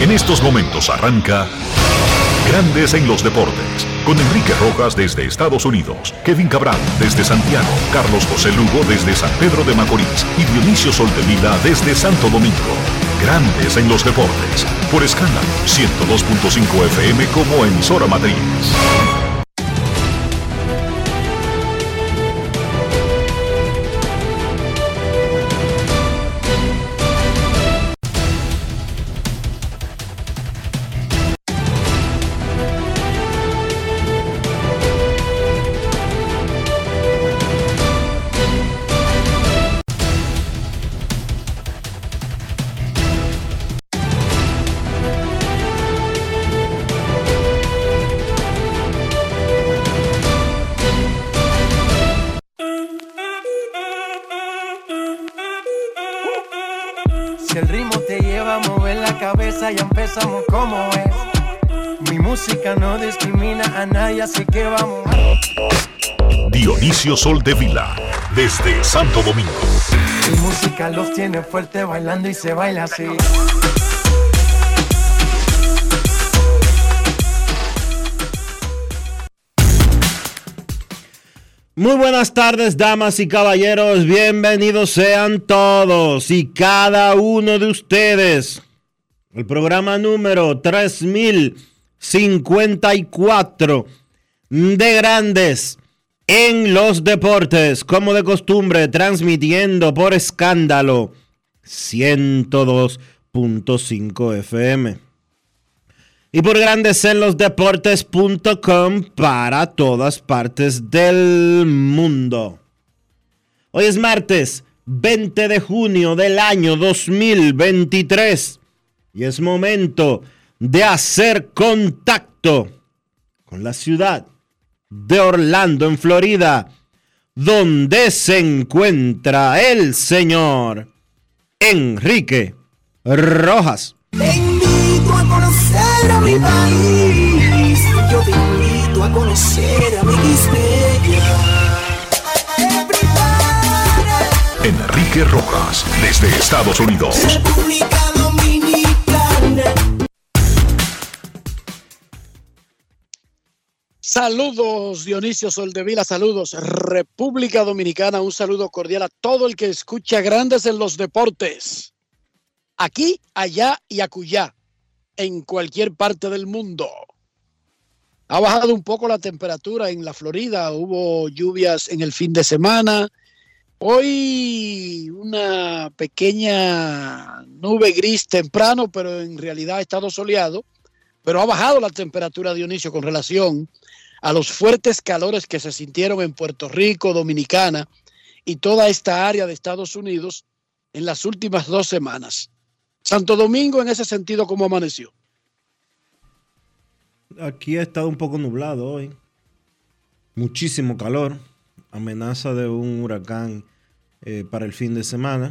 En estos momentos arranca Grandes en los Deportes, con Enrique Rojas desde Estados Unidos, Kevin Cabral desde Santiago, Carlos José Lugo desde San Pedro de Macorís y Dionisio Soltevila desde Santo Domingo. Grandes en los Deportes, por Escándalo 102.5 FM como emisora matriz. Ya empezamos como es. Mi música no discrimina a nadie, así que vamos. Dionisio Soltevila, desde Santo Domingo. Mi música los tiene fuerte bailando y se baila así. Muy buenas tardes, damas y caballeros. Bienvenidos sean todos y cada uno de ustedes. El programa número 3054 de Grandes en los Deportes, como de costumbre, transmitiendo por Escándalo 102.5 FM y por grandesenlosdeportes.com para todas partes del mundo. Hoy es martes 20 de junio del año 2023. Y es momento de hacer contacto con la ciudad de Orlando, en Florida, donde se encuentra el señor Enrique Rojas. Te invito a conocer a mi país. Yo te invito a conocer a mi Quispeya. Enrique Rojas, desde Estados Unidos. República Dominicana. Saludos Dionisio Soldevila, saludos República Dominicana, un saludo cordial a todo el que escucha Grandes en los Deportes, aquí, allá y acullá, en cualquier parte del mundo. Ha bajado un poco la temperatura en la Florida, hubo lluvias en el fin de semana. Hoy una pequeña nube gris temprano, pero en realidad ha estado soleado. Pero ha bajado la temperatura, Dionisio, con relación a los fuertes calores que se sintieron en Puerto Rico, Dominicana y toda esta área de Estados Unidos en las últimas 2 semanas. Santo Domingo, en ese sentido, ¿cómo amaneció? Aquí ha estado un poco nublado hoy. Muchísimo calor. Amenaza de un huracán para el fin de semana.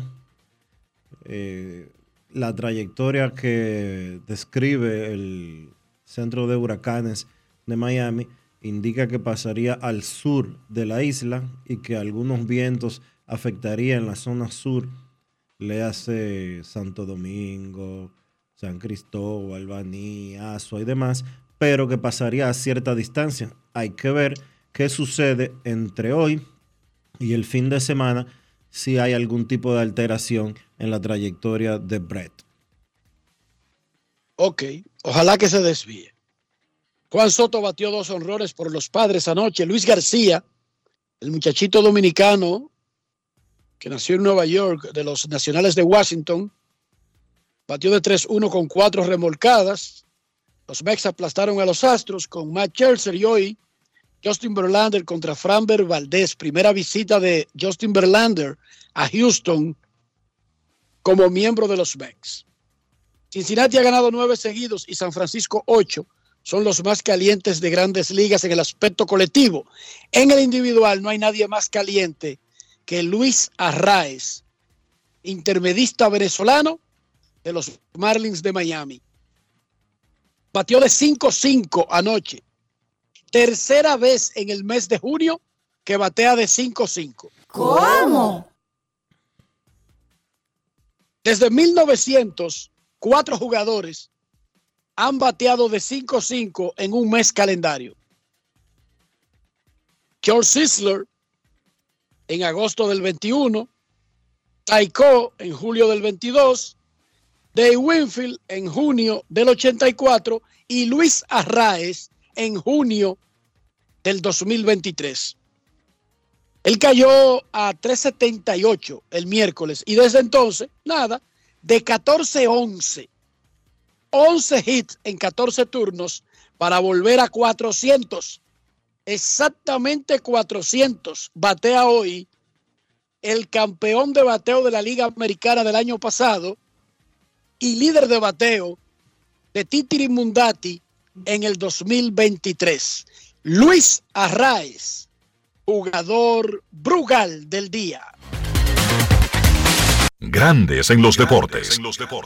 La trayectoria que describe el Centro de Huracanes de Miami indica que pasaría al sur de la isla y que algunos vientos afectarían la zona sur, le hace Santo Domingo, San Cristóbal, Baní, Asua y demás, pero que pasaría a cierta distancia. Hay que ver qué sucede entre hoy y el fin de semana, si hay algún tipo de alteración en la trayectoria de Brett. Ok, ojalá que se desvíe. Juan Soto batió 2 honrones por los Padres anoche. Luis García, el muchachito dominicano que nació en Nueva York, de los Nacionales de Washington, batió de 3-1 con 4 remolcadas. Los Mets aplastaron a los Astros con Matt Scherzer y hoy Justin Verlander contra Framber Valdez. Primera visita de Justin Verlander a Houston como miembro de los Mets. Cincinnati ha ganado 9 seguidos y San Francisco 8. Son los más calientes de Grandes Ligas en el aspecto colectivo. En el individual no hay nadie más caliente que Luis Arraez, intermedista venezolano de los Marlins de Miami. Batió de 5-5 anoche. Tercera vez en el mes de junio que batea de 5-5. ¿Cómo? Desde 1900, 4 jugadores han bateado de 5-5 en un mes calendario. George Sisler en agosto del 21, Ty Cobb en julio del 22, Dave Winfield en junio del 84 y Luis Arraez en junio del 2023. Él cayó a 3.78 el miércoles y desde entonces, nada, de 14-11, 11 hits en 14 turnos para volver a 400. Exactamente 400 batea hoy el campeón de bateo de la Liga Americana del año pasado y líder de bateo de Titiri Mundati en el 2023. Luis Arraez, jugador Brugal del día. Grandes en los deportes.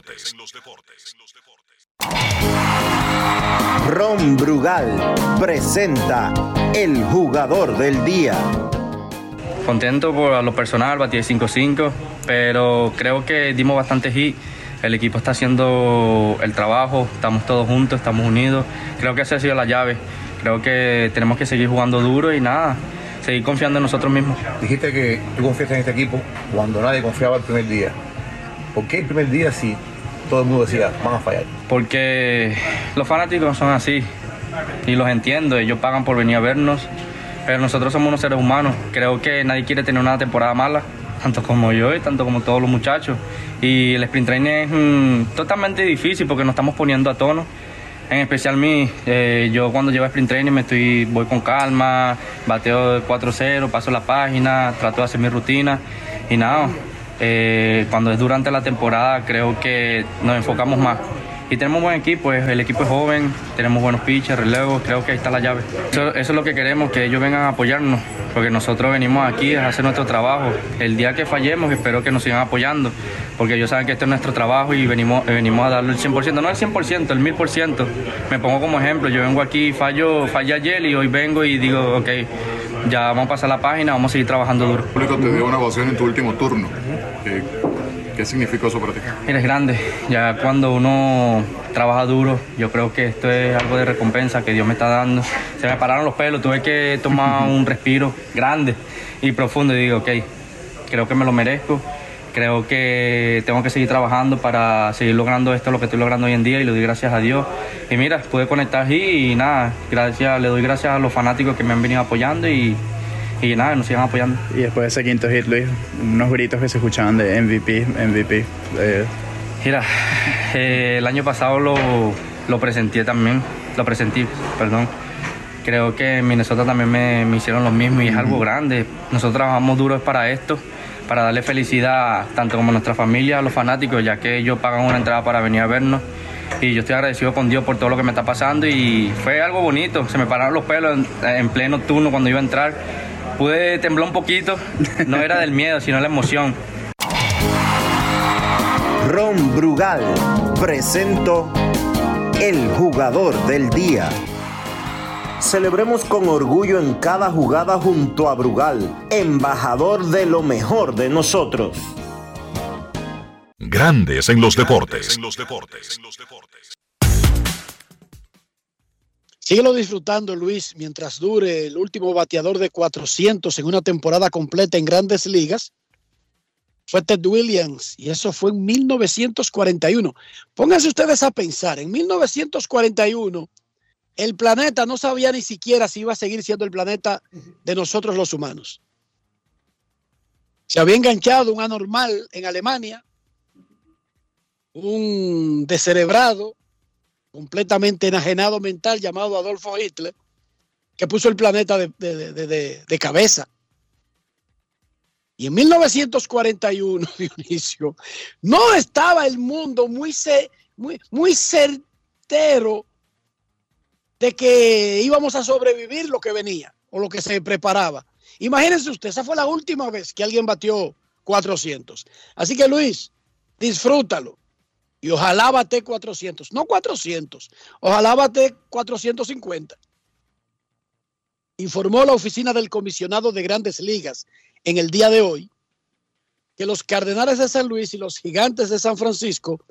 Ron Brugal presenta el jugador del día. Contento por lo personal, batí de 5-5, pero creo que dimos bastante hit. El equipo está haciendo el trabajo, estamos todos juntos, estamos unidos. Creo que esa ha sido la llave. Creo que tenemos que seguir jugando duro y nada, seguir confiando en nosotros mismos. Dijiste que tú confiaste en este equipo cuando nadie confiaba el primer día. ¿Por qué el primer día si todo el mundo decía, van a fallar? Porque los fanáticos son así y los entiendo, ellos pagan por venir a vernos, pero nosotros somos unos seres humanos. Creo que nadie quiere tener una temporada mala, tanto como yo y tanto como todos los muchachos. Y el sprint training es totalmente difícil porque nos estamos poniendo a tono. En especial yo cuando llevo a sprint training voy con calma, bateo de 4-0, paso la página, trato de hacer mi rutina y nada. Cuando es durante la temporada creo que nos enfocamos más. Y tenemos un buen equipo, el equipo es joven, tenemos buenos pitchers, relevos, creo que ahí está la llave. Eso es lo que queremos, que ellos vengan a apoyarnos, porque nosotros venimos aquí a hacer nuestro trabajo. El día que fallemos espero que nos sigan apoyando, porque ellos saben que este es nuestro trabajo y venimos a darle el 100%, no el 100%, el 1000%. Me pongo como ejemplo, yo vengo aquí, fallé ayer y hoy vengo y digo, ok, ya vamos a pasar la página, vamos a seguir trabajando duro. El público te dio una ovación en tu último turno. ¿Qué significó eso para ti? Mira, es grande. Ya cuando uno trabaja duro, yo creo que esto es algo de recompensa que Dios me está dando. Se me pararon los pelos, tuve que tomar un respiro grande y profundo y digo, ok, creo que me lo merezco. Creo que tengo que seguir trabajando para seguir logrando esto, lo que estoy logrando hoy en día, y le doy gracias a Dios. Y mira, pude conectar aquí y nada, le doy gracias a los fanáticos que me han venido apoyando y nada, nos sigan apoyando. Y después de ese quinto hit, Luis, unos gritos que se escuchaban de MVP. Mira, el año pasado lo presentí, perdón. Creo que en Minnesota también me hicieron lo mismo y es algo grande. Nosotros trabajamos duro para esto, para darle felicidad tanto como a nuestra familia, a los fanáticos, ya que ellos pagan una entrada para venir a vernos. Y yo estoy agradecido con Dios por todo lo que me está pasando y fue algo bonito. Se me pararon los pelos en pleno turno cuando iba a entrar. Pude temblar un poquito, no era del miedo, sino la emoción. Ron Brugal presentó el jugador del día. Celebremos con orgullo en cada jugada junto a Brugal, embajador de lo mejor de nosotros. Grandes en los deportes. Síguelo disfrutando, Luis, mientras dure el último bateador de 400 en una temporada completa en Grandes Ligas. Fue Ted Williams y eso fue en 1941. Pónganse ustedes a pensar, en 1941 el planeta no sabía ni siquiera si iba a seguir siendo el planeta de nosotros los humanos. Se había enganchado un anormal en Alemania, un descerebrado, completamente enajenado mental llamado Adolfo Hitler, que puso el planeta de cabeza. Y en 1941, Dionisio, no estaba el mundo muy certero de que íbamos a sobrevivir lo que venía o lo que se preparaba. Imagínense usted, esa fue la última vez que alguien batió 400. Así que, Luis, disfrútalo. Y ojalá bate 400, no 400, ojalá bate 450. Informó la oficina del comisionado de Grandes Ligas en el día de hoy que los Cardenales de San Luis y los Gigantes de San Francisco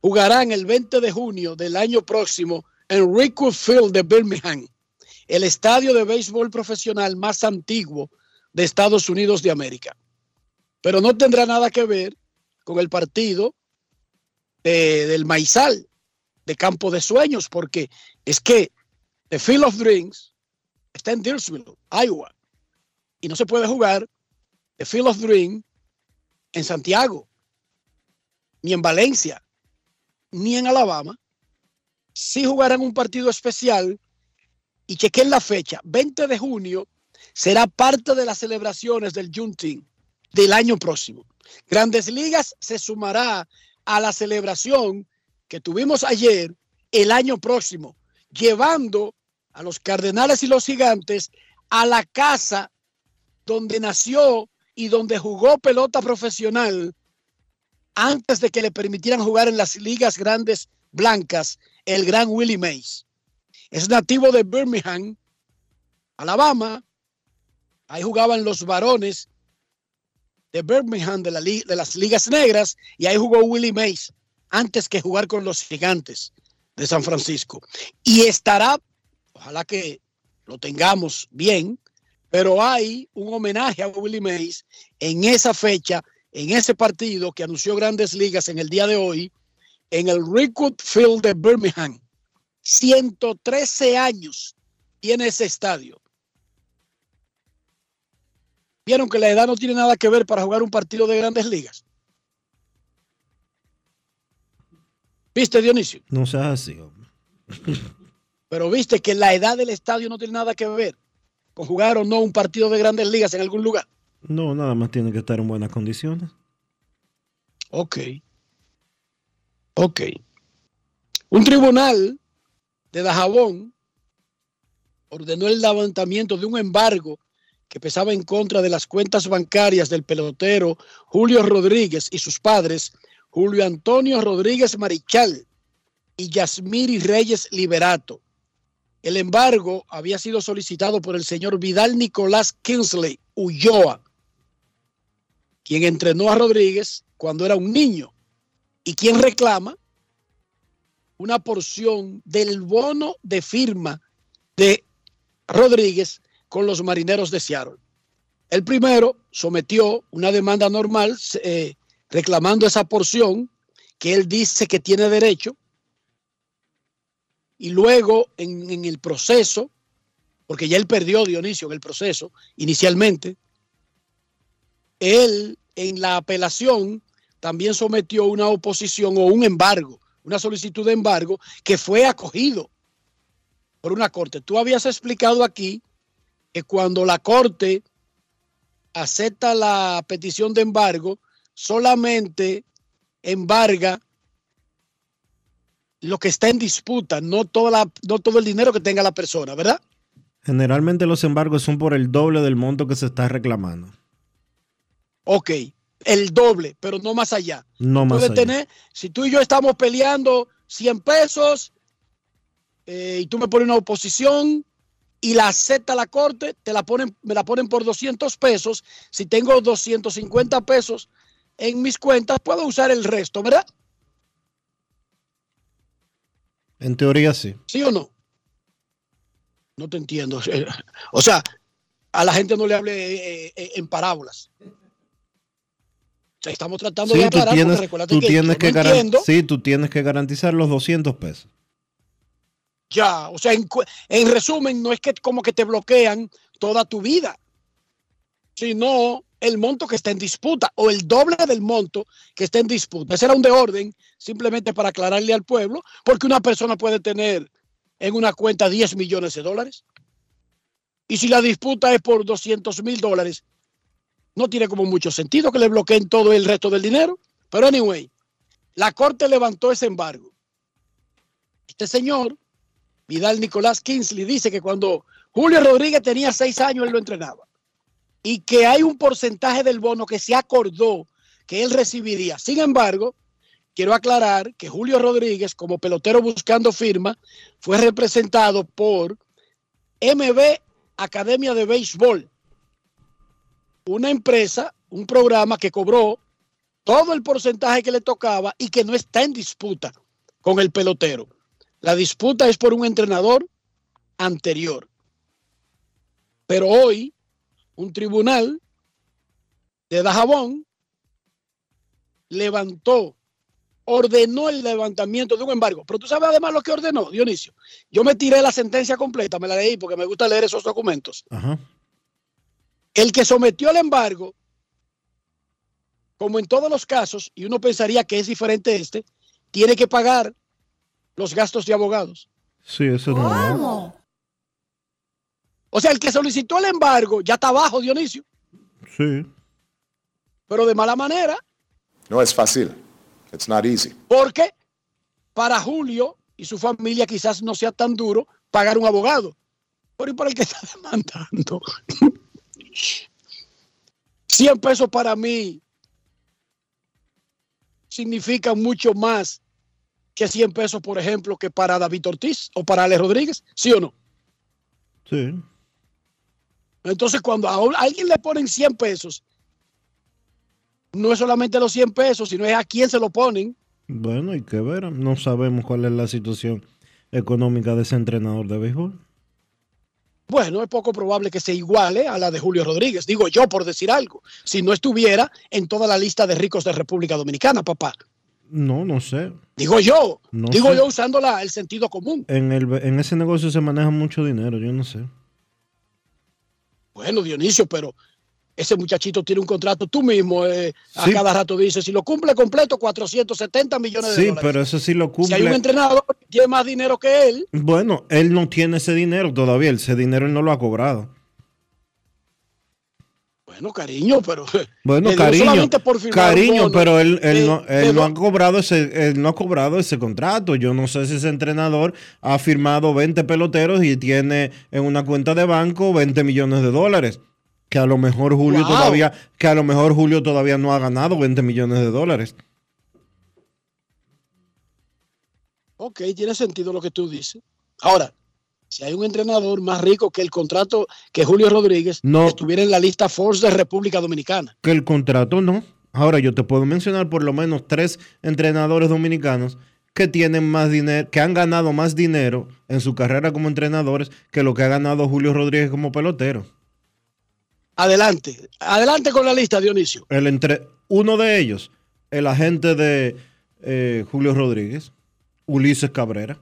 jugarán el 20 de junio del año próximo en Rickwood Field de Birmingham, el estadio de béisbol profesional más antiguo de Estados Unidos de América. Pero no tendrá nada que ver con el partido del Maizal, de Campo de Sueños, porque es que The Field of Dreams está en Dyersville, Iowa, y no se puede jugar The Field of Dreams en Santiago, ni en Valencia, ni en Alabama. Sí jugarán un partido especial y chequen la fecha. 20 de junio será parte de las celebraciones del Juneteenth del año próximo. Grandes Ligas se sumará a la celebración que tuvimos ayer el año próximo, llevando a los Cardenales y los Gigantes a la casa donde nació y donde jugó pelota profesional antes de que le permitieran jugar en las ligas grandes blancas, el gran Willie Mays. Es nativo de Birmingham, Alabama. Ahí jugaban los varones de Birmingham de las ligas negras, y ahí jugó Willie Mays antes que jugar con los Gigantes de San Francisco. Y estará, ojalá que lo tengamos bien, pero hay un homenaje a Willie Mays en esa fecha, en ese partido que anunció Grandes Ligas en el día de hoy, en el Rickwood Field de Birmingham. 113 años tiene ese estadio. ¿Vieron que la edad no tiene nada que ver para jugar un partido de Grandes Ligas? ¿Viste, Dionisio? No seas así, hombre. Pero viste que la edad del estadio no tiene nada que ver con jugar o no un partido de Grandes Ligas en algún lugar. No, nada más tiene que estar en buenas condiciones. Ok. Un tribunal de Dajabón ordenó el levantamiento de un embargo que pesaba en contra de las cuentas bancarias del pelotero Julio Rodríguez y sus padres, Julio Antonio Rodríguez Marichal y Yasmiri Reyes Liberato. El embargo había sido solicitado por el señor Vidal Nicolás Kingsley Ulloa, quien entrenó a Rodríguez cuando era un niño y quien reclama una porción del bono de firma de Rodríguez con los Marineros de Seattle. El primero sometió una demanda normal reclamando esa porción que él dice que tiene derecho, y luego en el proceso, porque ya él perdió, Dionisio, en el proceso inicialmente, él en la apelación también sometió una oposición o un embargo, una solicitud de embargo que fue acogido por una corte. Tú habías explicado aquí que cuando la corte acepta la petición de embargo, solamente embarga lo que está en disputa, no todo el dinero que tenga la persona, ¿verdad? Generalmente los embargos son por el doble del monto que se está reclamando. Ok, el doble, pero no más allá. No más allá. Tener, si tú y yo estamos peleando 100 pesos y tú me pones una oposición y la acepta la corte, me la ponen por 200 pesos. Si tengo 250 pesos en mis cuentas, puedo usar el resto, ¿verdad? En teoría sí. ¿Sí o no? No te entiendo. O sea, a la gente no le hable en parábolas. O sea, estamos tratando de aclarar, porque recuérdate que yo no entiendo. Sí, tú tienes que garantizar los 200 pesos. Ya, o sea, en resumen, no es que como que te bloquean toda tu vida, sino el monto que está en disputa o el doble del monto que está en disputa. Ese era un de orden, simplemente para aclararle al pueblo, porque una persona puede tener en una cuenta 10 millones de dólares. Y si la disputa es por $200,000, no tiene como mucho sentido que le bloqueen todo el resto del dinero. Pero anyway, la corte levantó ese embargo. Este señor, Vidal Nicolás Kingsley, dice que cuando Julio Rodríguez tenía 6 años, él lo entrenaba. Y que hay un porcentaje del bono que se acordó que él recibiría. Sin embargo, quiero aclarar que Julio Rodríguez, como pelotero buscando firma, fue representado por MB Academia de Béisbol, una empresa, un programa que cobró todo el porcentaje que le tocaba y que no está en disputa con el pelotero. La disputa es por un entrenador anterior. Pero hoy, un tribunal de Dajabón ordenó el levantamiento de un embargo. Pero tú sabes además lo que ordenó, Dionisio. Yo me tiré la sentencia completa, me la leí porque me gusta leer esos documentos. Ajá. El que sometió el embargo, como en todos los casos, y uno pensaría que es diferente tiene que pagar los gastos de abogados. Sí, eso es normal. O sea, el que solicitó el embargo ya está abajo, Dionisio. Sí. Pero de mala manera. No es fácil. It's not easy. Porque para Julio y su familia quizás no sea tan duro pagar un abogado. Pero ¿y para el que está demandando? 100 pesos para mí significan mucho más que 100 pesos, por ejemplo, que para David Ortiz o para Alex Rodríguez. ¿Sí o no? Sí. Entonces, cuando a alguien le ponen 100 pesos, no es solamente los 100 pesos, sino es a quién se lo ponen. Bueno, hay que ver. No sabemos cuál es la situación económica de ese entrenador de béisbol. Bueno, es poco probable que se iguale a la de Julio Rodríguez, digo yo, por decir algo, si no estuviera en toda la lista de ricos de República Dominicana, papá. No sé. Digo yo, no digo sé. yo usando el sentido común. En ese negocio se maneja mucho dinero, yo no sé. Bueno, Dionisio, pero ese muchachito tiene un contrato, tú mismo a cada rato dices, si lo cumple completo, 470 millones de dólares. Sí, pero eso sí lo cumple. Si hay un entrenador que tiene más dinero que él. Bueno, él no tiene ese dinero todavía, ese dinero él no lo ha cobrado. Bueno, cariño, pero... Bueno, cariño, pero él no ha cobrado ese contrato. Yo no sé si ese entrenador ha firmado 20 peloteros y tiene en una cuenta de banco 20 millones de dólares. Que a lo mejor Julio todavía no ha ganado 20 millones de dólares. Ok, tiene sentido lo que tú dices. Ahora, si hay un entrenador más rico que el contrato que Julio Rodríguez, estuviera en la lista Forbes de República Dominicana. Que el contrato no. Ahora yo te puedo mencionar por lo menos 3 entrenadores dominicanos que tienen más dinero, que han ganado más dinero en su carrera como entrenadores que lo que ha ganado Julio Rodríguez como pelotero. Adelante con la lista, Dionisio. Uno de ellos, el agente de Julio Rodríguez, Ulises Cabrera.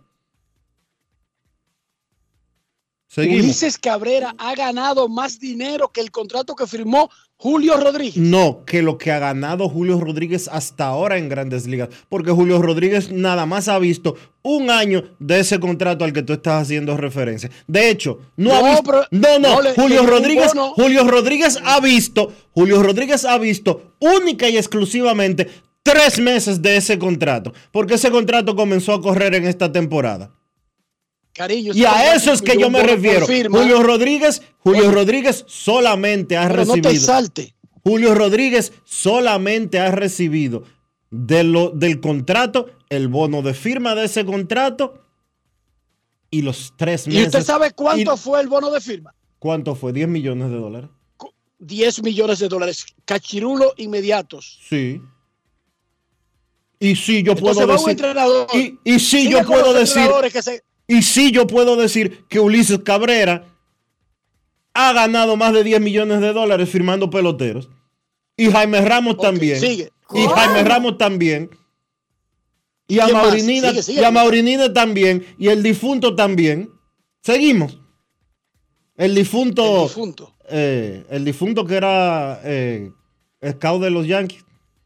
Seguimos. Ulises Cabrera ha ganado más dinero que el contrato que firmó Julio Rodríguez. No, que lo que ha ganado Julio Rodríguez hasta ahora en Grandes Ligas. Porque Julio Rodríguez nada más ha visto un año de ese contrato al que tú estás haciendo referencia. De hecho, Julio Rodríguez ha visto única y exclusivamente 3 meses de ese contrato. Porque ese contrato comenzó a correr en esta temporada. Cariño, y a eso es que yo me refiero. Julio Rodríguez solamente ha recibido. No te salte. Julio Rodríguez solamente ha recibido del contrato el bono de firma de ese contrato y los 3 meses. ¿Y usted sabe cuánto fue el bono de firma? ¿Cuánto fue? $10 millones. 10 millones de dólares. Cachirulo inmediatos. Sí. Y sí, yo puedo decir. Y sí, yo puedo decir que Ulises Cabrera ha ganado más de $10 millones firmando peloteros. Y Jaime Ramos también. Sigue. Y Jaime Ramos también. Y a Maurinina también. Y el difunto también. Seguimos. El difunto que era scout de los Yankees.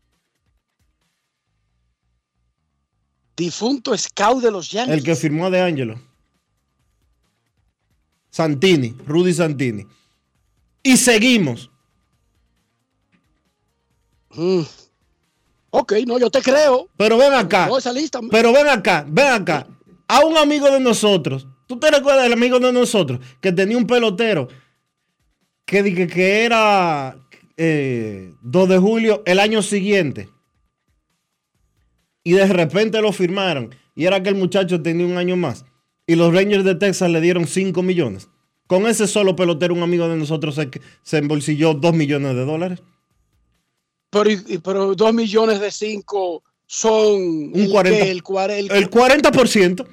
Difunto scout de los Yankees. El que firmó a De Angelo. Rudy Santini. Y seguimos. Ok, no, yo te creo. Pero ven acá. No, esa lista. Pero ven acá. A un amigo de nosotros. ¿Tú te recuerdas del amigo de nosotros? Que tenía un pelotero. Que era 2 de julio el año siguiente. Y de repente lo firmaron. Y era que el muchacho tenía un año más. Y los Rangers de Texas le dieron 5 millones. Con ese solo pelotero, un amigo de nosotros se embolsilló $2 millones. Pero 2 millones de 5 son el 40%.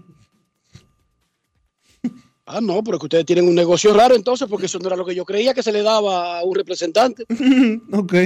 Ah, no, pero que ustedes tienen un negocio raro entonces, porque eso no era lo que yo creía que se le daba a un representante. Ok.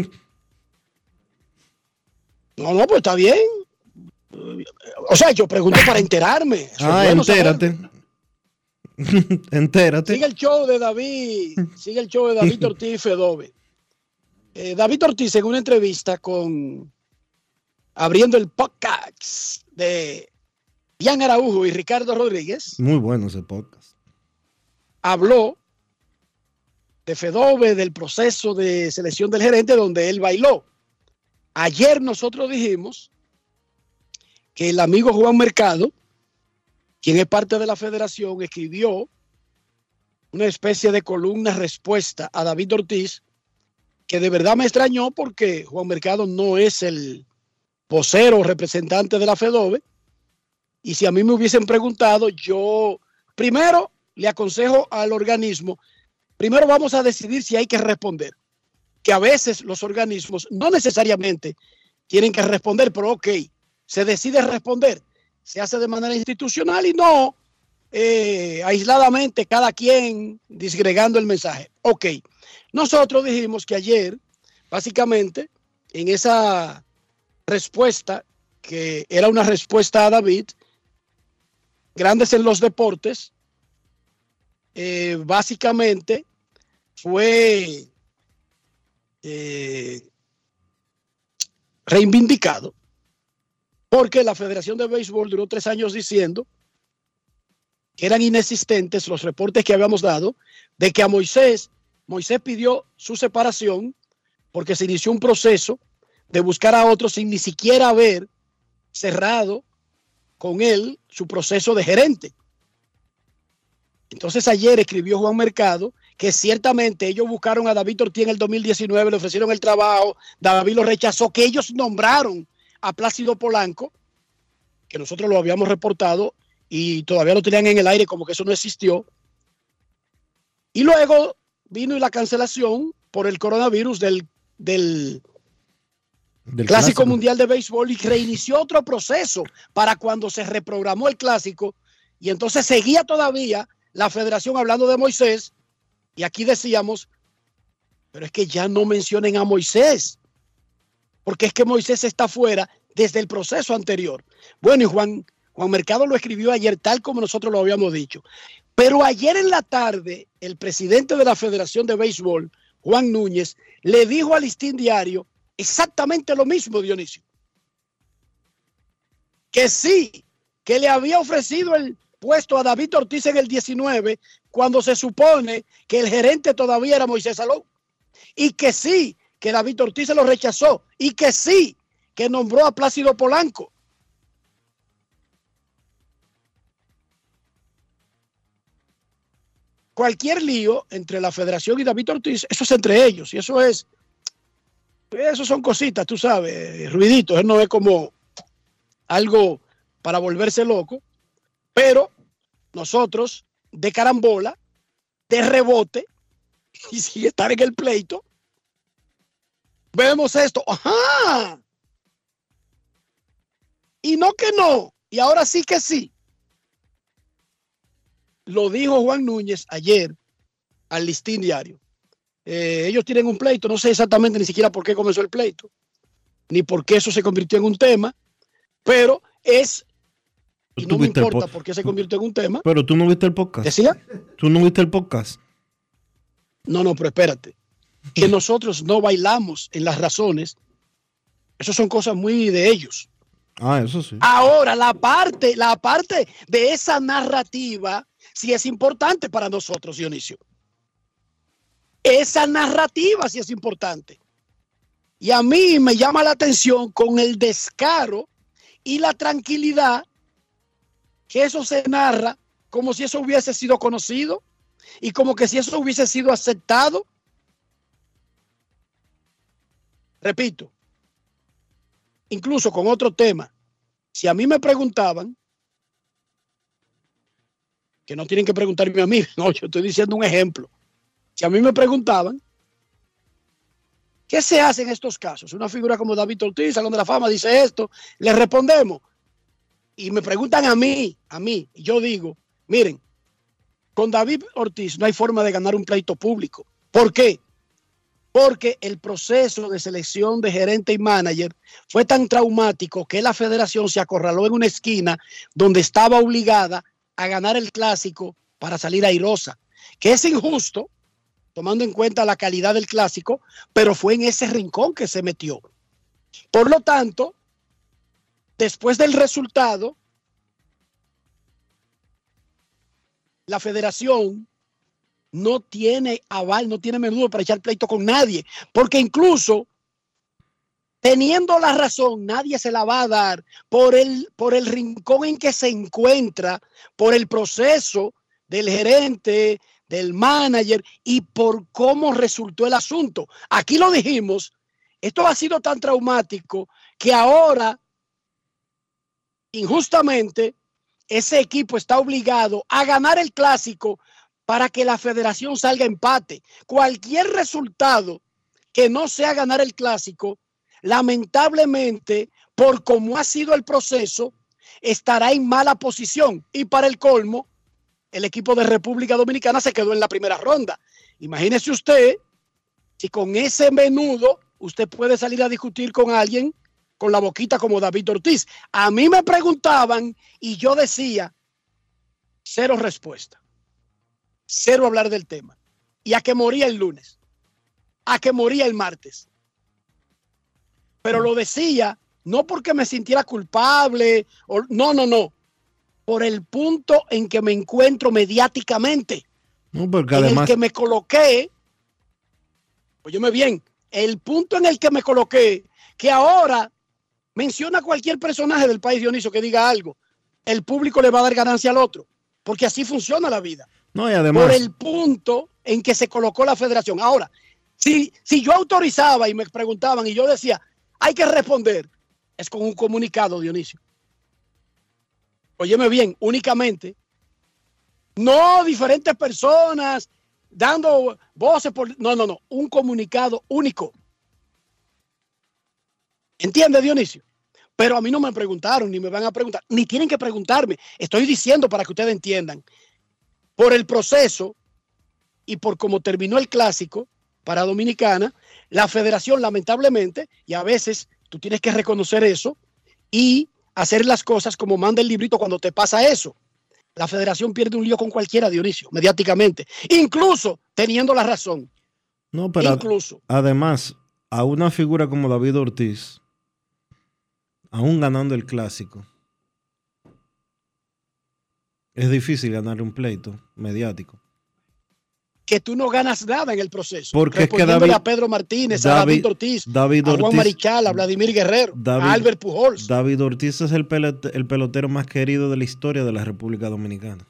No, pues está bien. O sea, yo pregunto para enterarme. Entérate. Entérate. Sigue el show de David Ortiz y Fedove. David Ortiz, en una entrevista abriendo el podcast de Ian Araujo y Ricardo Rodríguez. Muy bueno ese podcast. Habló de Fedove, del proceso de selección del gerente donde él bailó. Ayer nosotros dijimos que el amigo Juan Mercado, quien es parte de la federación, escribió una especie de columna respuesta a David Ortiz, que de verdad me extrañó porque Juan Mercado no es el vocero o representante de la FEDOVE. Y si a mí me hubiesen preguntado, yo primero le aconsejo al organismo, primero vamos a decidir si hay que responder. Que a veces los organismos no necesariamente tienen que responder, pero ok, se decide responder. Se hace de manera institucional y no aisladamente, cada quien disgregando el mensaje. Ok, nosotros dijimos que ayer, básicamente, en esa respuesta, que era una respuesta a David, Grandes en los Deportes, básicamente fue reivindicado, porque la Federación de Béisbol duró 3 años diciendo que eran inexistentes los reportes que habíamos dado de que a Moisés pidió su separación porque se inició un proceso de buscar a otro sin ni siquiera haber cerrado con él su proceso de gerente. Entonces ayer escribió Juan Mercado que ciertamente ellos buscaron a David Ortiz en el 2019, le ofrecieron el trabajo, David lo rechazó, que ellos nombraron a Plácido Polanco, que nosotros lo habíamos reportado y todavía lo tenían en el aire como que eso no existió. Y luego vino la cancelación por el coronavirus del Clásico Mundial de Béisbol y reinició otro proceso para cuando se reprogramó el Clásico. Y entonces seguía todavía la federación hablando de Moisés. Y aquí decíamos, pero es que ya no mencionen a Moisés, porque es que Moisés está fuera desde el proceso anterior. Bueno, y Juan Mercado lo escribió ayer tal como nosotros lo habíamos dicho. Pero ayer en la tarde, el presidente de la Federación de Béisbol, Juan Núñez, le dijo al Listín Diario exactamente lo mismo, Dionisio. Que sí, que le había ofrecido el puesto a David Ortiz en el 19, cuando se supone que el gerente todavía era Moisés Salou. Y que sí, que David Ortiz se lo rechazó. Y que sí, que nombró a Plácido Polanco. Cualquier lío entre la federación y David Ortiz, eso es entre ellos. Y eso son cositas, tú sabes, ruiditos. Eso no es como algo para volverse loco. Pero nosotros, de carambola, de rebote, y sin estar en el pleito, vemos esto. ¡Ajá! Y no que no, y ahora sí que sí. Lo dijo Juan Núñez ayer al Listín Diario. Ellos tienen un pleito, no sé exactamente ni siquiera por qué comenzó el pleito, ni por qué eso se convirtió en un tema, pero es... Y no me importa por qué se convirtió en un tema. Pero tú no viste el podcast. ¿Decía? ¿Tú no viste el podcast? No, pero espérate. Que nosotros no bailamos en las razones, eso son cosas muy de ellos. Ah, eso sí. Ahora, la parte de esa narrativa sí es importante para nosotros, Dionisio. Esa narrativa sí es importante. Y a mí me llama la atención con el descaro y la tranquilidad que eso se narra como si eso hubiese sido conocido y como que si eso hubiese sido aceptado. Repito, incluso con otro tema, si a mí me preguntaban, que no tienen que preguntarme a mí, no, yo estoy diciendo un ejemplo. Si a mí me preguntaban ¿Qué se hace en estos casos? Una figura como David Ortiz, Salón de la Fama, dice esto, le respondemos. Y me preguntan a mí, y yo digo, miren, con David Ortiz no hay forma de ganar un pleito público. ¿Por qué? Porque el proceso de selección de gerente y manager fue tan traumático que la federación se acorraló en una esquina donde estaba obligada a ganar el clásico para salir airosa, que es injusto, tomando en cuenta la calidad del clásico, pero fue en ese rincón que se metió. Por lo tanto, después del resultado, la federación no tiene aval, no tiene menudo para echar pleito con nadie, porque incluso teniendo la razón, nadie se la va a dar por el rincón en que se encuentra, por el proceso del gerente, del manager y por cómo resultó el asunto. Aquí lo dijimos, esto ha sido tan traumático que ahora, injustamente, ese equipo está obligado a ganar el clásico para que la federación salga empate. Cualquier resultado que no sea ganar el clásico, lamentablemente, por cómo ha sido el proceso, estará en mala posición. Y para el colmo, el equipo de República Dominicana se quedó en la primera ronda. Imagínese usted si con ese menudo usted puede salir a discutir con alguien con la boquita como David Ortiz. A mí me preguntaban y yo decía, cero respuesta, cero hablar del tema. Y a que moría el lunes, a que moría el martes. Pero lo decía no porque me sintiera culpable, no, por el punto en que me encuentro mediáticamente. No, porque en además, el que me coloqué, óyeme bien, el punto en el que me coloqué, que ahora menciona cualquier personaje del país, Dionisio, que diga algo, el público le va a dar ganancia al otro, porque así funciona la vida. no, y además, Por el punto en que se colocó la federación. Ahora, si yo autorizaba y me preguntaban y yo decía, hay que responder, es con un comunicado, Dionisio. Óyeme bien, únicamente. No diferentes personas dando voces por... No. Un comunicado único. ¿Entiende, Dionisio? Pero a mí no me preguntaron, ni me van a preguntar, ni tienen que preguntarme. Estoy diciendo para que ustedes entiendan. Por el proceso y por cómo terminó el clásico para Dominicana, la federación lamentablemente, y a veces tú tienes que reconocer eso y hacer las cosas como manda el librito cuando te pasa eso. La federación pierde un lío con cualquiera, Dionisio, mediáticamente, incluso teniendo la razón. no, pero incluso. además, a una figura como David Ortiz, aún ganando el clásico, es difícil ganar un pleito mediático. Que tú no ganas nada en el proceso. Porque es que a Pedro Martínez, a David Ortiz, a Juan Marichal, a Vladimir Guerrero, a Albert Pujols. David Ortiz es el pelotero más querido de la historia de la República Dominicana.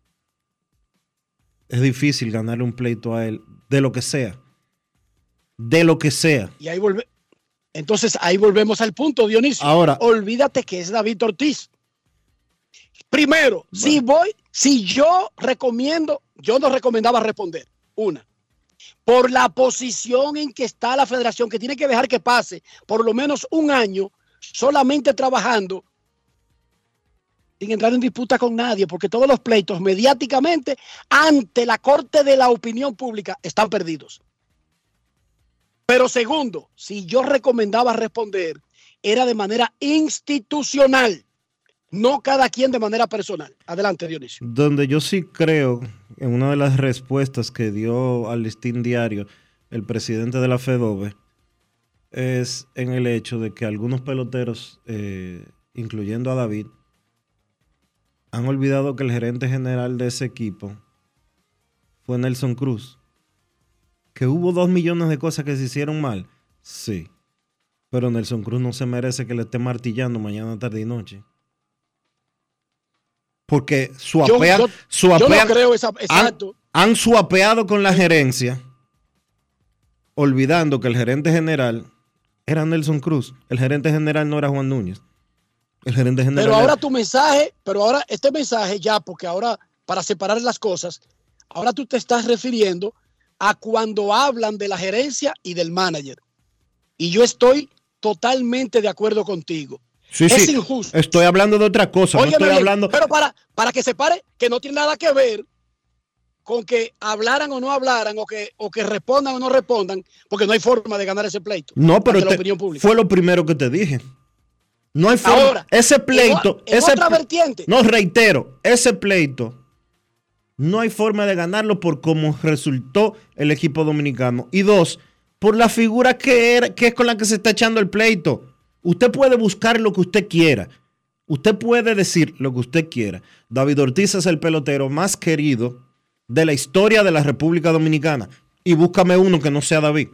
Es difícil ganarle un pleito a él, de lo que sea. De lo que sea. Y entonces ahí volvemos al punto, Dionisio. Ahora, olvídate que es David Ortiz. Primero, bueno, si yo recomiendo, yo no recomendaba responder. Una, por la posición en que está la federación, que tiene que dejar que pase por lo menos un año solamente trabajando sin entrar en disputa con nadie, porque todos los pleitos mediáticamente ante la corte de la opinión pública están perdidos. Pero segundo, si yo recomendaba responder, era de manera institucional, no cada quien de manera personal. Adelante, Dionisio. Donde yo sí creo, en una de las respuestas que dio al Listín Diario el presidente de la FEDOBE, es en el hecho de que algunos peloteros, incluyendo a David, han olvidado que el gerente general de ese equipo fue Nelson Cruz. Que hubo 2 millones de cosas que se hicieron mal, sí, pero Nelson Cruz no se merece que le esté martillando mañana, tarde y noche. Porque han suapeado con la gerencia, olvidando que el gerente general era Nelson Cruz. El gerente general no era Juan Núñez. El gerente general pero ahora tu mensaje, este mensaje ya, porque ahora para separar las cosas, ahora tú te estás refiriendo a cuando hablan de la gerencia y del manager. Y yo estoy totalmente de acuerdo contigo. Sí, es sí. injusto. Estoy hablando de otra cosa. Óyeme no estoy bien, hablando. pero para que se pare, que no tiene nada que ver con que hablaran o no hablaran, o que respondan o no respondan, porque no hay forma de ganar ese pleito. No, pero ante la opinión pública. fue lo primero que te dije. No hay forma. Ahora, ese pleito. en otra vertiente. No, reitero, ese pleito. No hay forma de ganarlo por cómo resultó el equipo dominicano. Y dos, por la figura que es con la que se está echando el pleito. Usted puede buscar lo que usted quiera. Usted puede decir lo que usted quiera. David Ortiz es el pelotero más querido de la historia de la República Dominicana. Y búscame uno que no sea David.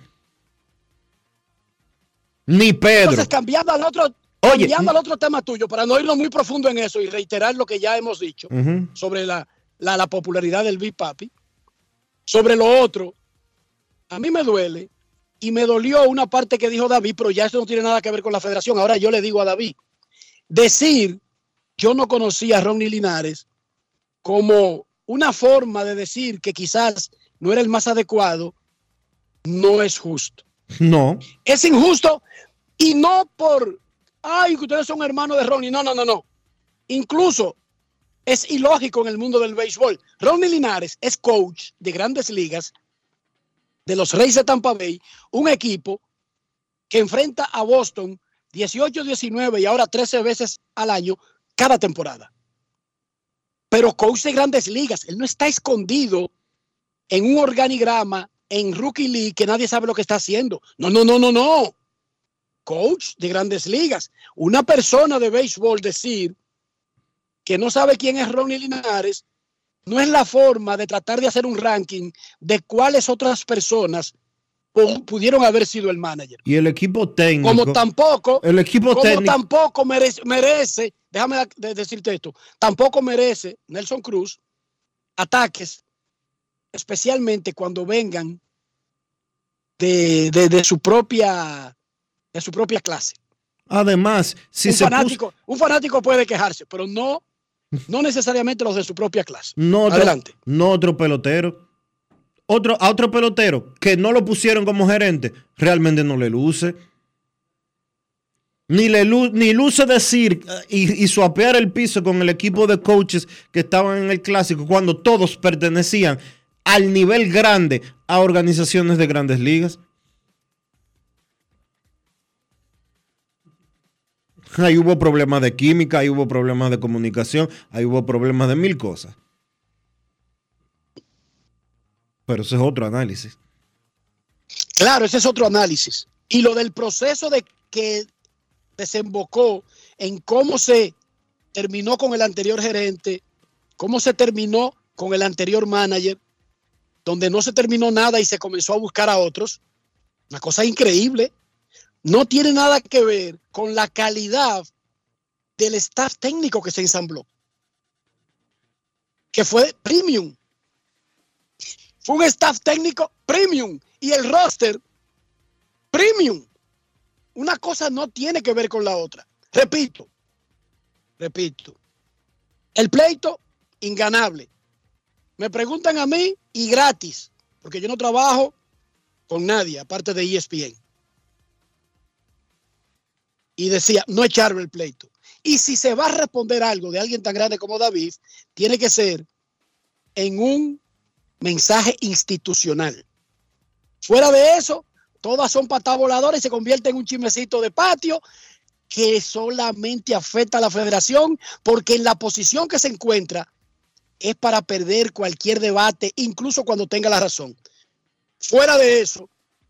Ni Pedro. Entonces, cambiando al otro tema tuyo, para no irnos muy profundo en eso y reiterar lo que ya hemos dicho sobre la popularidad del Big Papi, sobre lo otro, a mí me duele y me dolió una parte que dijo David, pero ya eso no tiene nada que ver con la federación. Ahora yo le digo a David, decir yo no conocía a Ronnie Linares como una forma de decir que quizás no era el más adecuado, no es justo. No. Es injusto y no por, que ustedes son hermanos de Ronnie. No. Incluso es ilógico en el mundo del béisbol. Ronnie Linares es coach de Grandes Ligas de los Reyes de Tampa Bay, un equipo que enfrenta a Boston 18, 19 y ahora 13 veces al año cada temporada. Pero coach de Grandes Ligas, él no está escondido en un organigrama en Rookie League que nadie sabe lo que está haciendo. No. Coach de Grandes Ligas. Una persona de béisbol decir que no sabe quién es Ronnie Linares no es la forma de tratar de hacer un ranking de cuáles otras personas pudieron haber sido el manager. Y el equipo técnico. Como tampoco merece, déjame decirte esto, tampoco merece Nelson Cruz ataques, especialmente cuando vengan de su propia clase. Además, si un fanático puede quejarse, pero no necesariamente los de su propia clase. Adelante. No otro pelotero. A otro pelotero que no lo pusieron como gerente, realmente no le luce. Ni luce decir y suapear el piso con el equipo de coaches que estaban en el clásico cuando todos pertenecían al nivel grande a organizaciones de Grandes Ligas. Ahí hubo problemas de química, ahí hubo problemas de comunicación, ahí hubo problemas de mil cosas. Pero ese es otro análisis. Claro, ese es otro análisis. Y lo del proceso de que desembocó en cómo se terminó con el anterior gerente, cómo se terminó con el anterior manager, donde no se terminó nada y se comenzó a buscar a otros. Una cosa increíble. No tiene nada que ver con la calidad del staff técnico que se ensambló, que fue premium. Fue un staff técnico premium y el roster premium. Una cosa no tiene que ver con la otra. Repito. El pleito, inganable. Me preguntan a mí y gratis, porque yo no trabajo con nadie, aparte de ESPN. Y decía, no echaron el pleito. Y si se va a responder algo de alguien tan grande como David, tiene que ser en un mensaje institucional. Fuera de eso, todas son patas voladoras y se convierte en un chismecito de patio que solamente afecta a la federación porque en la posición que se encuentra es para perder cualquier debate, incluso cuando tenga la razón. Fuera de eso,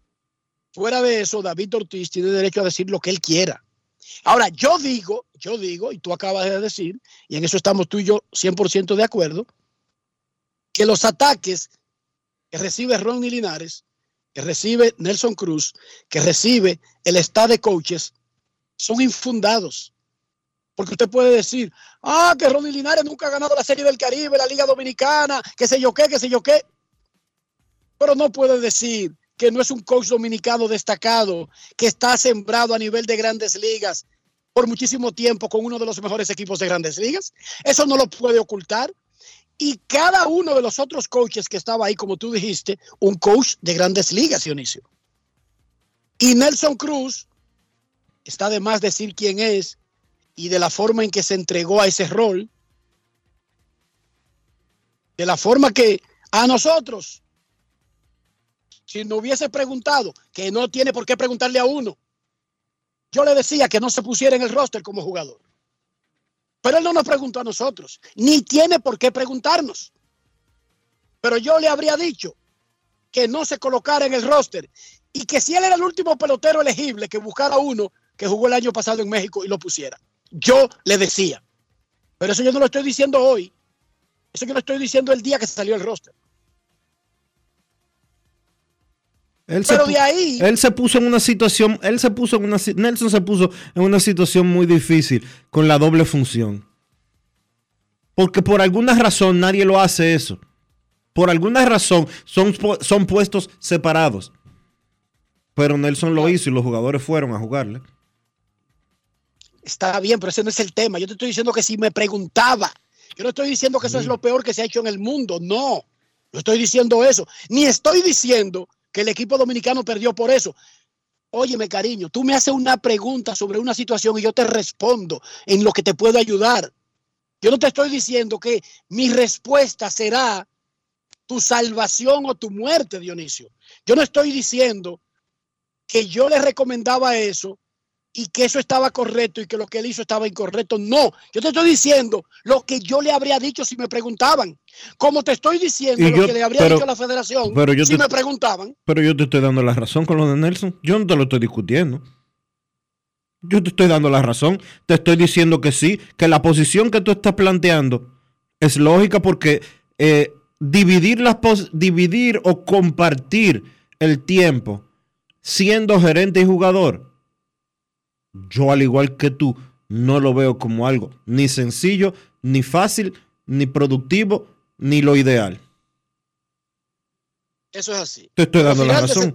David Ortiz tiene derecho a decir lo que él quiera. Ahora, yo digo, y tú acabas de decir, y en eso estamos tú y yo 100% de acuerdo, que los ataques que recibe Ronnie Linares, que recibe Nelson Cruz, que recibe el staff de coaches, son infundados. Porque usted puede decir, que Ronnie Linares nunca ha ganado la Serie del Caribe, la Liga Dominicana, qué sé yo qué. Pero no puede decir que no es un coach dominicano destacado, que está sembrado a nivel de Grandes Ligas por muchísimo tiempo con uno de los mejores equipos de Grandes Ligas. Eso no lo puede ocultar. Y cada uno de los otros coaches que estaba ahí, como tú dijiste, un coach de Grandes Ligas, Dionisio. Y Nelson Cruz, está de más decir quién es y de la forma en que se entregó a ese rol. De la forma que a nosotros, si no hubiese preguntado, que no tiene por qué preguntarle a uno, yo le decía que no se pusiera en el roster como jugador. Pero él no nos preguntó a nosotros, ni tiene por qué preguntarnos. Pero yo le habría dicho que no se colocara en el roster y que si él era el último pelotero elegible, que buscara uno que jugó el año pasado en México y lo pusiera. Yo le decía. Pero eso yo no lo estoy diciendo hoy. Eso yo lo estoy diciendo el día que salió el roster. Nelson se puso en una situación muy difícil con la doble función. Porque por alguna razón nadie lo hace eso. Por alguna razón son puestos separados. Pero Nelson lo hizo y los jugadores fueron a jugarle. Está bien, pero ese no es el tema. Yo te estoy diciendo que si me preguntaba, yo no estoy diciendo que eso es lo peor que se ha hecho en el mundo. No estoy diciendo eso. Ni estoy diciendo que el equipo dominicano perdió por eso. Óyeme, cariño, tú me haces una pregunta sobre una situación y yo te respondo en lo que te puedo ayudar. Yo no te estoy diciendo que mi respuesta será tu salvación o tu muerte, Dionisio. Yo no estoy diciendo que yo le recomendaba eso y que eso estaba correcto y que lo que él hizo estaba incorrecto. No, yo te estoy diciendo lo que yo le habría dicho si me preguntaban. Como te estoy diciendo lo que le habría dicho a la federación si me preguntaban. Pero yo te estoy dando la razón con lo de Nelson. Yo no te lo estoy discutiendo. Yo te estoy dando la razón. Te estoy diciendo que sí, que la posición que tú estás planteando es lógica porque dividir o compartir el tiempo siendo gerente y jugador, yo al igual que tú no lo veo como algo ni sencillo, ni fácil, ni productivo, ni lo ideal. Eso es así. Te estoy dando la razón.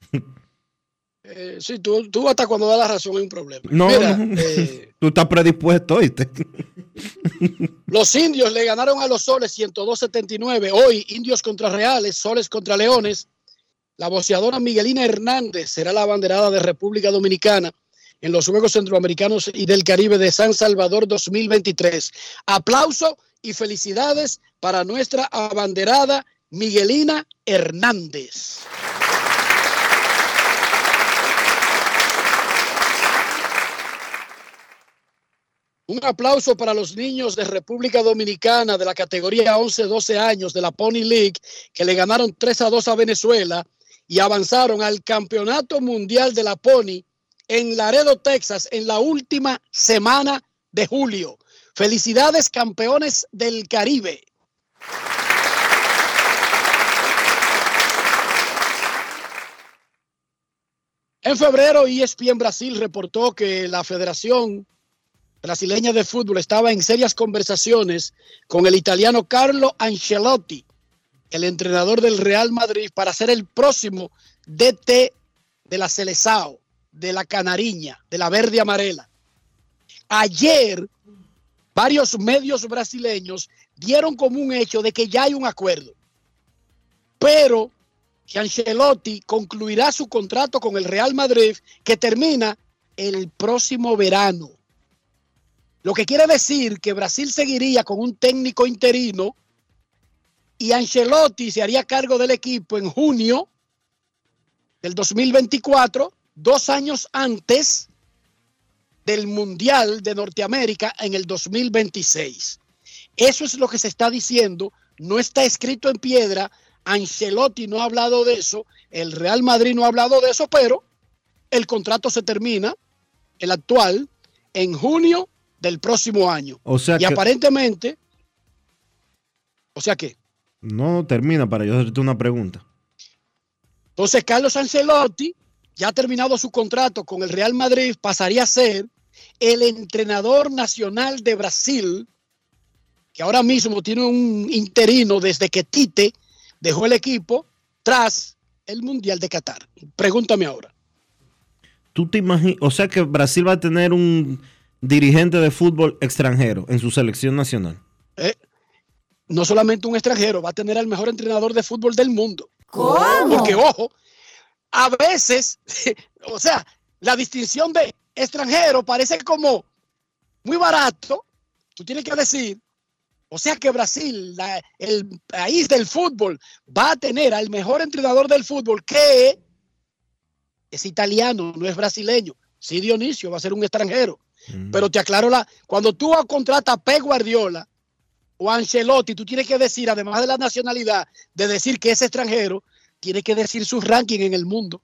Sí, tú hasta cuando das la razón hay un problema. No, mira, tú estás predispuesto, ¿oíste? Los indios le ganaron a los Soles 102-79. Hoy, indios contra Reales, Soles contra Leones. La boxeadora Miguelina Hernández será la abanderada de República Dominicana en los Juegos Centroamericanos y del Caribe de San Salvador 2023. Aplauso y felicidades para nuestra abanderada Miguelina Hernández. Un aplauso para los niños de República Dominicana de la categoría 11-12 años de la Pony League que le ganaron 3-2 a Venezuela y avanzaron al Campeonato Mundial de la Pony en Laredo, Texas, en la última semana de julio. Felicidades, campeones del Caribe. En febrero, ESPN Brasil reportó que la Federación Brasileña de Fútbol estaba en serias conversaciones con el italiano Carlo Ancelotti, el entrenador del Real Madrid, para ser el próximo DT de la Seleção, de la Canariña, de la Verde Amarela. Ayer, varios medios brasileños dieron como un hecho de que ya hay un acuerdo, pero que Ancelotti concluirá su contrato con el Real Madrid, que termina el próximo verano. Lo que quiere decir que Brasil seguiría con un técnico interino y Ancelotti se haría cargo del equipo en junio del 2024, 2 años antes del Mundial de Norteamérica en el 2026. Eso es lo que se está diciendo, no está escrito en piedra. Ancelotti no ha hablado de eso, el Real Madrid no ha hablado de eso, pero el contrato se termina, el actual, en junio del próximo año. O sea, y aparentemente, o sea que no termina, para yo hacerte una pregunta. Entonces Carlos Ancelotti ya ha terminado su contrato con el Real Madrid, pasaría a ser el entrenador nacional de Brasil, que ahora mismo tiene un interino desde que Tite dejó el equipo tras el Mundial de Qatar. Pregúntame ahora. ¿Tú te imaginas? O sea que Brasil va a tener un dirigente de fútbol extranjero en su selección nacional. No solamente un extranjero, va a tener al mejor entrenador de fútbol del mundo. ¿Cómo? Porque, ojo, a veces, o sea, la distinción de extranjero parece como muy barato. Tú tienes que decir, o sea que Brasil, el país del fútbol, va a tener al mejor entrenador del fútbol que es italiano, no es brasileño. Sí, Dionisio, va a ser un extranjero. Pero te aclaro, cuando tú contratas a Pep Guardiola o a Ancelotti, tú tienes que decir, además de la nacionalidad, de decir que es extranjero, tienes que decir su ranking en el mundo.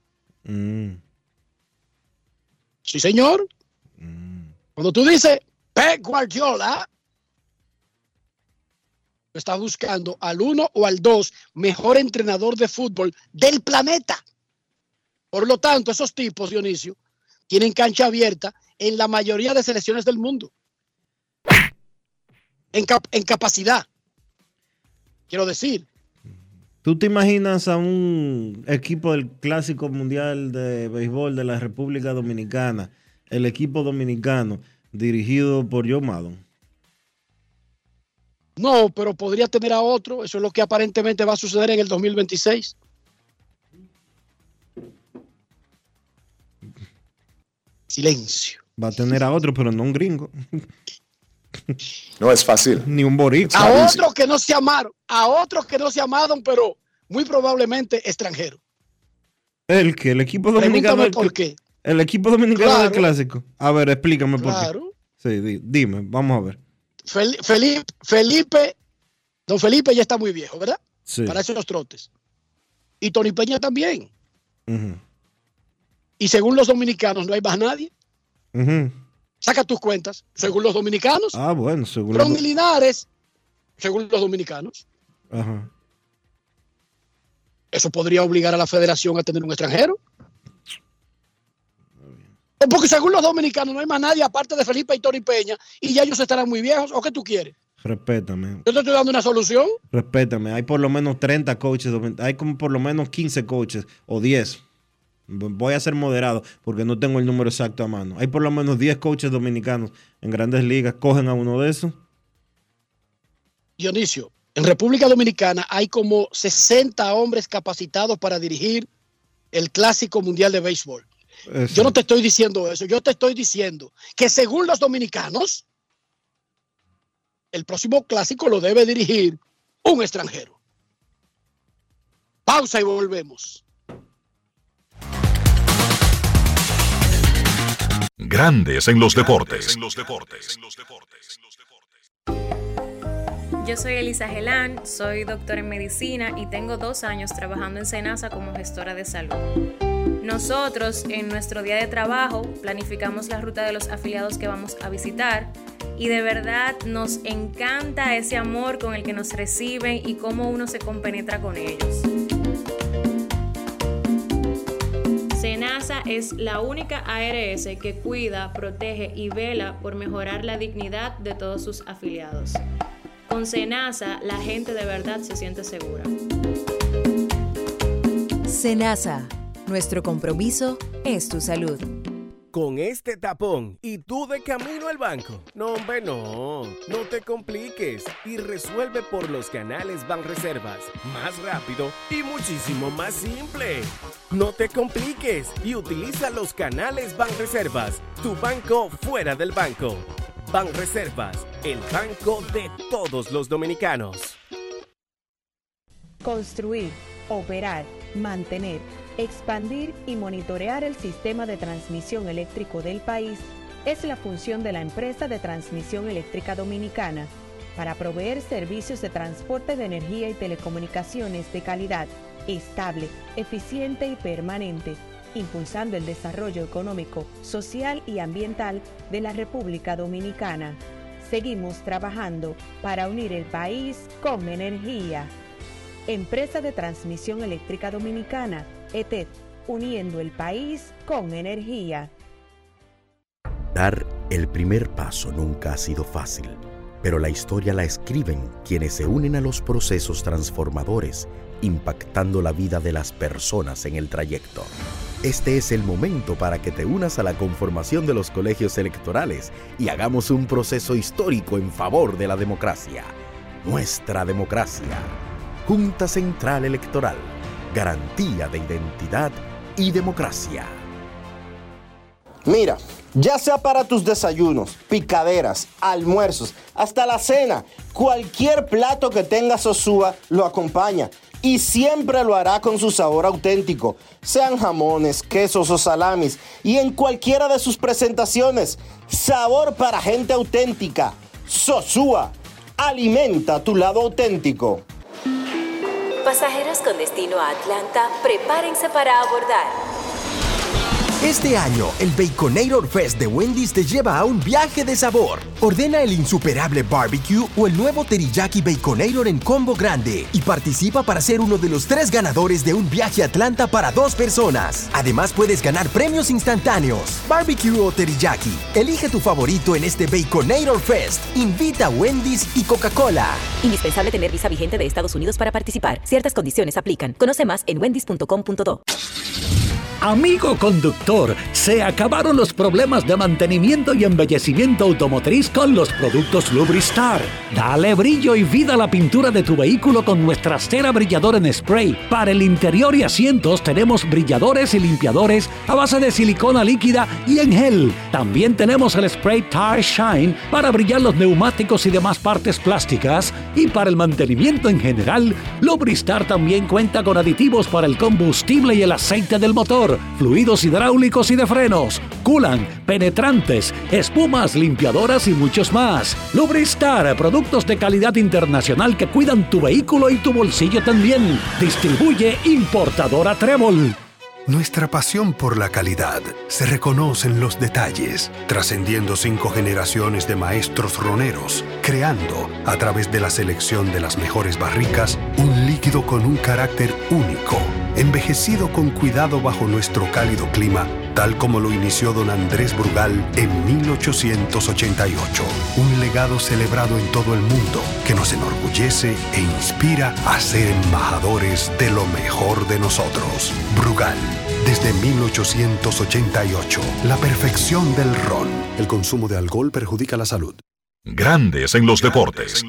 Sí, señor. Cuando tú dices Pep Guardiola, estás buscando al 1 o al 2 mejor entrenador de fútbol del planeta. Por lo tanto, esos tipos, Dionisio, tienen cancha abierta en la mayoría de selecciones del mundo. En capacidad. Quiero decir. ¿Tú te imaginas a un equipo del Clásico Mundial de Béisbol de la República Dominicana, el equipo dominicano, dirigido por Joe Maddon? No, pero podría tener a otro. Eso es lo que aparentemente va a suceder en el 2026. Silencio. Va a tener a otro, pero no un gringo. No es fácil. Ni un boricua. A otros que no se amaron, pero muy probablemente extranjero. El equipo dominicano. Pregúntame por qué. El equipo dominicano, claro, del Clásico. A ver, explícame por qué. Claro. Sí, dime, vamos a ver. Don Felipe ya está muy viejo, ¿verdad? Sí. Para esos trotes. Y Tony Peña también. Y según los dominicanos no hay más nadie. Saca tus cuentas. Según los dominicanos. Ah, bueno, según Ronnie Linares, según los dominicanos. Ajá. Eso podría obligar a la federación a tener un extranjero. Porque según los dominicanos no hay más nadie aparte de Felipe y Tony Peña y ya ellos estarán muy viejos. ¿O qué tú quieres? Respétame. Yo te estoy dando una solución. Respétame. Hay por lo menos 30 coaches. Hay como por lo menos 15 coaches o 10. Voy a ser moderado porque no tengo el número exacto a mano. Hay por lo menos 10 coaches dominicanos en grandes ligas. ¿Cogen a uno de esos? Dionisio, en República Dominicana hay como 60 hombres capacitados para dirigir el Clásico Mundial de Béisbol. Yo no te estoy diciendo eso. Yo te estoy diciendo que según los dominicanos, el próximo clásico lo debe dirigir un extranjero. Pausa y volvemos. Grandes en los deportes. Yo soy Elisa Gelán, soy doctora en medicina y tengo 2 años trabajando en Senasa como gestora de salud. Nosotros, en nuestro día de trabajo, planificamos la ruta de los afiliados que vamos a visitar y de verdad nos encanta ese amor con el que nos reciben y cómo uno se compenetra con ellos. Senasa es la única ARS que cuida, protege y vela por mejorar la dignidad de todos sus afiliados. Con Senasa, la gente de verdad se siente segura. Senasa, nuestro compromiso es tu salud. Con este tapón y tú de camino al banco. No, hombre, no te compliques y resuelve por los canales Banreservas. Más rápido y muchísimo más simple. No te compliques y utiliza los canales Banreservas, tu banco fuera del banco. Banreservas, el banco de todos los dominicanos. Construir, operar, mantener, expandir y monitorear el sistema de transmisión eléctrico del país es la función de la empresa de transmisión eléctrica dominicana para proveer servicios de transporte de energía y telecomunicaciones de calidad, estable, eficiente y permanente, impulsando el desarrollo económico, social y ambiental de la República Dominicana. Seguimos trabajando para unir el país con energía. Empresa de Transmisión Eléctrica Dominicana, ETED, uniendo el país con energía. Dar el primer paso nunca ha sido fácil, pero la historia la escriben quienes se unen a los procesos transformadores, impactando la vida de las personas en el trayecto. Este es el momento para que te unas a la conformación de los colegios electorales y hagamos un proceso histórico en favor de la democracia. Nuestra democracia. Junta Central Electoral. Garantía de identidad y democracia. Mira, ya sea para tus desayunos, picaderas, almuerzos, hasta la cena, cualquier plato que tenga Sosúa lo acompaña y siempre lo hará con su sabor auténtico, sean jamones, quesos o salamis, y en cualquiera de sus presentaciones. Sabor para gente auténtica. Sosúa, alimenta tu lado auténtico. Pasajeros con destino a Atlanta, prepárense para abordar. Este año, el Baconator Fest de Wendy's te lleva a un viaje de sabor. Ordena el insuperable barbecue o el nuevo teriyaki Baconator en combo grande y participa para ser uno de los 3 ganadores de un viaje a Atlanta para 2 personas. Además, puedes ganar premios instantáneos. Barbecue o teriyaki. Elige tu favorito en este Baconator Fest. Invita a Wendy's y Coca-Cola. Indispensable tener visa vigente de Estados Unidos para participar. Ciertas condiciones aplican. Conoce más en wendys.com.do. Amigo conductor, se acabaron los problemas de mantenimiento y embellecimiento automotriz con los productos Lubristar. Dale brillo y vida a la pintura de tu vehículo con nuestra cera brilladora en spray. Para el interior y asientos tenemos brilladores y limpiadores a base de silicona líquida y en gel. También tenemos el spray Tire Shine para brillar los neumáticos y demás partes plásticas. Y para el mantenimiento en general, Lubristar también cuenta con aditivos para el combustible y el aceite del motor, fluidos hidráulicos y de frenos, culan, penetrantes, espumas, limpiadoras y muchos más. Lubristar, productos de calidad internacional que cuidan tu vehículo y tu bolsillo también. Distribuye importadora Trébol. Nuestra pasión por la calidad se reconoce en los detalles, trascendiendo 5 generaciones de maestros roneros, creando, a través de la selección de las mejores barricas, un líquido con un carácter único, envejecido con cuidado bajo nuestro cálido clima, tal como lo inició don Andrés Brugal en 1888. Un legado celebrado en todo el mundo que nos enorgullece e inspira a ser embajadores de lo mejor de nosotros. Brugal, desde 1888, la perfección del ron. El consumo de alcohol perjudica la salud. Grandes en los deportes.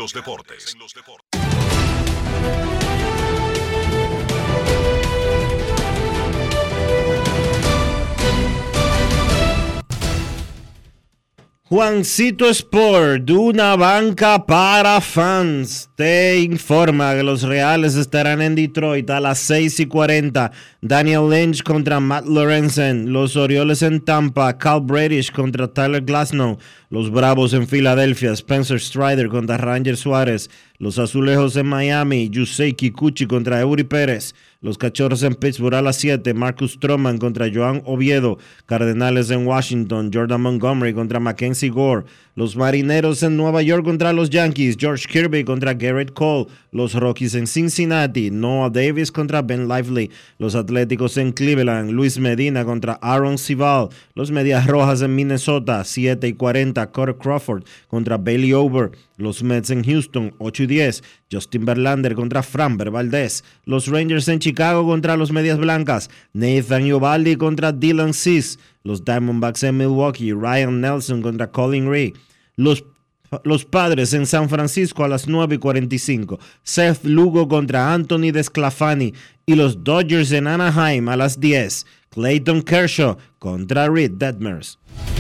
Juancito Sport, de una banca para fans, te informa que los Reales estarán en Detroit a las 6:40. Daniel Lynch contra Matt Lorenzen. Los Orioles en Tampa, Cal Bradish contra Tyler Glasnow. Los Bravos en Filadelfia, Spencer Strider contra Ranger Suárez. Los Azulejos en Miami, Yusei Kikuchi contra Eury Pérez. Los Cachorros en Pittsburgh a las 7, Marcus Stroman contra Joan Oviedo. Cardenales en Washington, Jordan Montgomery contra Mackenzie Gore. Los Marineros en Nueva York contra los Yankees, George Kirby contra Garrett Cole. Los Rockies en Cincinnati, Noah Davis contra Ben Lively. Los Atléticos en Cleveland, Luis Medina contra Aaron Civale. Los Medias Rojas en Minnesota, 7:40, Corey Crawford contra Bailey Over. Los Mets en Houston, 8:10, Justin Verlander contra Framber Valdez. Los Rangers en Chicago contra los Medias Blancas, Nathan Eovaldi contra Dylan Cease. Los Diamondbacks en Milwaukee, Ryan Nelson contra Colin Rea. Los Padres en San Francisco a las 9:45, Seth Lugo contra Anthony Desclafani. Y los Dodgers en Anaheim a las 10, Clayton Kershaw contra Reed Detmers.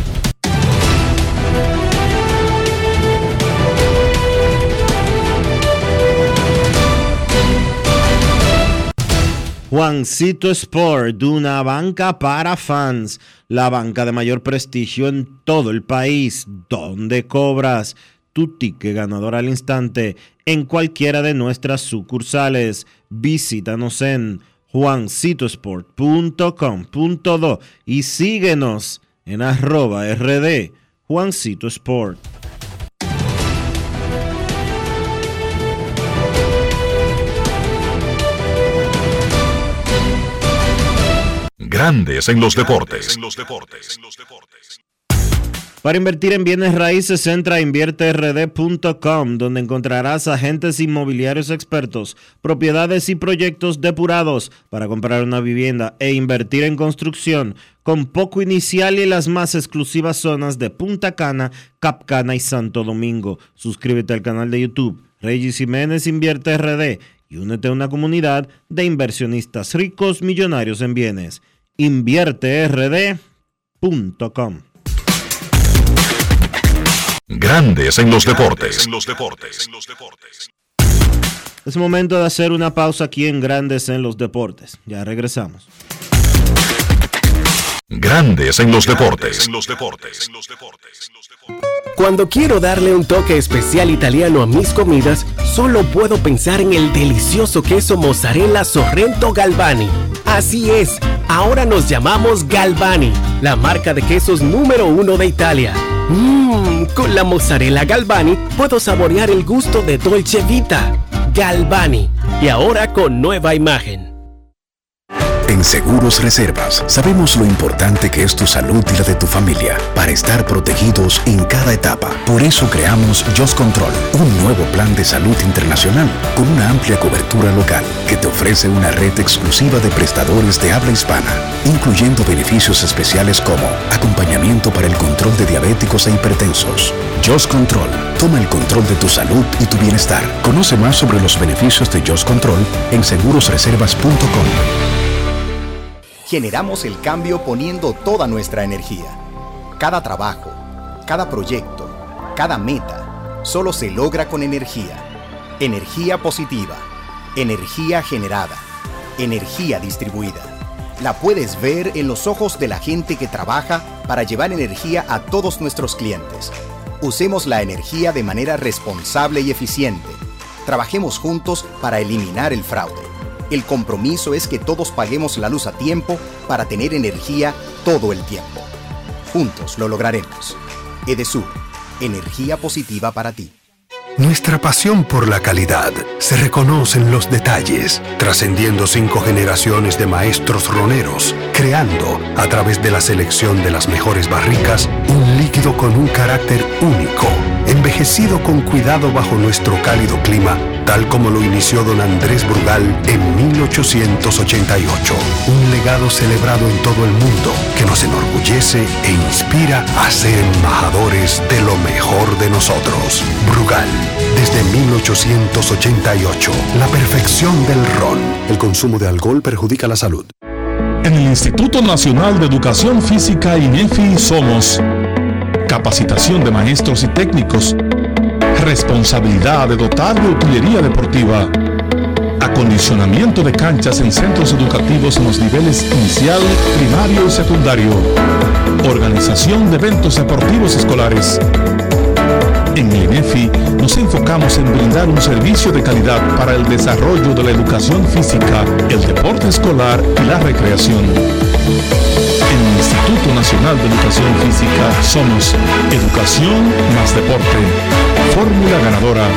Juancito Sport, de una banca para fans, la banca de mayor prestigio en todo el país, donde cobras tu ticket ganador al instante en cualquiera de nuestras sucursales. Visítanos en juancitosport.com.do y síguenos en @RD Juancito Sport. Grandes en los deportes. Para invertir en bienes raíces, entra a invierterd.com, donde encontrarás agentes inmobiliarios expertos, propiedades y proyectos depurados para comprar una vivienda e invertir en construcción con poco inicial y en las más exclusivas zonas de Punta Cana, Cap Cana y Santo Domingo. Suscríbete al canal de YouTube Regis Jiménez Invierte RD y únete a una comunidad de inversionistas ricos millonarios en bienes. invierterd.com. Grandes en los deportes. Es momento de hacer una pausa aquí en Grandes en los Deportes. Ya regresamos. Grandes en los deportes. Cuando quiero darle un toque especial italiano a mis comidas, solo puedo pensar en el delicioso queso mozzarella Sorrento Galvani. Así es, ahora nos llamamos Galvani, la marca de quesos número 1 de Italia. Con la mozzarella Galvani puedo saborear el gusto de Dolce Vita. Galvani, y ahora con nueva imagen. En Seguros Reservas sabemos lo importante que es tu salud y la de tu familia para estar protegidos en cada etapa. Por eso creamos Just Control, un nuevo plan de salud internacional con una amplia cobertura local que te ofrece una red exclusiva de prestadores de habla hispana, incluyendo beneficios especiales como acompañamiento para el control de diabéticos e hipertensos. Just Control, toma el control de tu salud y tu bienestar. Conoce más sobre los beneficios de Just Control en segurosreservas.com. Generamos el cambio poniendo toda nuestra energía. Cada trabajo, cada proyecto, cada meta, solo se logra con energía. Energía positiva, energía generada, energía distribuida. La puedes ver en los ojos de la gente que trabaja para llevar energía a todos nuestros clientes. Usemos la energía de manera responsable y eficiente. Trabajemos juntos para eliminar el fraude. El compromiso es que todos paguemos la luz a tiempo para tener energía todo el tiempo. Juntos lo lograremos. Edesur, energía positiva para ti. Nuestra pasión por la calidad se reconoce en los detalles, trascendiendo 5 generaciones de maestros roneros, creando, a través de la selección de las mejores barricas, un líquido con un carácter único, envejecido con cuidado bajo nuestro cálido clima, tal como lo inició don Andrés Brugal en 1888. Un legado celebrado en todo el mundo que nos enorgullece e inspira a ser embajadores de lo mejor de nosotros. Brugal, desde 1888, la perfección del ron. El consumo de alcohol perjudica la salud. En el Instituto Nacional de Educación Física INEFI somos capacitación de maestros y técnicos, responsabilidad de dotar de utilería deportiva, acondicionamiento de canchas en centros educativos en los niveles inicial, primario y secundario, organización de eventos deportivos escolares. En el INEFI nos enfocamos en brindar un servicio de calidad para el desarrollo de la educación física, el deporte escolar y la recreación. En el Instituto Nacional de Educación Física somos Educación más Deporte. Fórmula ganadora.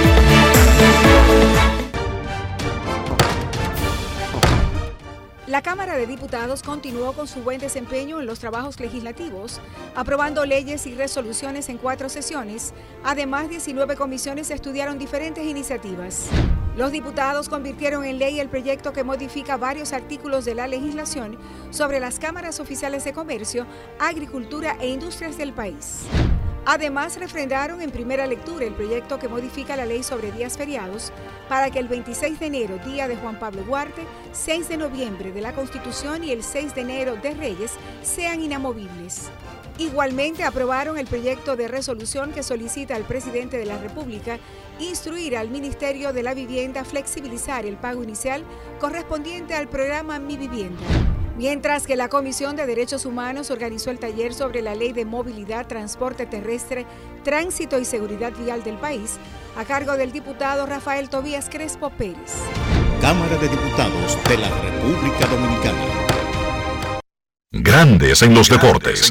La Cámara de Diputados continuó con su buen desempeño en los trabajos legislativos, aprobando leyes y resoluciones en 4 sesiones. Además, 19 comisiones estudiaron diferentes iniciativas. Los diputados convirtieron en ley el proyecto que modifica varios artículos de la legislación sobre las cámaras oficiales de comercio, agricultura e industrias del país. Además, refrendaron en primera lectura el proyecto que modifica la ley sobre días feriados para que el 26 de enero, día de Juan Pablo Duarte, 6 de noviembre de la Constitución y el 6 de enero de Reyes sean inamovibles. Igualmente, aprobaron el proyecto de resolución que solicita al presidente de la República instruir al Ministerio de la Vivienda a flexibilizar el pago inicial correspondiente al programa Mi Vivienda. Mientras que la Comisión de Derechos Humanos organizó el taller sobre la Ley de Movilidad, Transporte Terrestre, Tránsito y Seguridad Vial del país, a cargo del diputado Rafael Tobías Crespo Pérez. Cámara de Diputados de la República Dominicana. Grandes en los deportes.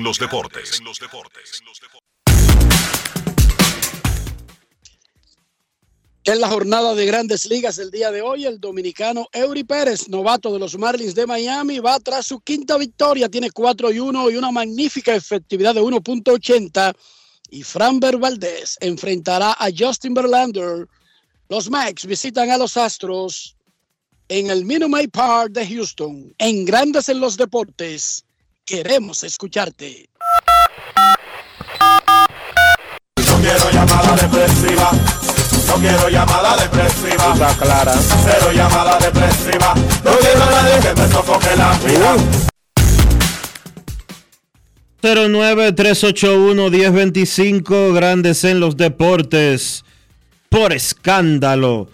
En la jornada de Grandes Ligas del día de hoy, el dominicano Eury Pérez, novato de los Marlins de Miami, va tras su 5ª victoria. Tiene 4-1 y una magnífica efectividad de 1.80. Y Framber Valdez enfrentará a Justin Verlander. Los Mets visitan a los Astros en el Minute Maid Park de Houston. En Grandes en los Deportes, queremos escucharte. No quiero llamada depresiva. No quiero llamada depresiva. Está clara. Cero llamada depresiva. No quiero a nadie que me sofoque la vida. 09-381-1025, Grandes en los Deportes, por Escándalo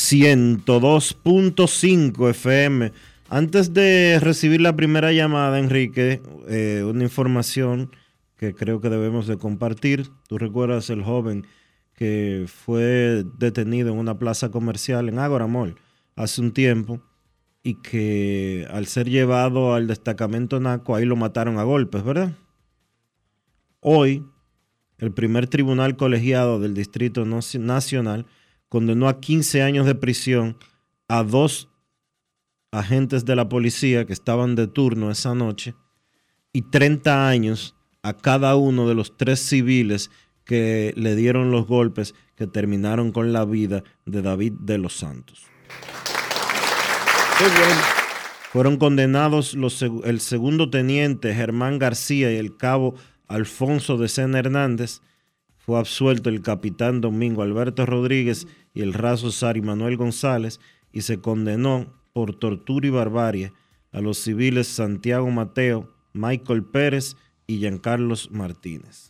102.5 FM. Antes de recibir la primera llamada, Enrique, una información que creo que debemos de compartir. Tú recuerdas el joven que fue detenido en una plaza comercial en Ágora Mall hace un tiempo y que al ser llevado al destacamento Naco, ahí lo mataron a golpes, ¿verdad? Hoy, el primer tribunal colegiado del Distrito Nacional condenó a 15 años de prisión a 2 agentes de la policía que estaban de turno esa noche y 30 años a cada uno de los 3 civiles que le dieron los golpes que terminaron con la vida de David de los Santos. Qué bueno. Fueron condenados el segundo teniente Germán García y el cabo Alfonso de Sena Hernández. Fue absuelto el capitán Domingo Alberto Rodríguez y el raso Sari Manuel González, y se condenó por tortura y barbarie a los civiles Santiago Mateo, Michael Pérez y Giancarlos Martínez.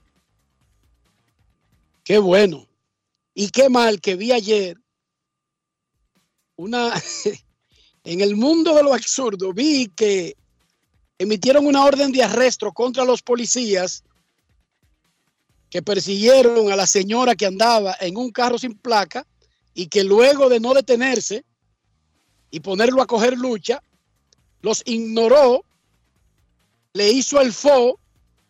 Qué bueno. Y qué mal que vi ayer en el mundo de lo absurdo, vi que emitieron una orden de arresto contra los policías que persiguieron a la señora que andaba en un carro sin placa y que luego de no detenerse y ponerlo a coger lucha, los ignoró, le hizo el fo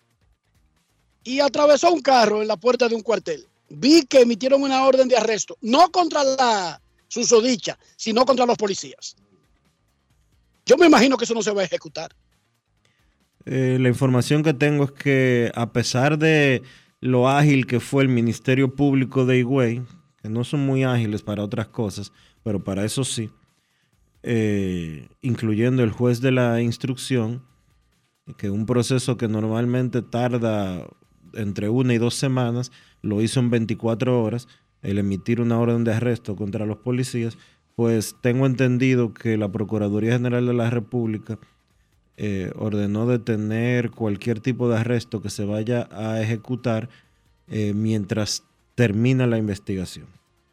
y atravesó un carro en la puerta de un cuartel. Vi que emitieron una orden de arresto, no contra la susodicha, sino contra los policías. Yo me imagino que eso no se va a ejecutar. La información que tengo es que, a pesar de lo ágil que fue el Ministerio Público de Higüey, que no son muy ágiles para otras cosas, pero para eso sí, incluyendo el juez de la instrucción, que un proceso que normalmente tarda entre 1 y 2 semanas, lo hizo en 24 horas, el emitir una orden de arresto contra los policías, pues tengo entendido que la Procuraduría General de la República ordenó detener cualquier tipo de arresto que se vaya a ejecutar mientras termina la investigación.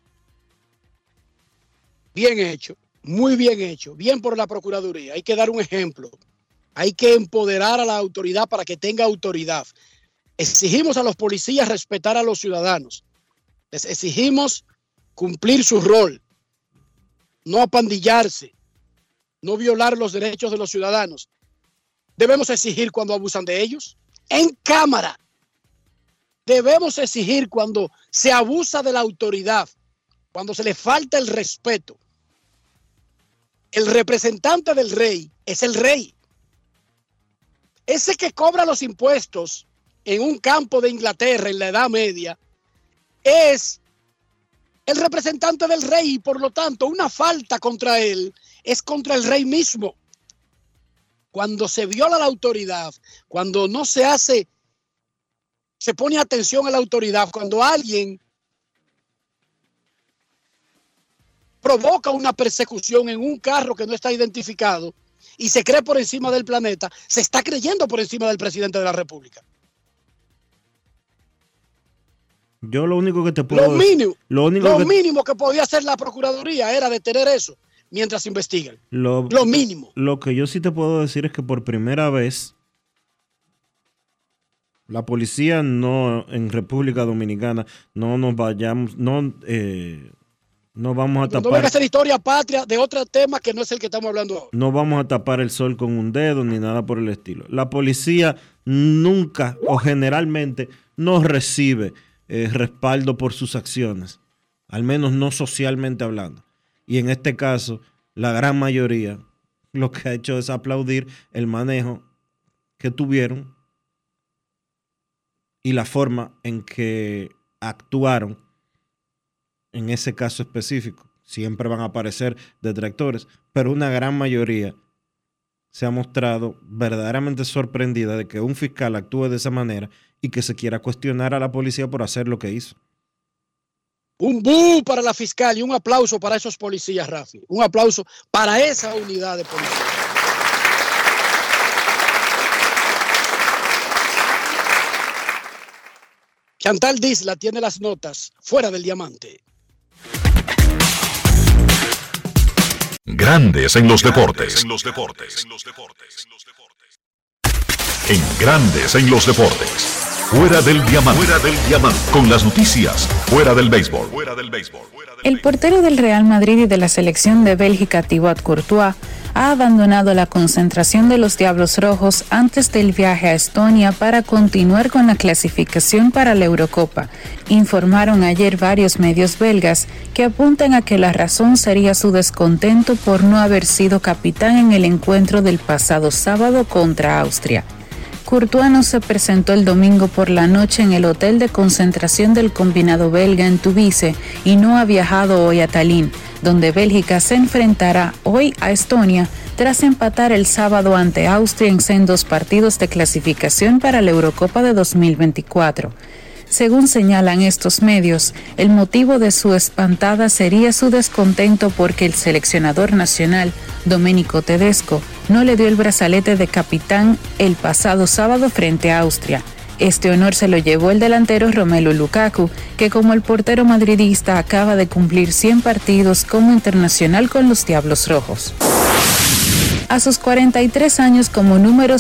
Bien hecho, muy bien hecho, bien por la Procuraduría. Hay que dar un ejemplo, hay que empoderar a la autoridad para que tenga autoridad. Exigimos a los policías respetar a los ciudadanos, les exigimos cumplir su rol, no apandillarse, no violar los derechos de los ciudadanos. Debemos exigir cuando abusan de ellos, en cámara. Debemos exigir cuando se abusa de la autoridad, cuando se le falta el respeto. El representante del rey es el rey. Ese que cobra los impuestos en un campo de Inglaterra en la Edad Media es el representante del rey y por lo tanto una falta contra él es contra el rey mismo. Cuando se viola la autoridad, cuando no se pone atención a la autoridad, cuando alguien provoca una persecución en un carro que no está identificado y se cree por encima del planeta, se está creyendo por encima del presidente de la República. Yo lo único que te puedo Lo mínimo que podía hacer la Procuraduría era detener eso mientras investigan. Lo mínimo. Lo que yo sí te puedo decir es que por primera vez la policía en República Dominicana no vamos a tapar. No venga a hacer historia patria de otro tema que no es el que estamos hablando ahora. No vamos a tapar el sol con un dedo ni nada por el estilo. La policía nunca o generalmente no recibe respaldo por sus acciones, al menos no socialmente hablando. Y en este caso, la gran mayoría lo que ha hecho es aplaudir el manejo que tuvieron y la forma en que actuaron en ese caso específico. Siempre van a aparecer detractores, pero una gran mayoría se ha mostrado verdaderamente sorprendida de que un fiscal actúe de esa manera y que se quiera cuestionar a la policía por hacer lo que hizo. Un bú para la fiscal y un aplauso para esos policías, Rafi. Un aplauso para esa unidad de policía. Chantal Disla tiene las notas fuera del diamante. Grandes en los deportes. En Grandes en los deportes. Fuera del diamante. Con las noticias. Fuera del béisbol. El portero del Real Madrid y de la selección de Bélgica, Thibaut Courtois, ha abandonado la concentración de los Diablos Rojos antes del viaje a Estonia para continuar con la clasificación para la Eurocopa. Informaron ayer varios medios belgas que apuntan a que la razón sería su descontento por no haber sido capitán en el encuentro del pasado sábado contra Austria. Courtois no se presentó el domingo por la noche en el hotel de concentración del combinado belga en Tubize y no ha viajado hoy a Tallinn, donde Bélgica se enfrentará hoy a Estonia tras empatar el sábado ante Austria en sendos partidos de clasificación para la Eurocopa de 2024. Según señalan estos medios, el motivo de su espantada sería su descontento porque el seleccionador nacional, Domenico Tedesco, no le dio el brazalete de capitán el pasado sábado frente a Austria. Este honor se lo llevó el delantero Romelu Lukaku, que como el portero madridista acaba de cumplir 100 partidos como internacional con los Diablos Rojos. A sus 43 años como número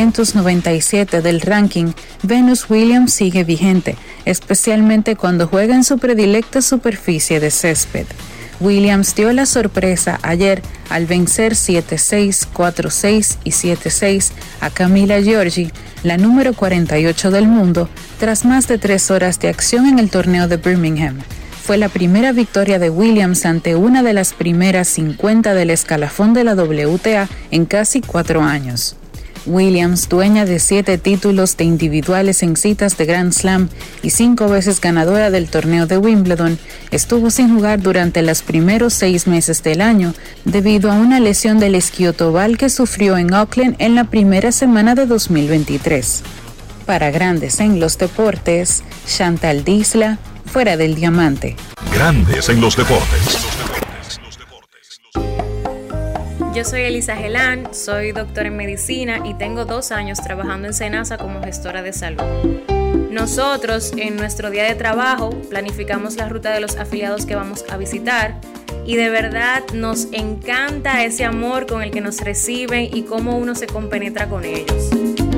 697 del ranking, Venus Williams sigue vigente, especialmente cuando juega en su predilecta superficie de césped. Williams dio la sorpresa ayer al vencer 7-6, 4-6 y 7-6 a Camila Giorgi, la número 48 del mundo, tras más de 3 horas de acción en el torneo de Birmingham. Fue la primera victoria de Williams ante una de las primeras 50 del escalafón de la WTA en casi 4 años. Williams, dueña de 7 títulos de individuales en citas de Grand Slam y 5 veces ganadora del torneo de Wimbledon, estuvo sin jugar durante los primeros 6 meses del año debido a una lesión del isquiotibial que sufrió en Auckland en la primera semana de 2023. Para Grandes en los deportes, Chantal Disla, fuera del diamante. Grandes en los deportes. Yo soy Elisa Gelán, soy doctora en medicina y tengo 2 años trabajando en SENASA como gestora de salud. Nosotros, en nuestro día de trabajo, planificamos la ruta de los afiliados que vamos a visitar y de verdad nos encanta ese amor con el que nos reciben y cómo uno se compenetra con ellos.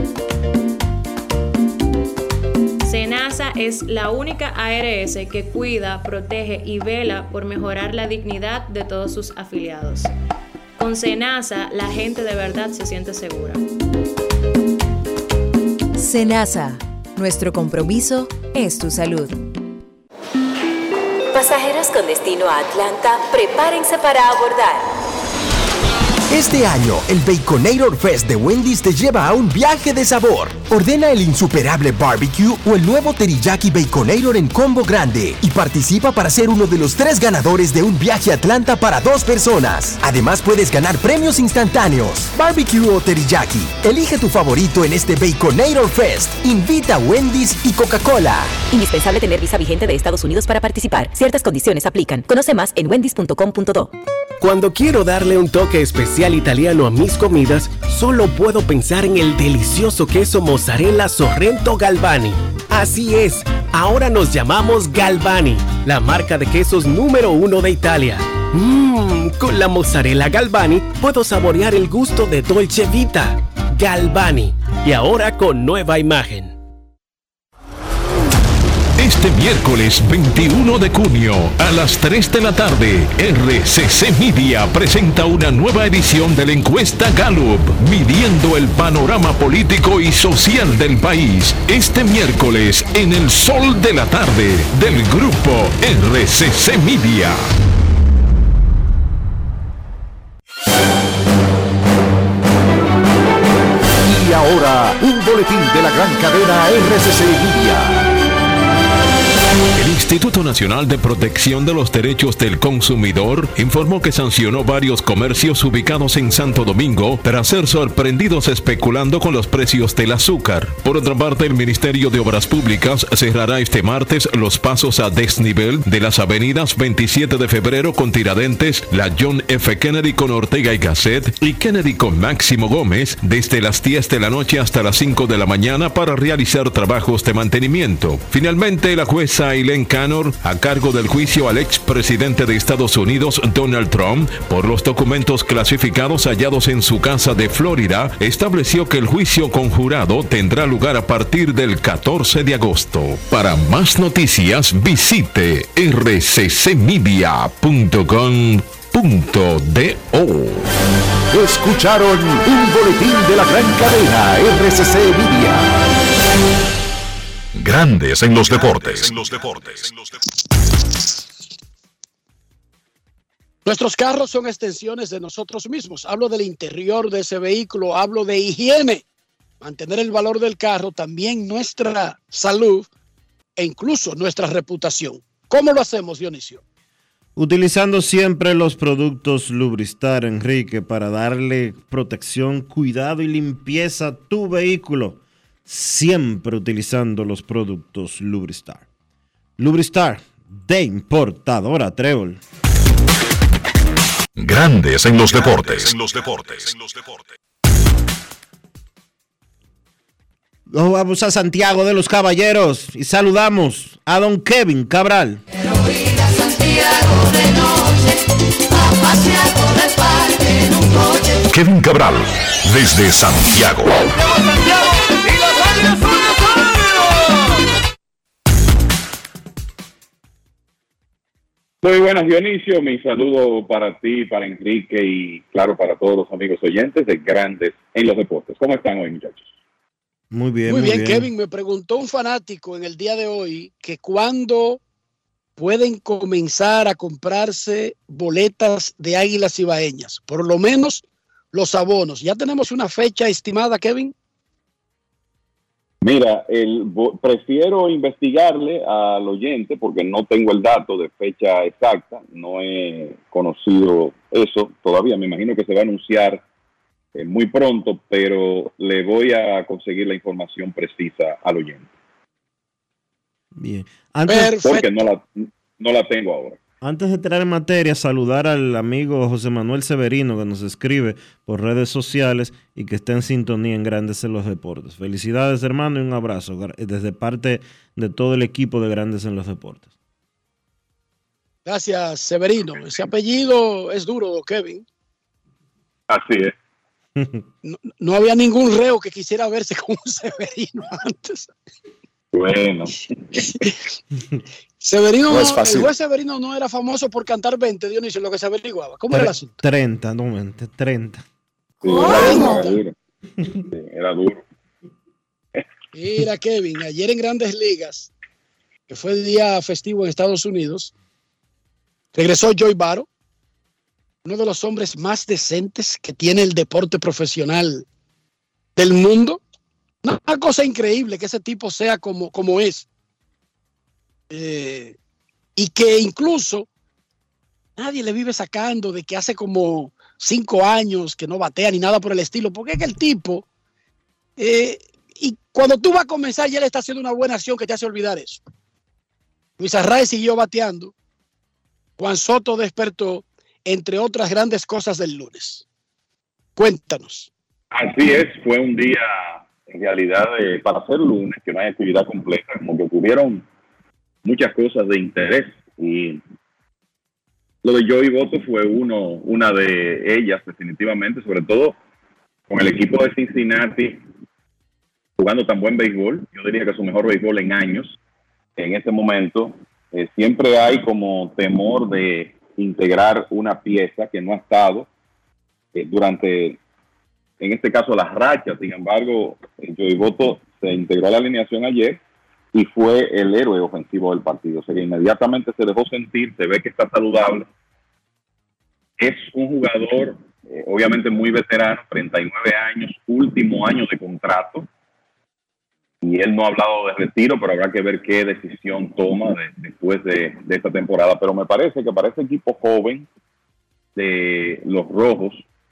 SENASA es la única ARS que cuida, protege y vela por mejorar la dignidad de todos sus afiliados. Con SENASA, la gente de verdad se siente segura. SENASA, nuestro compromiso es tu salud. Pasajeros con destino a Atlanta, prepárense para abordar. Este año, el Baconator Fest de Wendy's te lleva a un viaje de sabor. Ordena el insuperable barbecue o el nuevo teriyaki Baconator en combo grande y participa para ser uno de los 3 ganadores de un viaje a Atlanta para 2 personas. Además, puedes ganar premios instantáneos. Barbecue o teriyaki. Elige tu favorito en este Baconator Fest. Invita a Wendy's y Coca-Cola. Indispensable tener visa vigente de Estados Unidos para participar. Ciertas condiciones aplican. Conoce más en wendys.com.do. Cuando quiero darle un toque especial italiano a mis comidas, solo puedo pensar en el delicioso queso mozzarella Sorrento Galvani. Así es, ahora nos llamamos Galvani, la marca de quesos número 1 de Italia. Con la mozzarella Galvani puedo saborear el gusto de Dolce Vita. Galvani, y ahora con nueva imagen. Este miércoles 21 de junio a las 3 de la tarde, RCC Media presenta una nueva edición de la encuesta Gallup, midiendo el panorama político y social del país. Este miércoles en el sol de la tarde del grupo RCC Media. Y ahora, un boletín de la gran cadena RCC Media. El Instituto Nacional de Protección de los Derechos del Consumidor informó que sancionó varios comercios ubicados en Santo Domingo tras ser sorprendidos especulando con los precios del azúcar. Por otra parte, el Ministerio de Obras Públicas cerrará este martes los pasos a desnivel de las avenidas 27 de febrero con Tiradentes, la John F. Kennedy con Ortega y Gasset y Kennedy con Máximo Gómez desde las 10 de la noche hasta las 5 de la mañana para realizar trabajos de mantenimiento. Finalmente, la jueza Eileen Canor, a cargo del juicio al expresidente de Estados Unidos Donald Trump por los documentos clasificados hallados en su casa de Florida, estableció que el juicio conjurado tendrá lugar a partir del 14 de agosto. Para más noticias, visite rccmedia.com.do. Escucharon un boletín de la gran cadena RCC Media. Grandes en los deportes. Nuestros carros son extensiones de nosotros mismos. Hablo del interior de ese vehículo, hablo de higiene. Mantener el valor del carro, también nuestra salud e incluso nuestra reputación. ¿Cómo lo hacemos, Dionisio? Utilizando siempre los productos Lubristar, Enrique, para darle protección, cuidado y limpieza a tu vehículo. Siempre utilizando los productos Lubristar. Lubristar, de importadora Trébol. Grandes en los deportes. Nos vamos a Santiago de los Caballeros y saludamos a don Kevin Cabral. Quiero ir a Santiago de noche, a pasear por el parque en un coche. Kevin Cabral, desde Santiago. Muy buenas, Dionisio. Mi saludo para ti, para Enrique y, claro, para todos los amigos oyentes de Grandes en los Deportes. ¿Cómo están hoy, muchachos? Muy bien. Kevin, me preguntó un fanático en el día de hoy que cuándo pueden comenzar a comprarse boletas de Águilas Ibaeñas, por lo menos los abonos. ¿Ya tenemos una fecha estimada, Kevin? Mira, prefiero investigarle al oyente porque no tengo el dato de fecha exacta, no he conocido eso todavía, me imagino que se va a anunciar muy pronto, pero le voy a conseguir la información precisa al oyente. Bien. Porque no la tengo ahora. Antes de entrar en materia, saludar al amigo José Manuel Severino que nos escribe por redes sociales y que está en sintonía en Grandes en los Deportes. Felicidades, hermano, y un abrazo desde parte de todo el equipo de Grandes en los Deportes. Gracias, Severino. Ese apellido es duro, Kevin. Así es. No había ningún reo que quisiera verse con un Severino antes. Bueno. Severino, no es fácil. El juez Severino no era famoso por cantar 20, Dionisio, lo que se averiguaba. ¿Cómo era el asunto? 30, no, 30. Sí, era duro. Mira, Kevin, ayer en Grandes Ligas, que fue el día festivo en Estados Unidos, regresó Joey Votto, uno de los hombres más decentes que tiene el deporte profesional del mundo. Una cosa increíble que ese tipo sea como es. Y que incluso nadie le vive sacando de que hace como 5 años que no batea ni nada por el estilo, porque es que el tipo, y cuando tú vas a comenzar ya le está haciendo una buena acción que te hace olvidar eso. Luis Arraez siguió bateando, Juan Soto despertó, entre otras grandes cosas del lunes. Cuéntanos. Así es, fue un día en realidad para ser lunes, que no hay actividad completa, como que tuvieron muchas cosas de interés y lo de Joey Votto fue una de ellas definitivamente, sobre todo con el equipo de Cincinnati jugando tan buen béisbol. Yo diría que su mejor béisbol en años en este momento. Siempre hay como temor de integrar una pieza que no ha estado durante, en este caso, las rachas. Sin embargo, Joey Votto se integró a la alineación ayer y fue el héroe ofensivo del partido. O sea que inmediatamente se dejó sentir, se ve que está saludable. Es un jugador, obviamente muy veterano, 39 años, último año de contrato. y él no ha hablado de retiro, pero habrá que ver qué decisión toma después de esta temporada. Pero me parece que para ese equipo joven de los Rojos,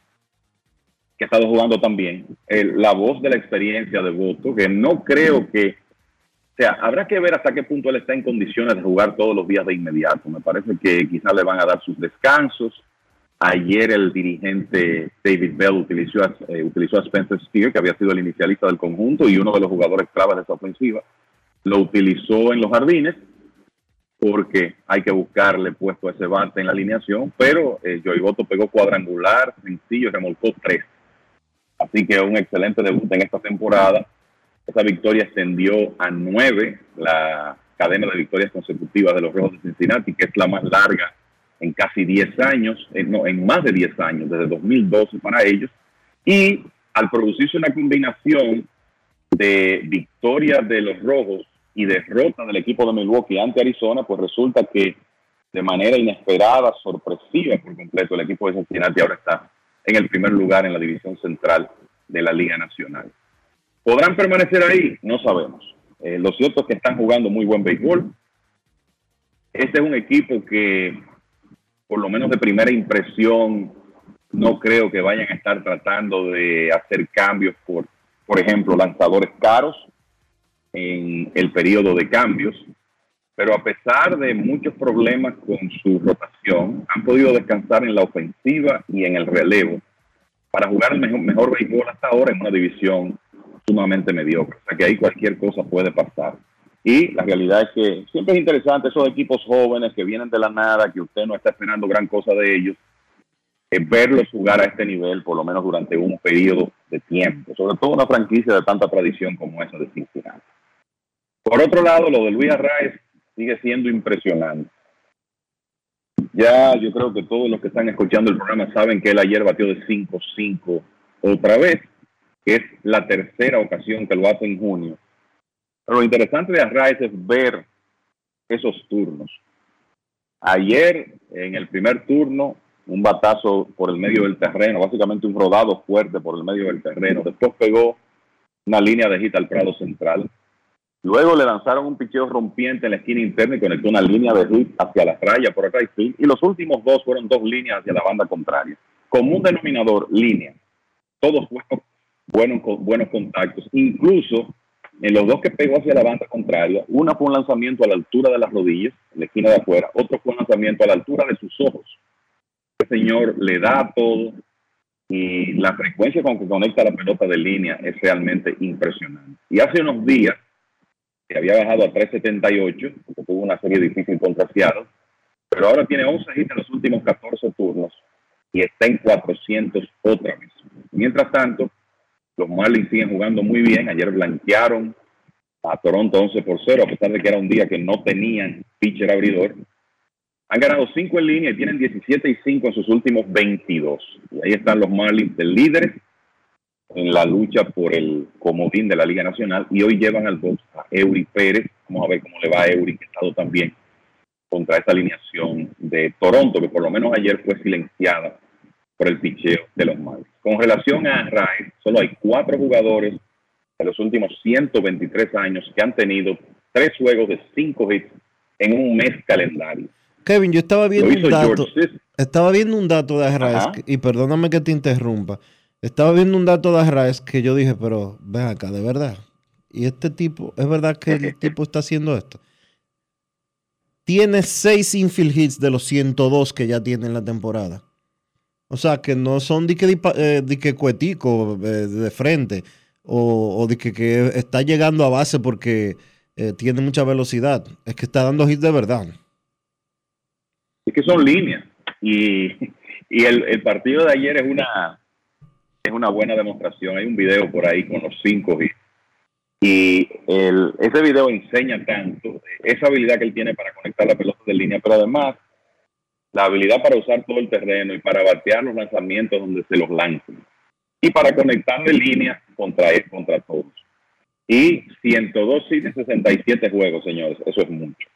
que ha estado jugando también, la voz de la experiencia de Votto, que no creo que, o sea, habrá que ver hasta qué punto él está en condiciones de jugar todos los días de inmediato. Me parece que quizás le van a dar sus descansos. Ayer el dirigente David Bell utilizó a Spencer Steer, que había sido el inicialista del conjunto y uno de los jugadores claves de esa ofensiva. Lo utilizó en los jardines porque hay que buscarle puesto a ese bate en la alineación, pero Joey Votto pegó cuadrangular, sencillo, remolcó 3. Así que un excelente debut en esta temporada. Esa victoria extendió a 9 la cadena de victorias consecutivas de los Rojos de Cincinnati, que es la más larga en casi 10 años, en más de 10 años, desde 2012 para ellos. Y al producirse una combinación de victorias de los Rojos y derrota del equipo de Milwaukee ante Arizona, pues resulta que de manera inesperada, sorpresiva por completo, el equipo de Cincinnati ahora está en el primer lugar en la división central de la Liga Nacional. ¿Podrán permanecer ahí? No sabemos. Lo cierto es que están jugando muy buen béisbol. Este es un equipo que, por lo menos de primera impresión, no creo que vayan a estar tratando de hacer cambios por ejemplo, lanzadores caros en el periodo de cambios. Pero a pesar de muchos problemas con su rotación, han podido descansar en la ofensiva y en el relevo para jugar el mejor béisbol hasta ahora en una división sumamente mediocre. O sea que ahí cualquier cosa puede pasar. Y la realidad es que siempre es interesante esos equipos jóvenes que vienen de la nada, que usted no está esperando gran cosa de ellos, verlos jugar a este nivel por lo menos durante un periodo de tiempo, sobre todo una franquicia de tanta tradición como esa de Cincinnati. Por otro lado, lo de Luis Arraez sigue siendo impresionante. Ya yo creo que todos los que están escuchando el programa saben que él ayer batió de 5-5 otra vez, que es la tercera ocasión que lo hace en junio. Pero lo interesante de Arraez es ver esos turnos. Ayer, en el primer turno, un batazo por el medio del terreno, básicamente un rodado fuerte por el medio del terreno. Después pegó una línea de hit al prado central. Luego le lanzaron un picheo rompiente en la esquina interna y conectó una línea de hit hacia la raya por acá y field. Y los últimos dos fueron 2 líneas hacia la banda contraria. Común denominador, línea. Todos fueron buenos contactos. Incluso en los 2 que pegó hacia la banda contraria, una fue un lanzamiento a la altura de las rodillas, en la esquina de afuera. Otro fue un lanzamiento a la altura de sus ojos. Este señor le da a todo y la frecuencia con que conecta la pelota de línea es realmente impresionante. Y hace unos días, que había bajado a 3.78, porque tuvo una serie difícil contra Seattle, pero ahora tiene 11 hits en los últimos 14 turnos y está en 400 otra vez. Mientras tanto, los Marlins siguen jugando muy bien. Ayer blanquearon a Toronto 11-0, a pesar de que era un día que no tenían pitcher abridor. Han ganado 5 en línea y tienen 17-5 en sus últimos 22. Y ahí están los Marlins del líder en la lucha por el comodín de la Liga Nacional. Y hoy llevan al box a Eury Pérez. Vamos a ver cómo le va a Eury, que ha estado también contra esta alineación de Toronto, que por lo menos ayer fue silenciada por el picheo de los Marlins. Con relación a Arraez, solo hay 4 jugadores de los últimos 123 años que han tenido 3 juegos de 5 hits en un mes calendario. Kevin, yo estaba viendo un dato de Arraez, y perdóname que te interrumpa. Estaba viendo un dato de Arraez que yo dije, pero ven acá, de verdad. Y este tipo, ¿es verdad que el tipo está haciendo esto? Tiene 6 infield hits de los 102 que ya tiene en la temporada. O sea, que no son de que cuetico de frente o de que está llegando a base porque tiene mucha velocidad. Es que está dando hits de verdad. Es que son líneas. Y el partido de ayer es una buena demostración. Hay un video por ahí con los 5 hits. Y ese video enseña tanto esa habilidad que él tiene para conectar la pelota de línea, pero además la habilidad para usar todo el terreno y para batear los lanzamientos donde se los lancen. Y para conectar de línea contra todos. Y 102 hits en 67 juegos, señores. Eso es mucho.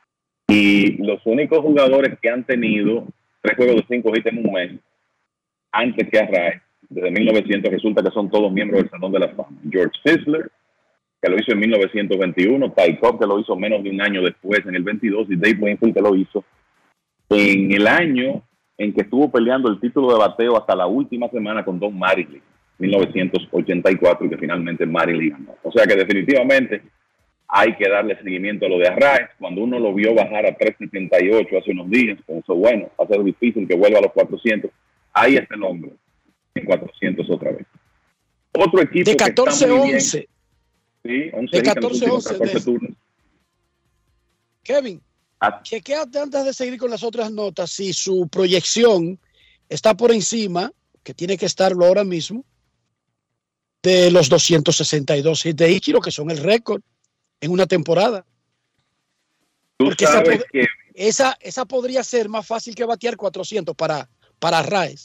Y los únicos jugadores que han tenido 3 juegos de 5 hits en un mes, antes que Arraez, desde 1900, resulta que son todos miembros del Salón de la Fama. George Sisler, que lo hizo en 1921, Ty Cobb, que lo hizo menos de un año después, en el 22, y Dave Winfield, que lo hizo en el año en que estuvo peleando el título de bateo hasta la última semana con Don Mattingly, 1984, y que finalmente Mattingly ganó. O sea que definitivamente hay que darle seguimiento a lo de Arraez. Cuando uno lo vio bajar a 378 hace unos días, pensó, bueno, va a ser difícil que vuelva a los 400. Ahí está el hombre, en 400 otra vez. Otro equipo de 14-11. Sí, 11 de 14-11 turnos. Kevin, chequéate antes de seguir con las otras notas si su proyección está por encima, que tiene que estarlo ahora mismo, de los 262 hits de Ichiro, que son el récord en una temporada. Porque esa podría ser más fácil que batear 400 para Arraez.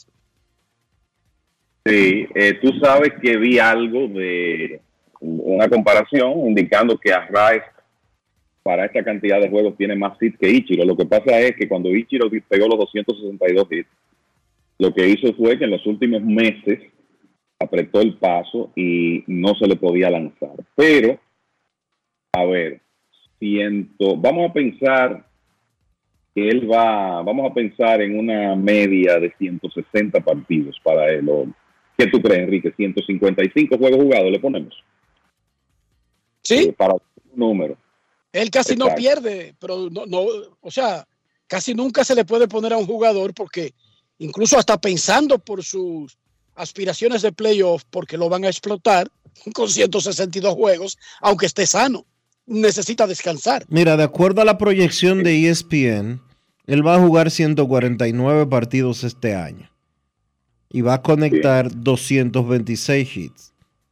Sí, tú sabes que vi algo de una comparación indicando que Arraez para esta cantidad de juegos tiene más hits que Ichiro. Lo que pasa es que cuando Ichiro pegó los 262 hits, lo que hizo fue que en los últimos meses apretó el paso y no se le podía lanzar. Pero, a ver, vamos a pensar que vamos a pensar en una media de 160 partidos para él. ¿Qué tú crees, Enrique? 155 juegos jugados le ponemos. Sí. Para un número. Él casi no pierde, pero no, o sea, casi nunca se le puede poner a un jugador porque incluso hasta pensando por sus aspiraciones de playoff, porque lo van a explotar con 162 juegos, aunque esté sano, necesita descansar. Mira, de acuerdo a la proyección de ESPN, él va a jugar 149 partidos este año y va a conectar 226 hits.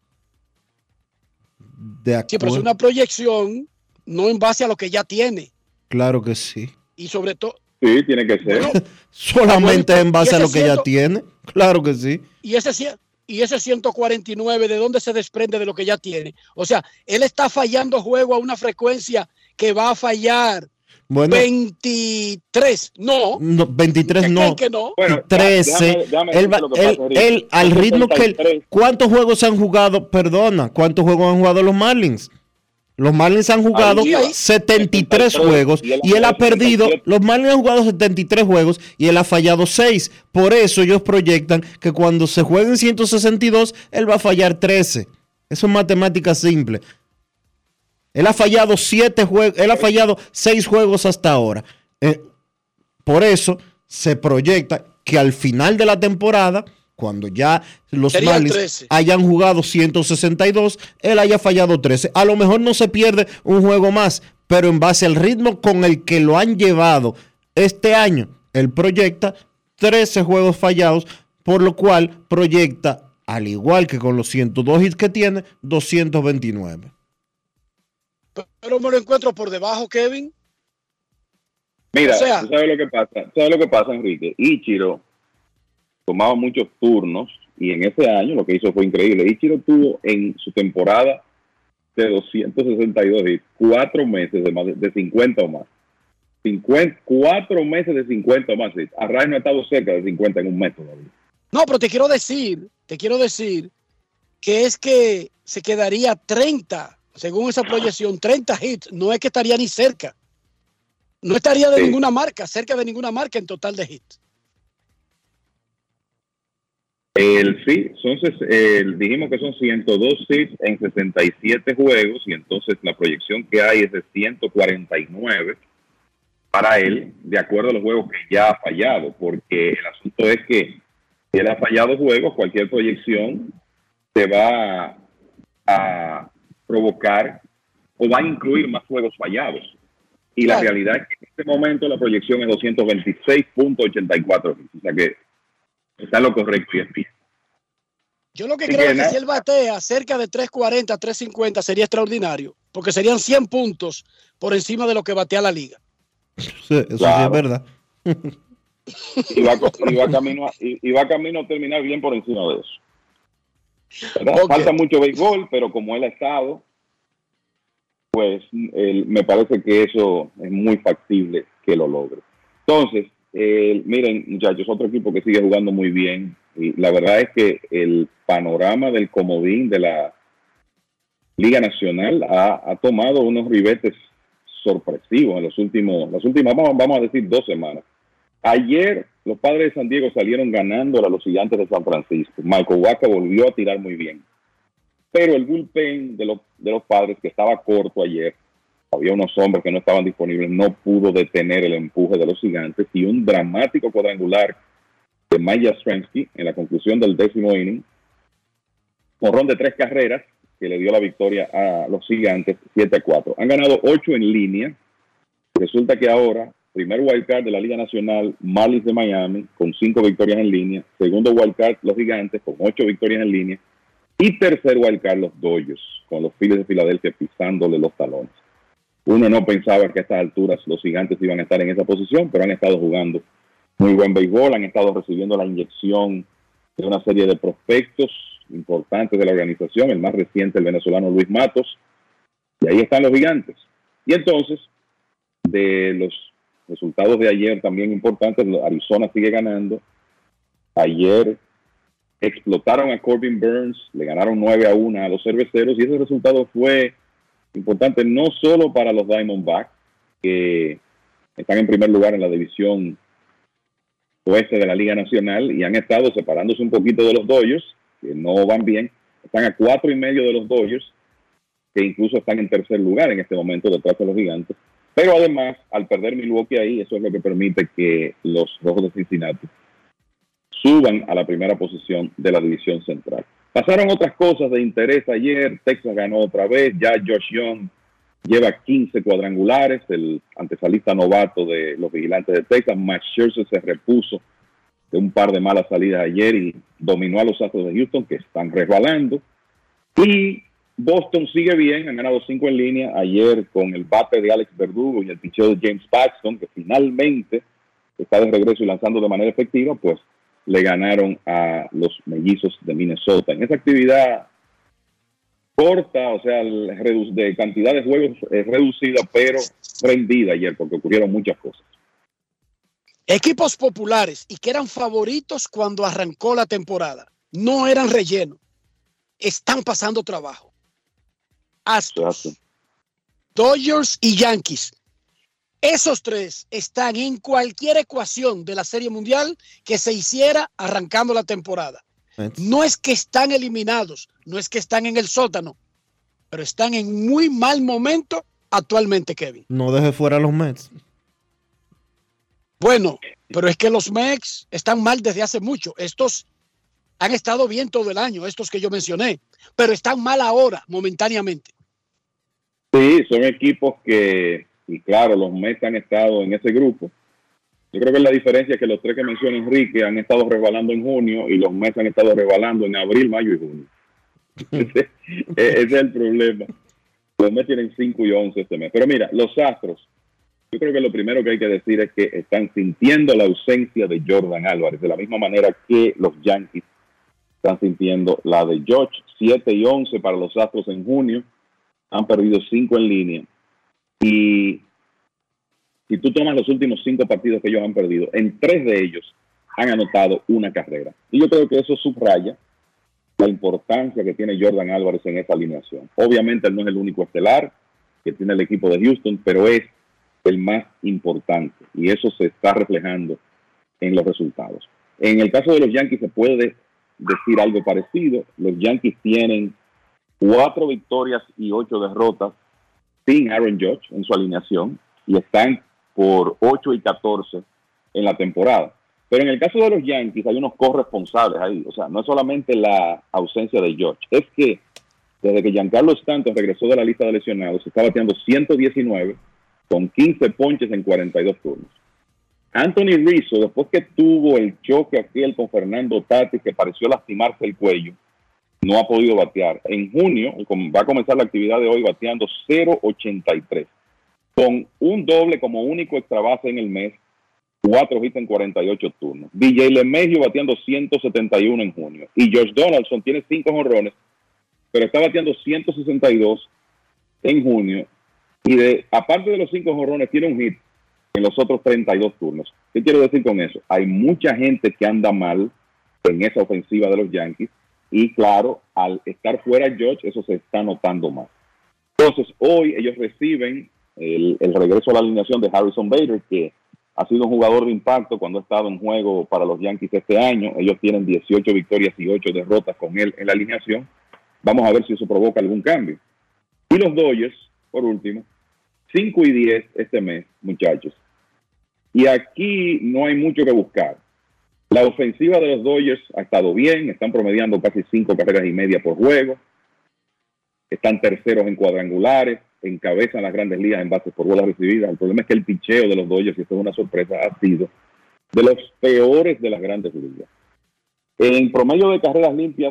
Sí, pero es una proyección no en base a lo que ya tiene. Claro que sí. Y sobre todo... Sí, tiene que ser. Bueno, solamente en base a lo que ya tiene. Claro que sí. Y ese 149, ¿de dónde se desprende de lo que ya tiene? O sea, él está fallando juego a una frecuencia que va a fallar 23. No, 23 no. Que no. Bueno, 13. Él al ritmo que él, ¿cuántos juegos se han jugado? Perdona, ¿cuántos juegos han jugado los Marlins? Los Marlins han jugado 73 juegos y él ha perdido. Los Marlins han jugado 73 juegos y él ha fallado 6. Por eso ellos proyectan que cuando se jueguen 162, él va a fallar 13. Eso es matemática simple. Él ha fallado 7 juegos, él ha fallado 6 juegos hasta ahora. Por eso se proyecta que al final de la temporada, cuando ya los Marlins hayan jugado 162, él haya fallado 13. A lo mejor no se pierde un juego más, pero en base al ritmo con el que lo han llevado este año, él proyecta 13 juegos fallados, por lo cual proyecta, al igual que con los 102 hits que tiene, 229. Pero me lo encuentro por debajo, Kevin. Mira, ¿tú sabes lo que pasa? ¿Sabes lo que pasa, Enrique? Ichiro tomaba muchos turnos y en ese año lo que hizo fue increíble. Ichiro tuvo en su temporada de 262 hits 4 meses de 50 o más. 4 meses de 50 o más. Arraez no ha estado cerca de 50 en un mes todavía. No, pero te quiero decir que es que se quedaría 30, según esa proyección, 30 hits. No es que estaría ni cerca. No estaría de ninguna marca, cerca de ninguna marca en total de hits. Dijimos que son 102 hits en 67 juegos y entonces la proyección que hay es de 149 para él, de acuerdo a los juegos que ya ha fallado, porque el asunto es que si él ha fallado juegos, cualquier proyección se va a provocar o va a incluir más juegos fallados. Y la realidad es que en este momento la proyección es 226.84. O sea que está lo correcto y es bien. Yo lo que creo es que si él batea cerca de 340, 350 sería extraordinario, porque serían 100 puntos por encima de lo que batea la liga. Sí, eso sí es verdad. Y va camino a terminar bien por encima de eso. Falta mucho béisbol, pero como él ha estado, pues me parece que eso es muy factible que lo logre. Entonces, miren, muchachos, otro equipo que sigue jugando muy bien. Y la verdad es que el panorama del comodín de la Liga Nacional ha tomado unos ribetes sorpresivos en las últimas, vamos a decir, 2 semanas. Ayer los Padres de San Diego salieron ganando a los Gigantes de San Francisco. Michael Wacha volvió a tirar muy bien. Pero el bullpen de los Padres, que estaba corto ayer, había unos hombres que no estaban disponibles, no pudo detener el empuje de los Gigantes, y un dramático cuadrangular de Mike Yastrzemski en la conclusión del 10º inning, jonrón de 3 carreras, que le dio la victoria a los Gigantes 7-4. Han ganado 8 en línea. Resulta que ahora, primer wildcard de la Liga Nacional, Marlins de Miami, con 5 victorias en línea. Segundo wildcard, los Gigantes, con 8 victorias en línea. Y tercer wildcard, los Dodgers, con los Phillies de Filadelfia pisándole los talones. Uno no pensaba que a estas alturas los Gigantes iban a estar en esa posición, pero han estado jugando muy buen béisbol, han estado recibiendo la inyección de una serie de prospectos importantes de la organización, el más reciente, el venezolano Luis Matos, y ahí están los Gigantes. Y entonces, de los resultados de ayer también importantes, Arizona sigue ganando. Ayer explotaron a Corbin Burns, le ganaron 9-1 a los Cerveceros, y ese resultado fue importante no solo para los Diamondbacks, que están en primer lugar en la división oeste de la Liga Nacional y han estado separándose un poquito de los Dodgers, que no van bien. Están a 4.5 de los Dodgers, que incluso están en tercer lugar en este momento detrás de los Gigantes. Pero además, al perder Milwaukee ahí, eso es lo que permite que los Rojos de Cincinnati suban a la primera posición de la división central. Pasaron otras cosas de interés ayer. Texas ganó otra vez. Ya Josh Young lleva 15 cuadrangulares, el antesalista novato de los Vigilantes de Texas. Max Scherzer se repuso de un par de malas salidas ayer y dominó a los Astros de Houston, que están resbalando. Y Boston sigue bien, han ganado 5 en línea. Ayer con el bate de Alex Verdugo y el picheo de James Paxton, que finalmente está de regreso y lanzando de manera efectiva, pues le ganaron a los Mellizos de Minnesota. En esa actividad corta, o sea, de cantidad de juegos reducida, pero rendida ayer, porque ocurrieron muchas cosas. Equipos populares y que eran favoritos cuando arrancó la temporada, no eran relleno, están pasando trabajo. Astros, Dodgers y Yankees. Esos tres están en cualquier ecuación de la Serie Mundial que se hiciera arrancando la temporada. No es que están eliminados, no es que están en el sótano, pero están en muy mal momento actualmente, Kevin. No deje fuera a los Mets. Bueno, pero es que los Mets están mal desde hace mucho. Estos han estado bien todo el año, estos que yo mencioné, pero están mal ahora, momentáneamente. Sí, son equipos que, y claro, los Mets han estado en ese grupo. Yo creo que la diferencia es que los tres que menciona Enrique han estado resbalando en junio y los Mets han estado resbalando en abril, mayo y junio. Ese es el problema. Los Mets tienen 5 y 11 este mes. Pero mira, los Astros, yo creo que lo primero que hay que decir es que están sintiendo la ausencia de Jordan Álvarez, de la misma manera que los Yankees están sintiendo la de George. 7 y 11 para los Astros en junio. Han perdido 5 en línea. Y si tú tomas los últimos 5 partidos que ellos han perdido, en 3 de ellos han anotado una carrera. Y yo creo que eso subraya la importancia que tiene Jordan Álvarez en esa alineación. Obviamente él no es el único estelar que tiene el equipo de Houston, pero es el más importante. Y eso se está reflejando en los resultados. En el caso de los Yankees se puede decir algo parecido. Los Yankees tienen 4 victorias y 8 derrotas sin Aaron Judge en su alineación y están por 8 y 14 en la temporada. Pero en el caso de los Yankees hay unos corresponsables ahí. O sea, no es solamente la ausencia de Judge, es que desde que Giancarlo Stanton regresó de la lista de lesionados, está bateando 119 con 15 ponches en 42 turnos. Anthony Rizzo, después que tuvo el choque aquel con Fernando Tatis, que pareció lastimarse el cuello, no ha podido batear. En junio, va a comenzar la actividad de hoy bateando 0.83, con un doble como único extra base en el mes, 4 hits en 48 turnos. DJ LeMahieu bateando 171 en junio. Y Josh Donaldson tiene 5 jonrones, pero está bateando 162 en junio. Y aparte de los 5 jonrones, tiene un hit en los otros 32 turnos. ¿Qué quiero decir con eso? Hay mucha gente que anda mal en esa ofensiva de los Yankees. Y claro, al estar fuera Judge, eso se está notando más. Entonces, hoy ellos reciben el regreso a la alineación de Harrison Bader, que ha sido un jugador de impacto cuando ha estado en juego para los Yankees este año. Ellos tienen 18 victorias y 8 derrotas con él en la alineación. Vamos a ver si eso provoca algún cambio. Y los Dodgers, por último, 5-10 este mes, muchachos. Y aquí no hay mucho que buscar. La ofensiva de los Dodgers ha estado bien, están promediando casi 5 carreras y media por juego. Están terceros en cuadrangulares, encabezan las grandes ligas en bases por bolas recibidas. El problema es que el picheo de los Dodgers, y esto es una sorpresa, ha sido de los peores de las grandes ligas. En promedio de carreras limpias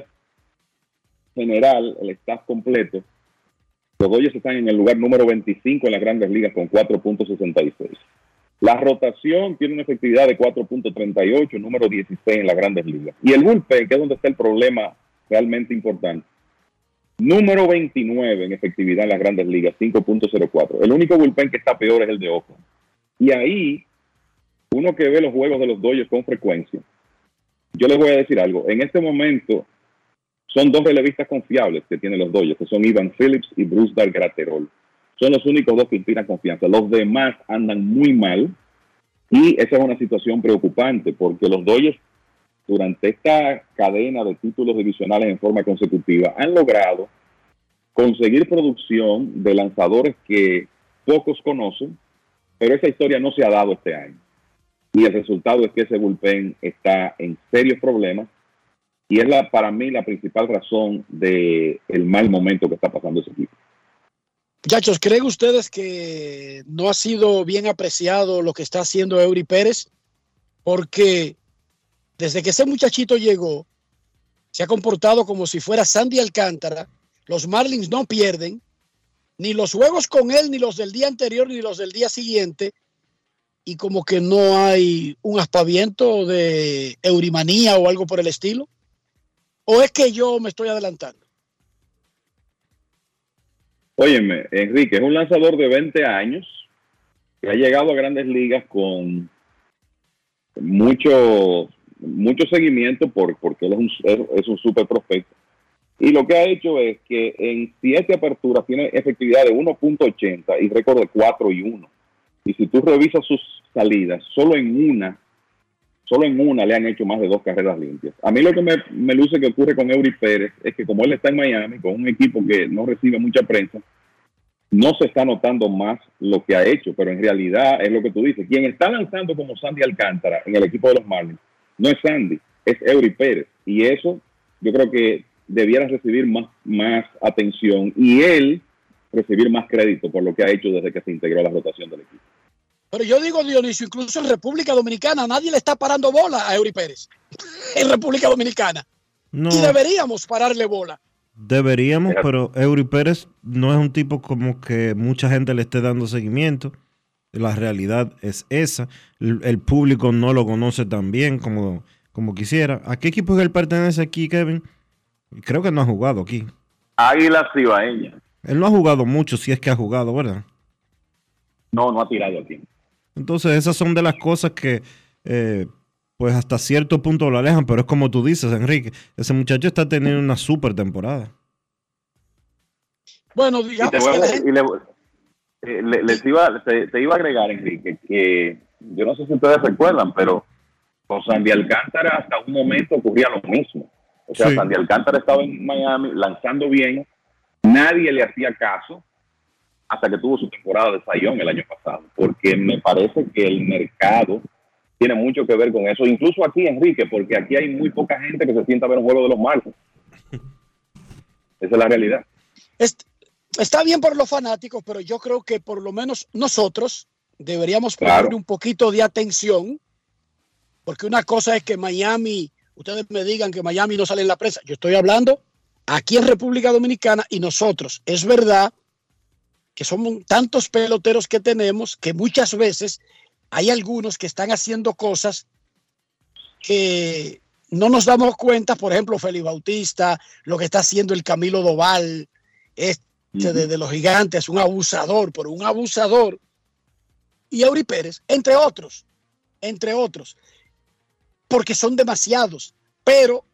general, el staff completo, los Dodgers están en el lugar número 25 en las grandes ligas con 4.66. La rotación tiene una efectividad de 4.38, número 16 en las grandes ligas. Y el bullpen, que es donde está el problema realmente importante, número 29 en efectividad en las grandes ligas, 5.04. El único bullpen que está peor es el de Oakland. Y ahí, uno que ve los juegos de los Dodgers con frecuencia, yo les voy a decir algo. En este momento, son 2 relevistas confiables que tienen los Dodgers, que son Ivan Phillips y Brusdar Graterol. Son los únicos 2 que inspiran confianza. Los demás andan muy mal y esa es una situación preocupante porque los Dodgers, durante esta cadena de títulos divisionales en forma consecutiva, han logrado conseguir producción de lanzadores que pocos conocen, pero esa historia no se ha dado este año. Y el resultado es que ese bullpen está en serios problemas y es para mí la principal razón del mal momento que está pasando ese equipo. Muchachos, ¿creen ustedes que no ha sido bien apreciado lo que está haciendo Eury Pérez? Porque desde que ese muchachito llegó, se ha comportado como si fuera Sandy Alcántara. Los Marlins no pierden ni los juegos con él, ni los del día anterior, ni los del día siguiente. Y como que no hay un aspaviento de eurimanía o algo por el estilo. ¿O es que yo me estoy adelantando? Óyeme, Enrique, es un lanzador de 20 años que ha llegado a grandes ligas con mucho seguimiento porque él es un super prospecto. Y lo que ha hecho es que en 7 aperturas tiene efectividad de 1.80 y récord de 4-1. Y si tú revisas sus salidas, solo en una le han hecho más de 2 carreras limpias. A mí lo que me luce que ocurre con Eury Pérez es que como él está en Miami, con un equipo que no recibe mucha prensa, no se está notando más lo que ha hecho, pero en realidad es lo que tú dices. Quien está lanzando como Sandy Alcántara en el equipo de los Marlins no es Sandy, es Eury Pérez. Y eso yo creo que debiera recibir más atención y él recibir más crédito por lo que ha hecho desde que se integró a la rotación del equipo. Pero yo digo, Dionisio, incluso en República Dominicana nadie le está parando bola a Eury Pérez. En República Dominicana. No. Y deberíamos pararle bola. Deberíamos, pero Eury Pérez no es un tipo como que mucha gente le esté dando seguimiento. La realidad es esa. El público no lo conoce tan bien como quisiera. ¿A qué equipo es que él pertenece aquí, Kevin? Creo que no ha jugado aquí. Águilas Cibaeñas. Él no ha jugado mucho, si es que ha jugado, ¿verdad? No ha tirado aquí. Entonces esas son de las cosas que pues hasta cierto punto lo alejan, pero es como tú dices, Enrique, ese muchacho está teniendo una super temporada. Bueno, digamos te iba a agregar, Enrique, que yo no sé si ustedes recuerdan, pero con Sandy Alcántara hasta un momento ocurría lo mismo. O sea, sí. Sandy Alcántara estaba en Miami lanzando bien, nadie le hacía caso hasta que tuvo su temporada de Cy Young el año pasado, porque me parece que el mercado tiene mucho que ver con eso, incluso aquí, Enrique, porque aquí hay muy poca gente que se sienta a ver un juego de los Marlins. Esa es la realidad. Está bien por los fanáticos, pero yo creo que por lo menos nosotros deberíamos ponerle un poquito de atención, porque una cosa es que Miami, ustedes me digan que Miami no sale en la prensa, yo estoy hablando aquí en República Dominicana y nosotros, es verdad que somos tantos peloteros que tenemos que muchas veces hay algunos que están haciendo cosas que no nos damos cuenta. Por ejemplo, Félix Bautista, lo que está haciendo el Camilo Doval, de los Gigantes, un abusador, pero un abusador. Y Eury Pérez, entre otros, porque son demasiados. Pero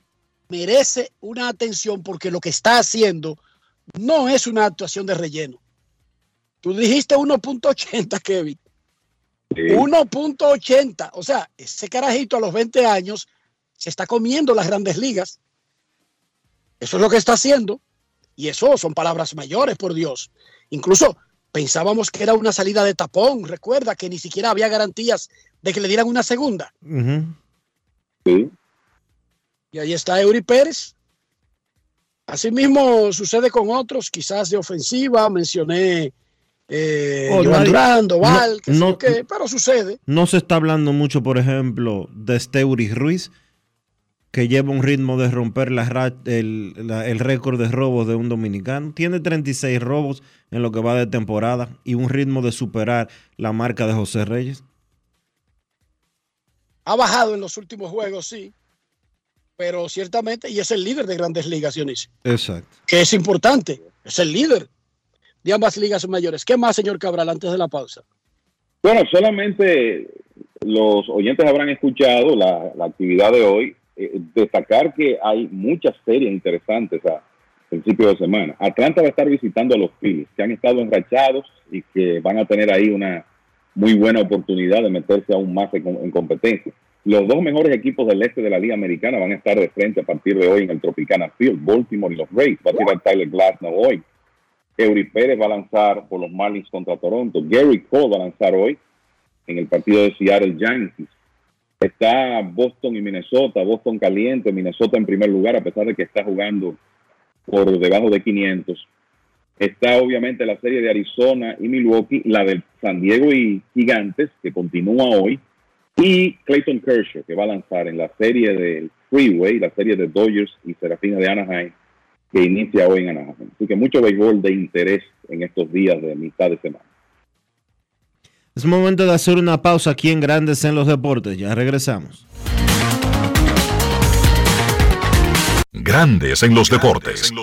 merece una atención porque lo que está haciendo no es una actuación de relleno. Tú dijiste 1.80, Kevin. Sí. 1.80. O sea, ese carajito a los 20 años se está comiendo las grandes ligas. Eso es lo que está haciendo. Y eso son palabras mayores, por Dios. Incluso pensábamos que era una salida de tapón. Recuerda que ni siquiera había garantías de que le dieran una segunda. Sí. Y ahí está Eury Pérez. Asimismo sucede con otros, quizás de ofensiva. Mencioné Joan Durán, Doval, pero sucede. No se está hablando mucho, por ejemplo, de Esteury Ruiz, que lleva un ritmo de romper el récord de robos de un dominicano. Tiene 36 robos en lo que va de temporada y un ritmo de superar la marca de José Reyes. Ha bajado en los últimos juegos, sí, pero ciertamente, y es el líder de Grandes Ligas, Dionisio. Exacto. Que es importante, es el líder de ambas ligas mayores. ¿Qué más, señor Cabral, antes de la pausa? Bueno, solamente los oyentes habrán escuchado la actividad de hoy. Destacar que hay muchas series interesantes a principio de semana. Atlanta va a estar visitando a los Phillies, que han estado enrachados y que van a tener ahí una muy buena oportunidad de meterse aún más en competencia. Los dos mejores equipos del este de la Liga Americana van a estar de frente a partir de hoy en el Tropicana Field, Baltimore y los Rays. Va a tirar Tyler Glasnow hoy. Eury Pérez va a lanzar por los Marlins contra Toronto. Gary Cole va a lanzar hoy en el partido de Seattle Yankees. Está Boston y Minnesota, Boston caliente, Minnesota en primer lugar, a pesar de que está jugando por debajo de 500. Está obviamente la serie de Arizona y Milwaukee, la de San Diego y Gigantes, que continúa hoy, y Clayton Kershaw, que va a lanzar en la serie del Freeway, la serie de Dodgers y Serafines de Anaheim, que inicia hoy en Anaheim. Así que mucho béisbol de interés en estos días de mitad de semana. Es momento de hacer una pausa aquí en Grandes en los Deportes. Ya regresamos. Grandes en los Deportes.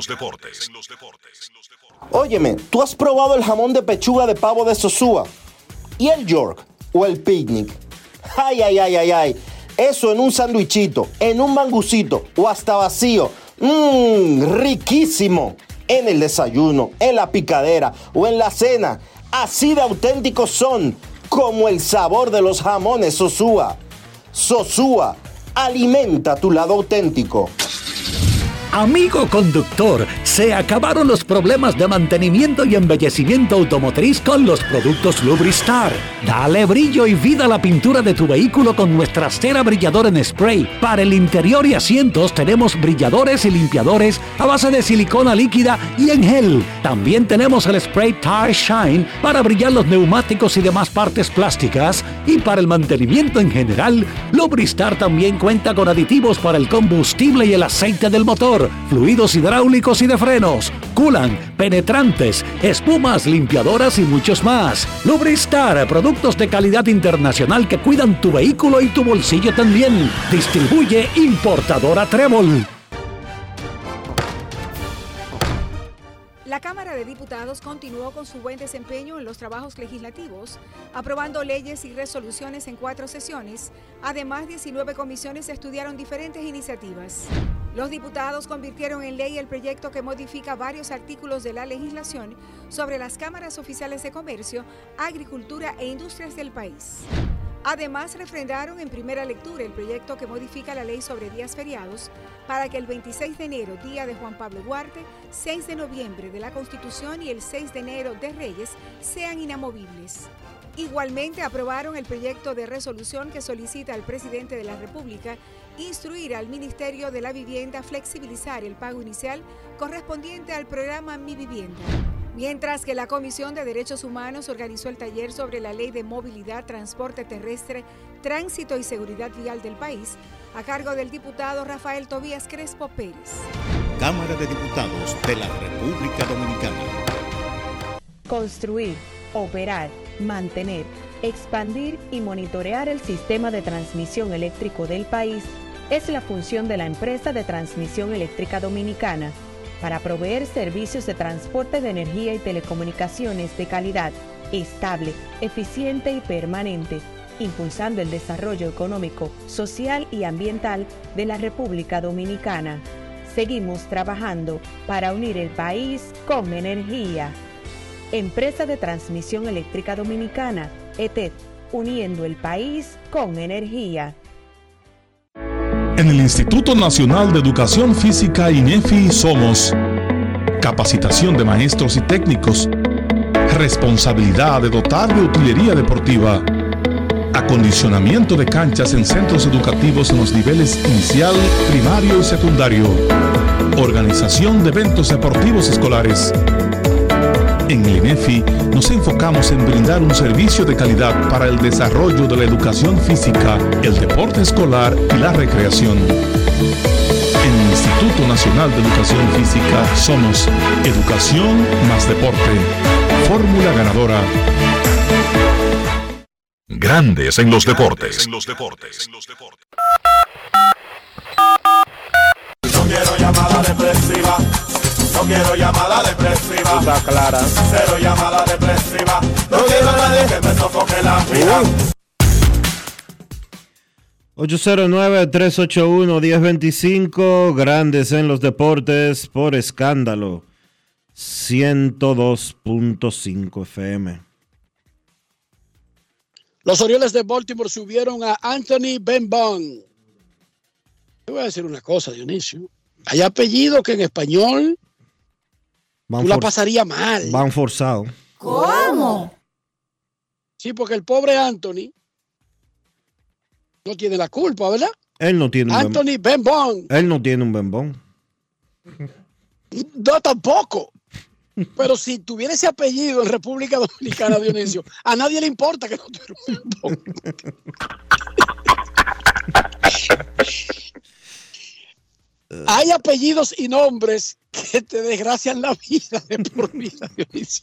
Óyeme, ¿tú has probado el jamón de pechuga de pavo de Sosúa? ¿Y el York? ¿O el picnic? ¡Ay, ay, ay, ay, ay! Eso en un sandwichito, en un mangucito o hasta vacío. ¡Riquísimo! En el desayuno, en la picadera o en la cena. Así de auténticos son, como el sabor de los jamones Sosúa. Sosúa, alimenta tu lado auténtico. Amigo conductor, se acabaron los problemas de mantenimiento y embellecimiento automotriz con los productos Lubristar. Dale brillo y vida a la pintura de tu vehículo con nuestra cera brilladora en spray. Para el interior y asientos tenemos brilladores y limpiadores a base de silicona líquida y en gel. También tenemos el spray Tire Shine para brillar los neumáticos y demás partes plásticas. Y para el mantenimiento en general, Lubristar también cuenta con aditivos para el combustible y el aceite del motor, fluidos hidráulicos y de frenos, culan, penetrantes, espumas, limpiadoras y muchos más. Lubristar, productos de calidad internacional que cuidan tu vehículo y tu bolsillo también. Distribuye importadora Trébol. La Cámara de Diputados continuó con su buen desempeño en los trabajos legislativos, aprobando leyes y resoluciones en 4 sesiones. Además, 19 comisiones estudiaron diferentes iniciativas. Los diputados convirtieron en ley el proyecto que modifica varios artículos de la legislación sobre las cámaras oficiales de comercio, agricultura e industrias del país. Además, refrendaron en primera lectura el proyecto que modifica la ley sobre días feriados para que el 26 de enero, día de Juan Pablo Duarte, 6 de noviembre de la Constitución y el 6 de enero de Reyes sean inamovibles. Igualmente, aprobaron el proyecto de resolución que solicita al presidente de la República instruir al Ministerio de la Vivienda a flexibilizar el pago inicial correspondiente al programa Mi Vivienda. Mientras que la Comisión de Derechos Humanos organizó el taller sobre la Ley de Movilidad, Transporte Terrestre, Tránsito y Seguridad Vial del país, a cargo del diputado Rafael Tobías Crespo Pérez. Cámara de Diputados de la República Dominicana. Construir, operar, mantener, expandir y monitorear el sistema de transmisión eléctrico del país es la función de la empresa de transmisión eléctrica dominicana, para proveer servicios de transporte de energía y telecomunicaciones de calidad, estable, eficiente y permanente, impulsando el desarrollo económico, social y ambiental de la República Dominicana. Seguimos trabajando para unir el país con energía. Empresa de Transmisión Eléctrica Dominicana, ETED, uniendo el país con energía. En el Instituto Nacional de Educación Física INEFI somos capacitación de maestros y técnicos, responsabilidad de dotar de utilería deportiva, acondicionamiento de canchas en centros educativos en los niveles inicial, primario y secundario, organización de eventos deportivos escolares. En el INEFI nos enfocamos en brindar un servicio de calidad para el desarrollo de la educación física, el deporte escolar y la recreación. En el Instituto Nacional de Educación Física somos Educación más Deporte. Fórmula ganadora. Grandes en los deportes. No quiero llamada depresiva. No quiero llamada depresiva. Está clara. Cero llamada depresiva. No quiero a nadie que me sofoque la vida. 809-381-1025, Grandes en los Deportes, por Escándalo 102.5 FM. Los Orioles de Baltimore subieron a Anthony Benbon. Te voy a decir una cosa, Dionisio. Hay apellidos que en español tú la pasaría mal. Van forzados. ¿Cómo? Sí, porque el pobre Anthony no tiene la culpa, ¿verdad? Él no tiene Anthony Benbon. Él no tiene un Benbon. No, tampoco. Pero si tuviera ese apellido en República Dominicana, Dionisio, a nadie le importa que no tuviera un Benbon. Hay apellidos y nombres que te desgracian la vida de por vida, Dionisio.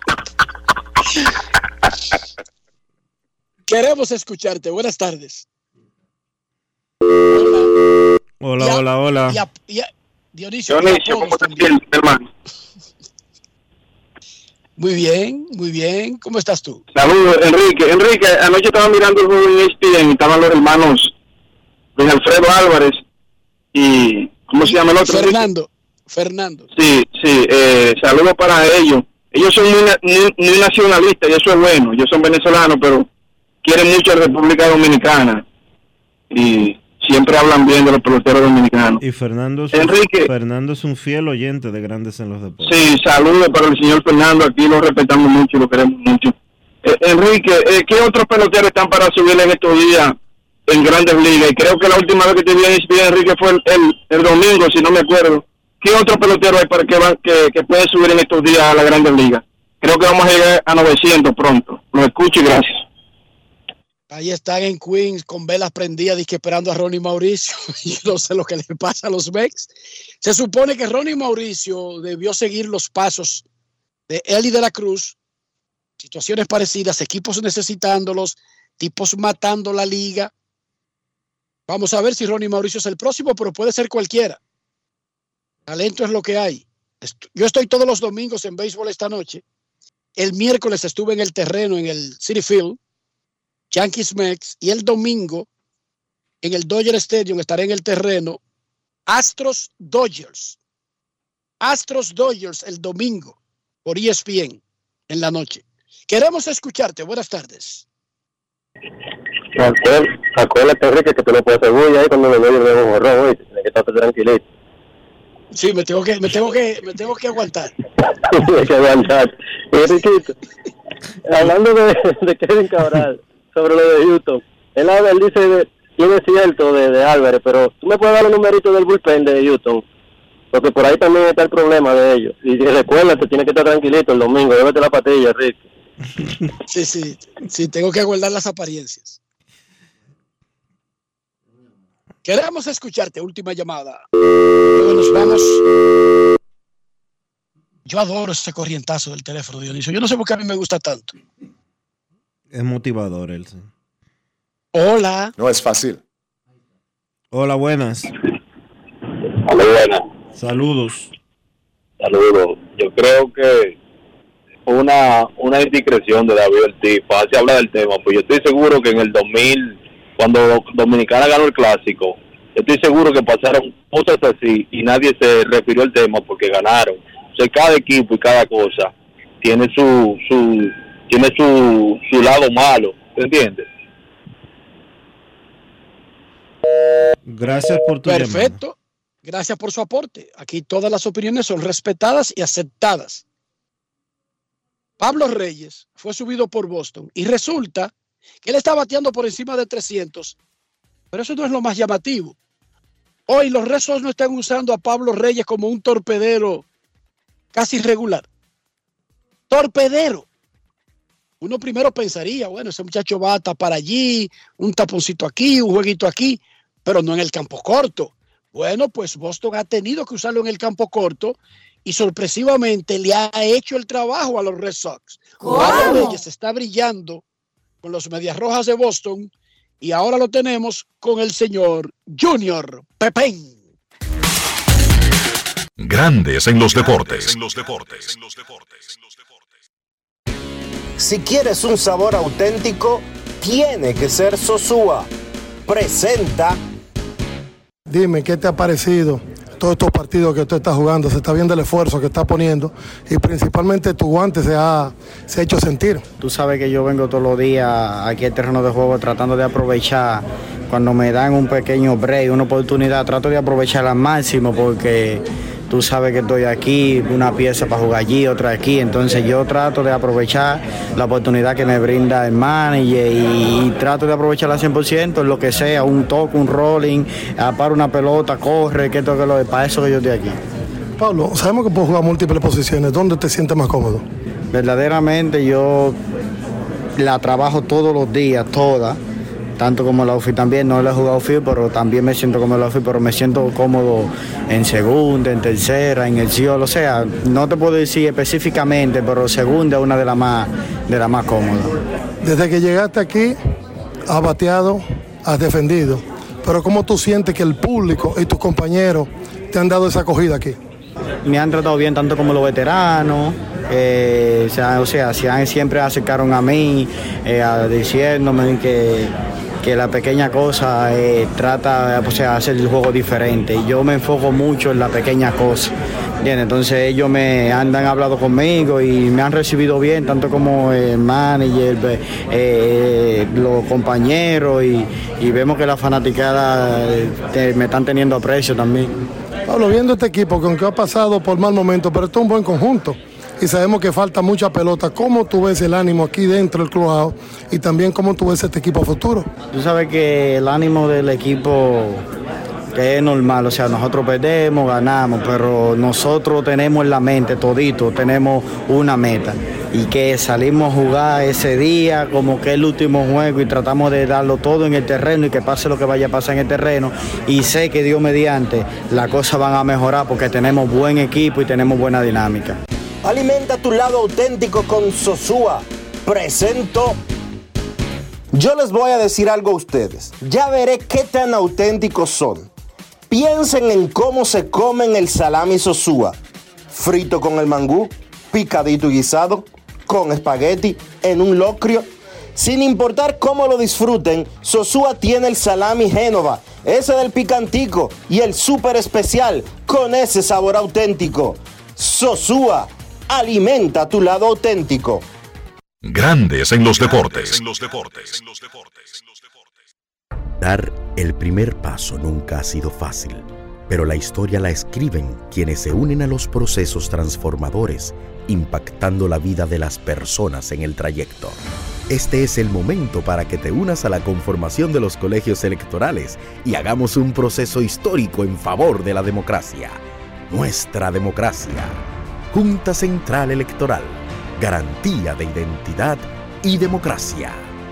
Queremos escucharte. Buenas tardes. Hola. Dionisio, ¿cómo te sientes, hermano? Muy bien. ¿Cómo estás tú? Saludos, Enrique. Anoche estaba mirando el juego en ESPN y estaban los hermanos Luis Alfredo Álvarez y ¿cómo se llama el otro? Fernando. Sí, saludos para ellos. Ellos son muy nacionalistas y eso es bueno. Ellos son venezolanos, pero quieren mucho a la República Dominicana y siempre hablan bien de los peloteros dominicanos. Y Fernando es un fiel oyente de Grandes en los Deportes. Sí, saludos para el señor Fernando. Aquí lo respetamos mucho y lo queremos mucho. Enrique, ¿qué otros peloteros están para subir en estos días en Grandes Ligas? Y creo que la última vez que te vi en ESPN, Enrique, fue el domingo, si no me acuerdo. ¿Qué otro pelotero hay para que puede subir en estos días a la Grandes Ligas? Creo que vamos a llegar a 900 pronto. Lo escucho y gracias. Ahí están en Queens con velas prendidas y que esperando a Ronnie Mauricio. Yo no sé lo que le pasa a los Mex. Se supone que Ronnie Mauricio debió seguir los pasos de Eli de la Cruz. Situaciones parecidas, equipos necesitándolos, tipos matando la liga. Vamos a ver si Ronnie Mauricio es el próximo, pero puede ser cualquiera. Talento es lo que hay. Yo estoy todos los domingos en béisbol esta noche. El miércoles estuve en el terreno, en el Citi Field, Yankees Mex, y el domingo en el Dodger Stadium estaré en el terreno Astros Dodgers el domingo por ESPN en la noche. Queremos escucharte. Buenas tardes. Acuérdate, Enrique, que te lo puedes hacer bulla ahí cuando lo veo de un horror, ¿sí? Tienes que estar tranquilito. Sí, me tengo que aguantar. Hay que aguantar. Enriquito, hablando de Kevin Cabral, sobre lo de Houston, él dice, tiene cierto de Álvarez, pero tú me puedes dar el numerito del bullpen de Houston, porque por ahí también está el problema de ellos. Y recuérdate, tienes que estar tranquilito el domingo, llévate la patilla, Rick. Sí, tengo que guardar las apariencias. Queremos escucharte, última llamada. Luego nos vamos. Yo adoro ese corrientazo del teléfono, Dionisio. Yo no sé por qué a mí me gusta tanto. Es motivador él, sí. Hola. No es fácil. Hola, buenas. Hola, buenas. Saludos. Yo creo que una indiscreción de David Ortiz. Para si habla del tema, pues yo estoy seguro que en el 2000, cuando Dominicana ganó el Clásico, estoy seguro que pasaron cosas así y nadie se refirió al tema porque ganaron. O sea, cada equipo y cada cosa tiene su lado malo, ¿te entiendes? Gracias por tu Perfecto. llamada. Gracias por su aporte. Aquí todas las opiniones son respetadas y aceptadas. Pablo Reyes fue subido por Boston y resulta que él está bateando por encima de 300, pero eso no es lo más llamativo. Hoy los Red Sox no están usando a Pablo Reyes como un torpedero casi regular. Torpedero. Uno primero pensaría, bueno, ese muchacho va a tapar allí, un taponcito aquí, un jueguito aquí, pero no en el campo corto. Bueno, pues Boston ha tenido que usarlo en el campo corto y sorpresivamente le ha hecho el trabajo a los Red Sox. Pablo Reyes está brillando con los Medias Rojas de Boston y ahora lo tenemos con el señor Junior Pepén. Grandes en los deportes. Si quieres un sabor auténtico, tiene que ser Sosúa. Presenta. Dime, ¿qué te ha parecido todos estos partidos que tú estás jugando? Se está viendo el esfuerzo que estás poniendo y principalmente tu guante se ha hecho sentir. Tú sabes que yo vengo todos los días aquí al terreno de juego tratando de aprovechar cuando me dan un pequeño break, una oportunidad, trato de aprovecharla al máximo porque tú sabes que estoy aquí, una pieza para jugar allí, otra aquí, entonces yo trato de aprovechar la oportunidad que me brinda el manager y trato de aprovecharla al 100% en lo que sea, un toque, un rolling, para una pelota, corre, que toque lo de para eso que yo estoy aquí. Pablo, sabemos que puedes jugar múltiples posiciones, ¿dónde te sientes más cómodo? Verdaderamente yo la trabajo todos los días, toda. Tanto como la outfield también, no le he jugado outfield, pero también me siento como el outfield, pero me siento cómodo en segunda, en tercera, en el cielo, o sea, no te puedo decir específicamente, pero segunda es una de las más cómodas. Desde que llegaste aquí, has bateado, has defendido, pero ¿cómo tú sientes que el público y tus compañeros te han dado esa acogida aquí? Me han tratado bien tanto como los veteranos, siempre acercaron a mí, diciéndome que la pequeña cosa trata de hacer el juego diferente. Y yo me enfoco mucho en la pequeña cosa. Bien, entonces ellos me han hablado conmigo y me han recibido bien, tanto como el manager, los compañeros y vemos que la fanaticada me están teniendo aprecio también. Pablo, viendo este equipo que aunque ha pasado por mal momento, pero esto es un buen conjunto. Y sabemos que falta mucha pelota. ¿Cómo tú ves el ánimo aquí dentro del clubhouse? Y también cómo tú ves este equipo futuro. Tú sabes que el ánimo del equipo que es normal, o sea, nosotros perdemos, ganamos, pero nosotros tenemos en la mente todito, tenemos una meta. Y que salimos a jugar ese día como que es el último juego y tratamos de darlo todo en el terreno y que pase lo que vaya a pasar en el terreno. Y sé que Dios mediante, las cosas van a mejorar porque tenemos buen equipo y tenemos buena dinámica. Alimenta tu lado auténtico con Sosúa. Presento. Yo les voy a decir algo a ustedes. Ya veré qué tan auténticos son. Piensen en cómo se comen el salami Sosúa. Frito con el mangú, picadito y guisado, con espagueti, en un locrio. Sin importar cómo lo disfruten, Sosúa tiene el salami Génova, ese del picantico y el súper especial con ese sabor auténtico. Sosúa. Alimenta tu lado auténtico. Grandes en los deportes. Dar el primer paso nunca ha sido fácil, pero la historia la escriben quienes se unen a los procesos transformadores, impactando la vida de las personas en el trayecto. Este es el momento para que te unas a la conformación de los colegios electorales y hagamos un proceso histórico en favor de la democracia. Nuestra democracia. Junta Central Electoral, garantía de identidad y democracia.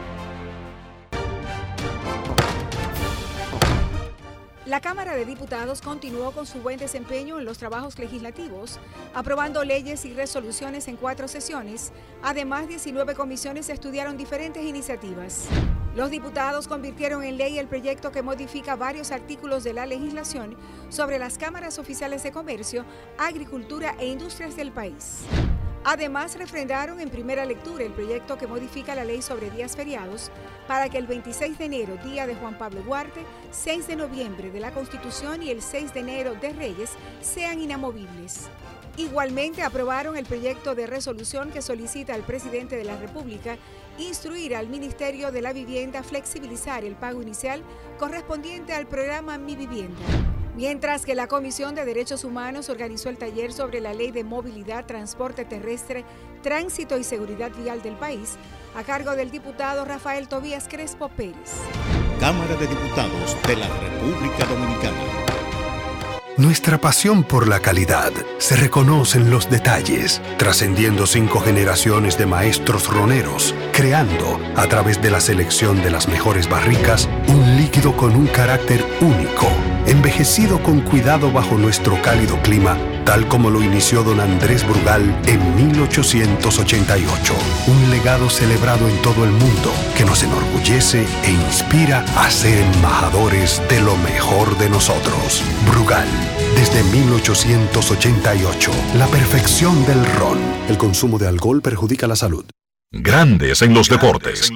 La Cámara de Diputados continuó con su buen desempeño en los trabajos legislativos, aprobando leyes y resoluciones en 4 sesiones. Además, 19 comisiones estudiaron diferentes iniciativas. Los diputados convirtieron en ley el proyecto que modifica varios artículos de la legislación sobre las cámaras oficiales de comercio, agricultura e industrias del país. Además, refrendaron en primera lectura el proyecto que modifica la ley sobre días feriados para que el 26 de enero, día de Juan Pablo Duarte, 6 de noviembre de la Constitución y el 6 de enero de Reyes sean inamovibles. Igualmente aprobaron el proyecto de resolución que solicita al presidente de la República instruir al Ministerio de la Vivienda a flexibilizar el pago inicial correspondiente al programa Mi Vivienda. Mientras que la Comisión de Derechos Humanos organizó el taller sobre la Ley de Movilidad, Transporte Terrestre, Tránsito y Seguridad Vial del país, a cargo del diputado Rafael Tobías Crespo Pérez. Cámara de Diputados de la República Dominicana. Nuestra pasión por la calidad se reconoce en los detalles, trascendiendo 5 generaciones de maestros roneros, creando, a través de la selección de las mejores barricas, un líquido con un carácter único, envejecido con cuidado bajo nuestro cálido clima, tal como lo inició don Andrés Brugal en 1888. Un legado celebrado en todo el mundo que nos enorgullece e inspira a ser embajadores de lo mejor de nosotros. Brugal, desde 1888, la perfección del ron. El consumo de alcohol perjudica la salud. Grandes en los deportes.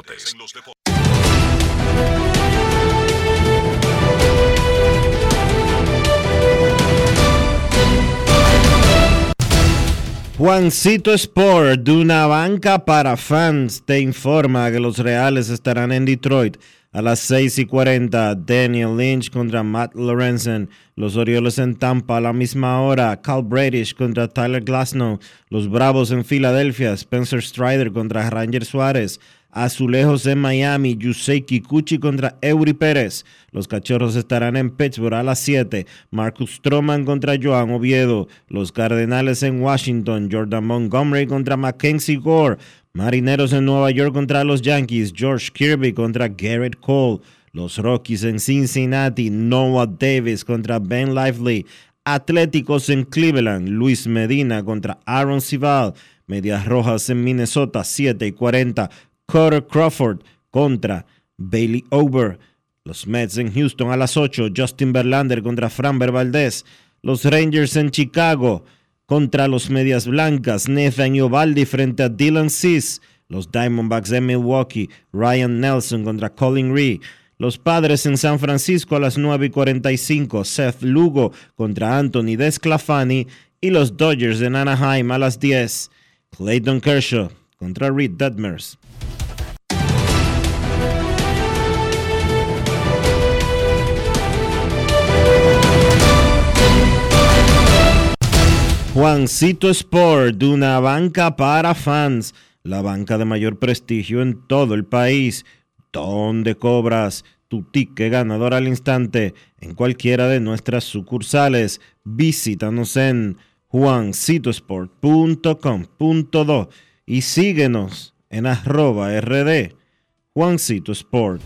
Juancito Sport, de una banca para fans, te informa que los Reales estarán en Detroit a las 6:40. Daniel Lynch contra Matt Lorenzen. Los Orioles en Tampa a la misma hora. Cal Bradish contra Tyler Glasnow. Los Bravos en Filadelfia. Spencer Strider contra Ranger Suárez. Azulejos en Miami. Yusei Kikuchi contra Eury Pérez. Los Cachorros estarán en Pittsburgh a las 7. Marcus Stroman contra Joan Oviedo. Los Cardenales en Washington. Jordan Montgomery contra Mackenzie Gore. Marineros en Nueva York contra los Yankees. George Kirby contra Garrett Cole. Los Rockies en Cincinnati. Noah Davis contra Ben Lively. Atléticos en Cleveland. Luis Medina contra Aaron Civale. Medias Rojas en Minnesota 7:40. Carter Crawford contra Bailey Ober. Los Mets en Houston a las 8. Justin Verlander contra Framber Valdez. Los Rangers en Chicago contra los Medias Blancas. Nathan Eovaldi frente a Dylan Cease. Los Diamondbacks en Milwaukee. Ryan Nelson contra Colin Rea. Los Padres en San Francisco a las 9:45. Seth Lugo contra Anthony Desclafani. Y los Dodgers en Anaheim a las 10. Clayton Kershaw contra Reed Detmers. Juancito Sport, de una banca para fans, la banca de mayor prestigio en todo el país, donde cobras tu ticket ganador al instante en cualquiera de nuestras sucursales. Visítanos en juancitosport.com.do y síguenos en @RD Juancito Sport.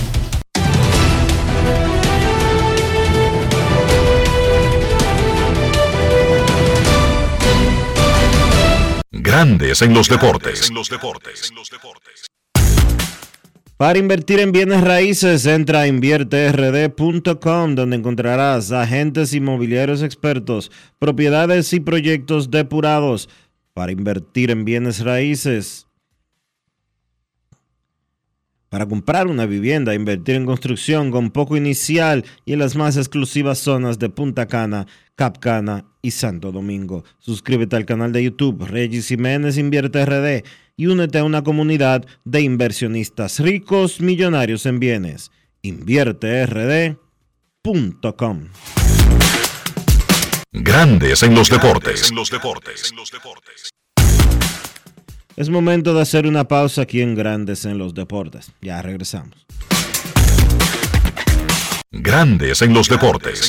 Grandes en los deportes. Para invertir en bienes raíces, entra a invierterd.com, donde encontrarás agentes inmobiliarios expertos, propiedades y proyectos depurados. Para invertir en bienes raíces, para comprar una vivienda, invertir en construcción con poco inicial y en las más exclusivas zonas de Punta Cana, Cap Cana y Santo Domingo. Suscríbete al canal de YouTube Regis Jiménez Invierte RD y únete a una comunidad de inversionistas ricos, millonarios en bienes. InvierteRD.com. Grandes en los deportes. Es momento de hacer una pausa aquí en Grandes en los Deportes. Ya regresamos. Grandes en los deportes.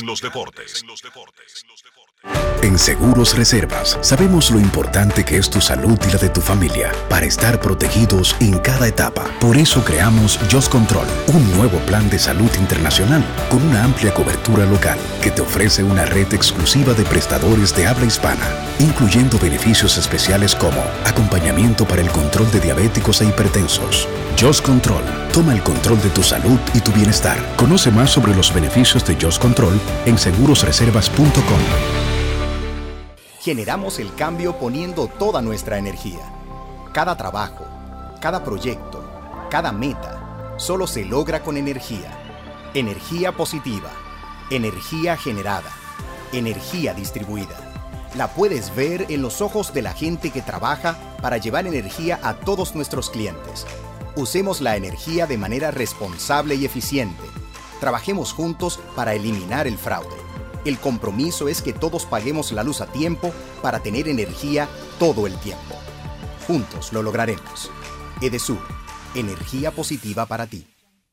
En Seguros Reservas sabemos lo importante que es tu salud y la de tu familia para estar protegidos en cada etapa. Por eso creamos Just Control, un nuevo plan de salud internacional con una amplia cobertura local que te ofrece una red exclusiva de prestadores de habla hispana, incluyendo beneficios especiales como acompañamiento para el control de diabéticos e hipertensos. Just Control, toma el control de tu salud y tu bienestar. Conoce más sobre los beneficios de Just Control en segurosreservas.com. generamos el cambio poniendo toda nuestra energía. Cada trabajo, cada proyecto, cada meta, solo se logra con energía. Energía positiva, energía generada, energía distribuida. La puedes ver en los ojos de la gente que trabaja para llevar energía a todos nuestros clientes. Usemos la energía de manera responsable y eficiente. Trabajemos juntos para eliminar el fraude. El compromiso es que todos paguemos la luz a tiempo para tener energía todo el tiempo. Juntos lo lograremos. Edesur, energía positiva para ti.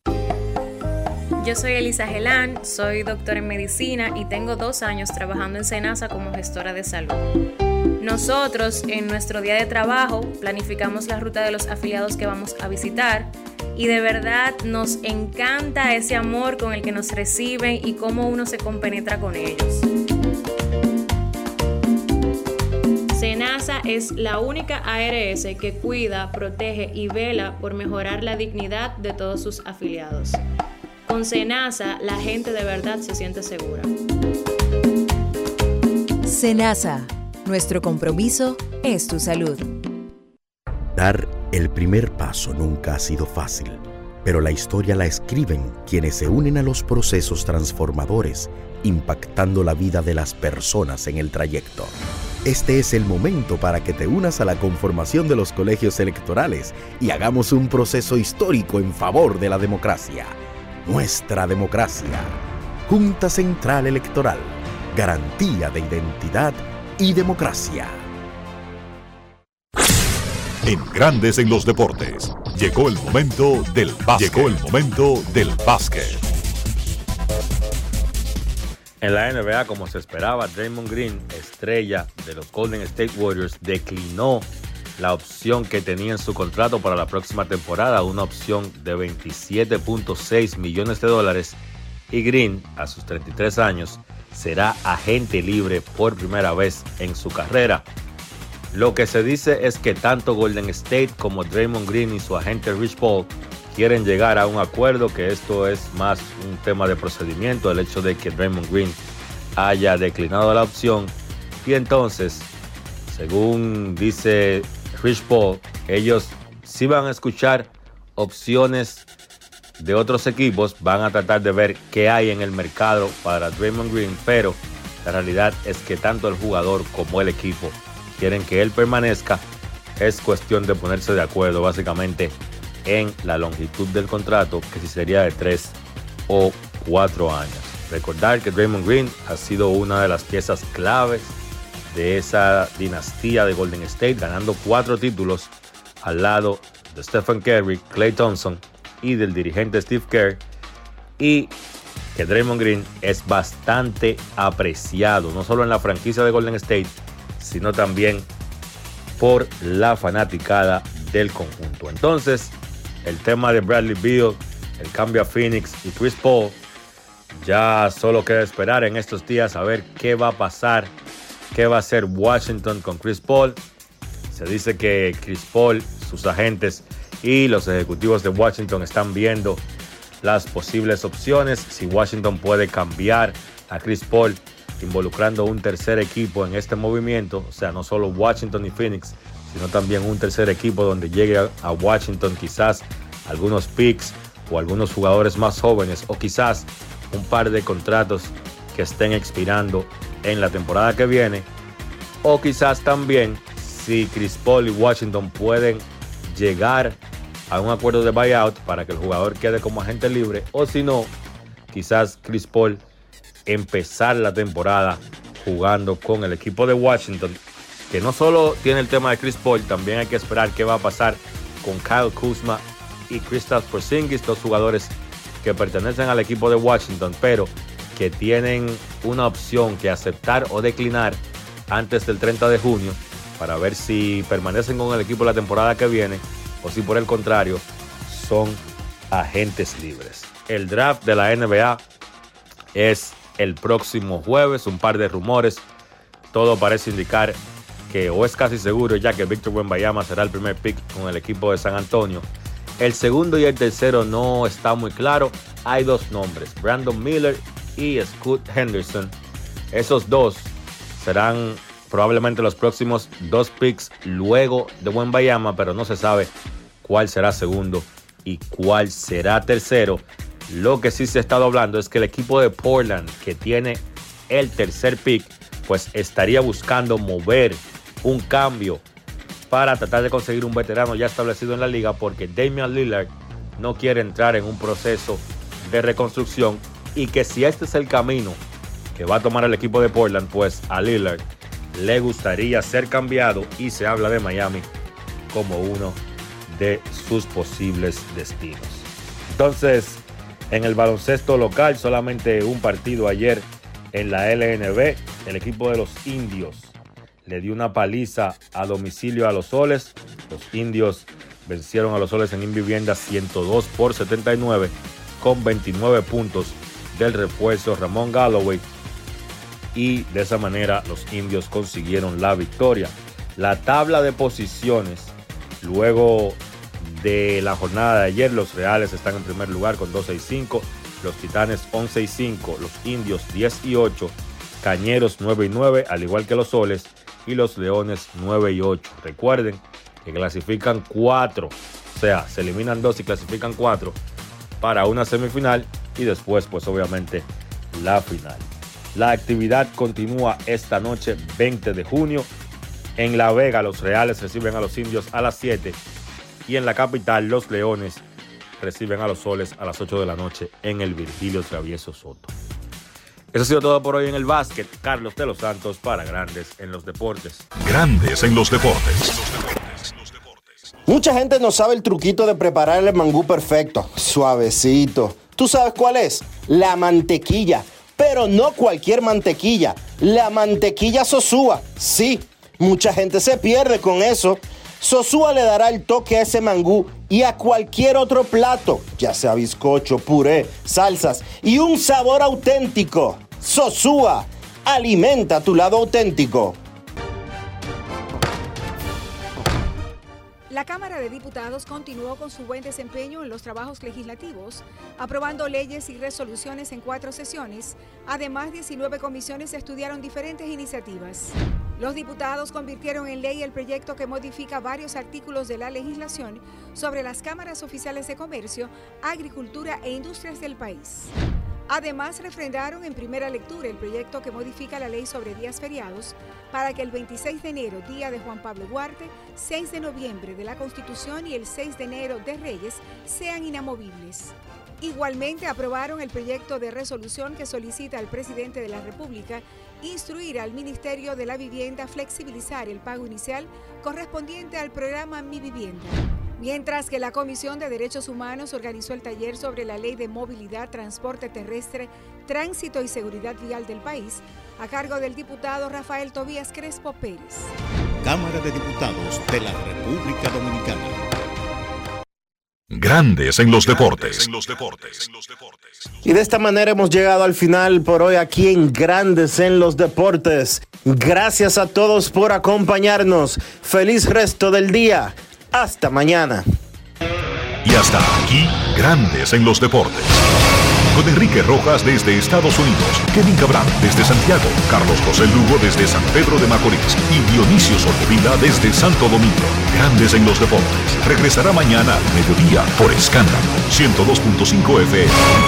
Yo soy Elisa Gelán, soy doctora en medicina y tengo 2 años trabajando en Senasa como gestora de salud. Nosotros, en nuestro día de trabajo, planificamos la ruta de los afiliados que vamos a visitar y de verdad nos encanta ese amor con el que nos reciben y cómo uno se compenetra con ellos. Senasa es la única ARS que cuida, protege y vela por mejorar la dignidad de todos sus afiliados. Con Senasa, la gente de verdad se siente segura. Senasa, nuestro compromiso es tu salud. Dar el primer paso nunca ha sido fácil, pero la historia la escriben quienes se unen a los procesos transformadores, impactando la vida de las personas en el trayecto. Este es el momento para que te unas a la conformación de los colegios electorales y hagamos un proceso histórico en favor de la democracia. Nuestra democracia. Junta Central Electoral. Garantía de identidad y democracia. En Grandes en los Deportes, llegó el momento del básquet. En la NBA, como se esperaba, Draymond Green, estrella de los Golden State Warriors, declinó la opción que tenía en su contrato para la próxima temporada, una opción de $27.6 millones, y Green, a sus 33 años, será agente libre por primera vez en su carrera. Lo que se dice es que tanto Golden State como Draymond Green y su agente Rich Paul quieren llegar a un acuerdo, que esto es más un tema de procedimiento, el hecho de que Draymond Green haya declinado la opción. Y entonces, según dice Rich Paul, ellos sí van a escuchar opciones de otros equipos, van a tratar de ver qué hay en el mercado para Draymond Green, pero la realidad es que tanto el jugador como el equipo quieren que él permanezca. Es cuestión de ponerse de acuerdo básicamente en la longitud del contrato, que si sería de 3 o 4 años. Recordar que Draymond Green ha sido una de las piezas claves de esa dinastía de Golden State, ganando 4 títulos al lado de Stephen Curry, Klay Thompson y del dirigente Steve Kerr, y que Draymond Green es bastante apreciado, no solo en la franquicia de Golden State, sino también por la fanaticada del conjunto. Entonces, el tema de Bradley Beal, el cambio a Phoenix y Chris Paul, ya solo queda esperar en estos días a ver qué va a pasar, qué va a hacer Washington con Chris Paul. Se dice que Chris Paul, sus agentes y los ejecutivos de Washington están viendo las posibles opciones, si Washington puede cambiar a Chris Paul, involucrando un tercer equipo en este movimiento, o sea, no solo Washington y Phoenix, sino también un tercer equipo donde llegue a Washington quizás algunos picks o algunos jugadores más jóvenes, o quizás un par de contratos que estén expirando en la temporada que viene, o quizás también si Chris Paul y Washington pueden llegar a un acuerdo de buyout para que el jugador quede como agente libre, o si no, quizás Chris Paul empezar la temporada jugando con el equipo de Washington, que no solo tiene el tema de Chris Paul, también hay que esperar qué va a pasar con Kyle Kuzma y Kristaps Porzingis, 2 jugadores que pertenecen al equipo de Washington, pero que tienen una opción que aceptar o declinar antes del 30 de junio para ver si permanecen con el equipo la temporada que viene o si por el contrario son agentes libres. El draft de la NBA es el próximo jueves, un par de rumores. Todo parece indicar que, o es casi seguro ya, que Victor Wembanyama será el primer pick con el equipo de San Antonio. El segundo y el tercero no está muy claro. Hay 2 nombres, Brandon Miller y Scoot Henderson. Esos 2 serán probablemente los próximos 2 picks luego de Wembanyama, pero no se sabe cuál será segundo y cuál será tercero. Lo que sí se ha estado hablando es que el equipo de Portland, que tiene el tercer pick, pues estaría buscando mover un cambio para tratar de conseguir un veterano ya establecido en la liga, porque Damian Lillard no quiere entrar en un proceso de reconstrucción, y que si este es el camino que va a tomar el equipo de Portland, pues a Lillard le gustaría ser cambiado, y se habla de Miami como uno de sus posibles destinos. Entonces, en el baloncesto local, solamente un partido ayer en la LNB. El equipo de los Indios le dio una paliza a domicilio a los Soles. Los Indios vencieron a los Soles en Invivienda 102-79 con 29 puntos del refuerzo Ramón Galloway, y de esa manera los Indios consiguieron la victoria. La tabla de posiciones, luego de la jornada de ayer, los Reales están en primer lugar con 12-5, los Titanes 11-5, los Indios 10-8, Cañeros 9-9, al igual que los Soles, y los Leones 9-8. Recuerden que clasifican 4, o sea, se eliminan 2 y clasifican 4 para una semifinal, y después, pues obviamente, la final. La actividad continúa esta noche, 20 de junio. En La Vega, los Reales reciben a los Indios a las 7, y en la capital, los Leones reciben a los Soles a las 8 de la noche en el Virgilio Travieso Soto. Eso ha sido todo por hoy en el básquet. Carlos de los Santos para Grandes en los Deportes. Grandes en los Deportes. Mucha gente no sabe el truquito de preparar el mangú perfecto, suavecito. ¿Tú sabes cuál es? La mantequilla. Pero no cualquier mantequilla, la mantequilla Sosúa. Sí, mucha gente se pierde con eso. Sosúa le dará el toque a ese mangú y a cualquier otro plato, ya sea bizcocho, puré, salsas y un sabor auténtico. Sosúa, alimenta tu lado auténtico. La Cámara de Diputados continuó con su buen desempeño en los trabajos legislativos, aprobando leyes y resoluciones en 4 sesiones. Además, 19 comisiones estudiaron diferentes iniciativas. Los diputados convirtieron en ley el proyecto que modifica varios artículos de la legislación sobre las cámaras oficiales de comercio, agricultura e industrias del país. Además, refrendaron en primera lectura el proyecto que modifica la ley sobre días feriados para que el 26 de enero, día de Juan Pablo Duarte, 6 de noviembre de la Constitución y el 6 de enero de Reyes sean inamovibles. Igualmente, aprobaron el proyecto de resolución que solicita al presidente de la República instruir al Ministerio de la Vivienda a flexibilizar el pago inicial correspondiente al programa Mi Vivienda. Mientras que la Comisión de Derechos Humanos organizó el taller sobre la Ley de Movilidad, Transporte Terrestre, Tránsito y Seguridad Vial del país, a cargo del diputado Rafael Tobías Crespo Pérez. Cámara de Diputados de la República Dominicana. Grandes en los deportes. Y de esta manera hemos llegado al final por hoy aquí en Grandes en los Deportes. Gracias a todos por acompañarnos. Feliz resto del día. Hasta mañana. Y hasta aquí, Grandes en los Deportes. Con Enrique Rojas desde Estados Unidos, Kevin Cabral desde Santiago, Carlos José Lugo desde San Pedro de Macorís y Dionisio Soltevila desde Santo Domingo. Grandes en los Deportes. Regresará mañana al mediodía por Escándalo 102.5 FM.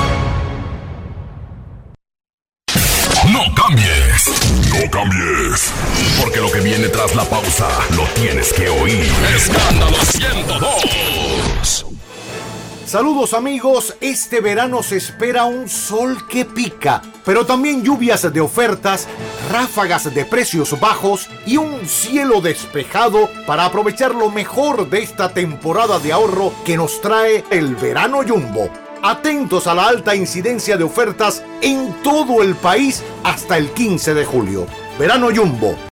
No cambies, no cambies, porque lo que viene tras la pausa lo tienes que oír. Escándalo 102. Saludos amigos, este verano se espera un sol que pica, pero también lluvias de ofertas, ráfagas de precios bajos y un cielo despejado para aprovechar lo mejor de esta temporada de ahorro que nos trae el verano Jumbo. Atentos a la alta incidencia de ofertas en todo el país hasta el 15 de julio. Verano Jumbo,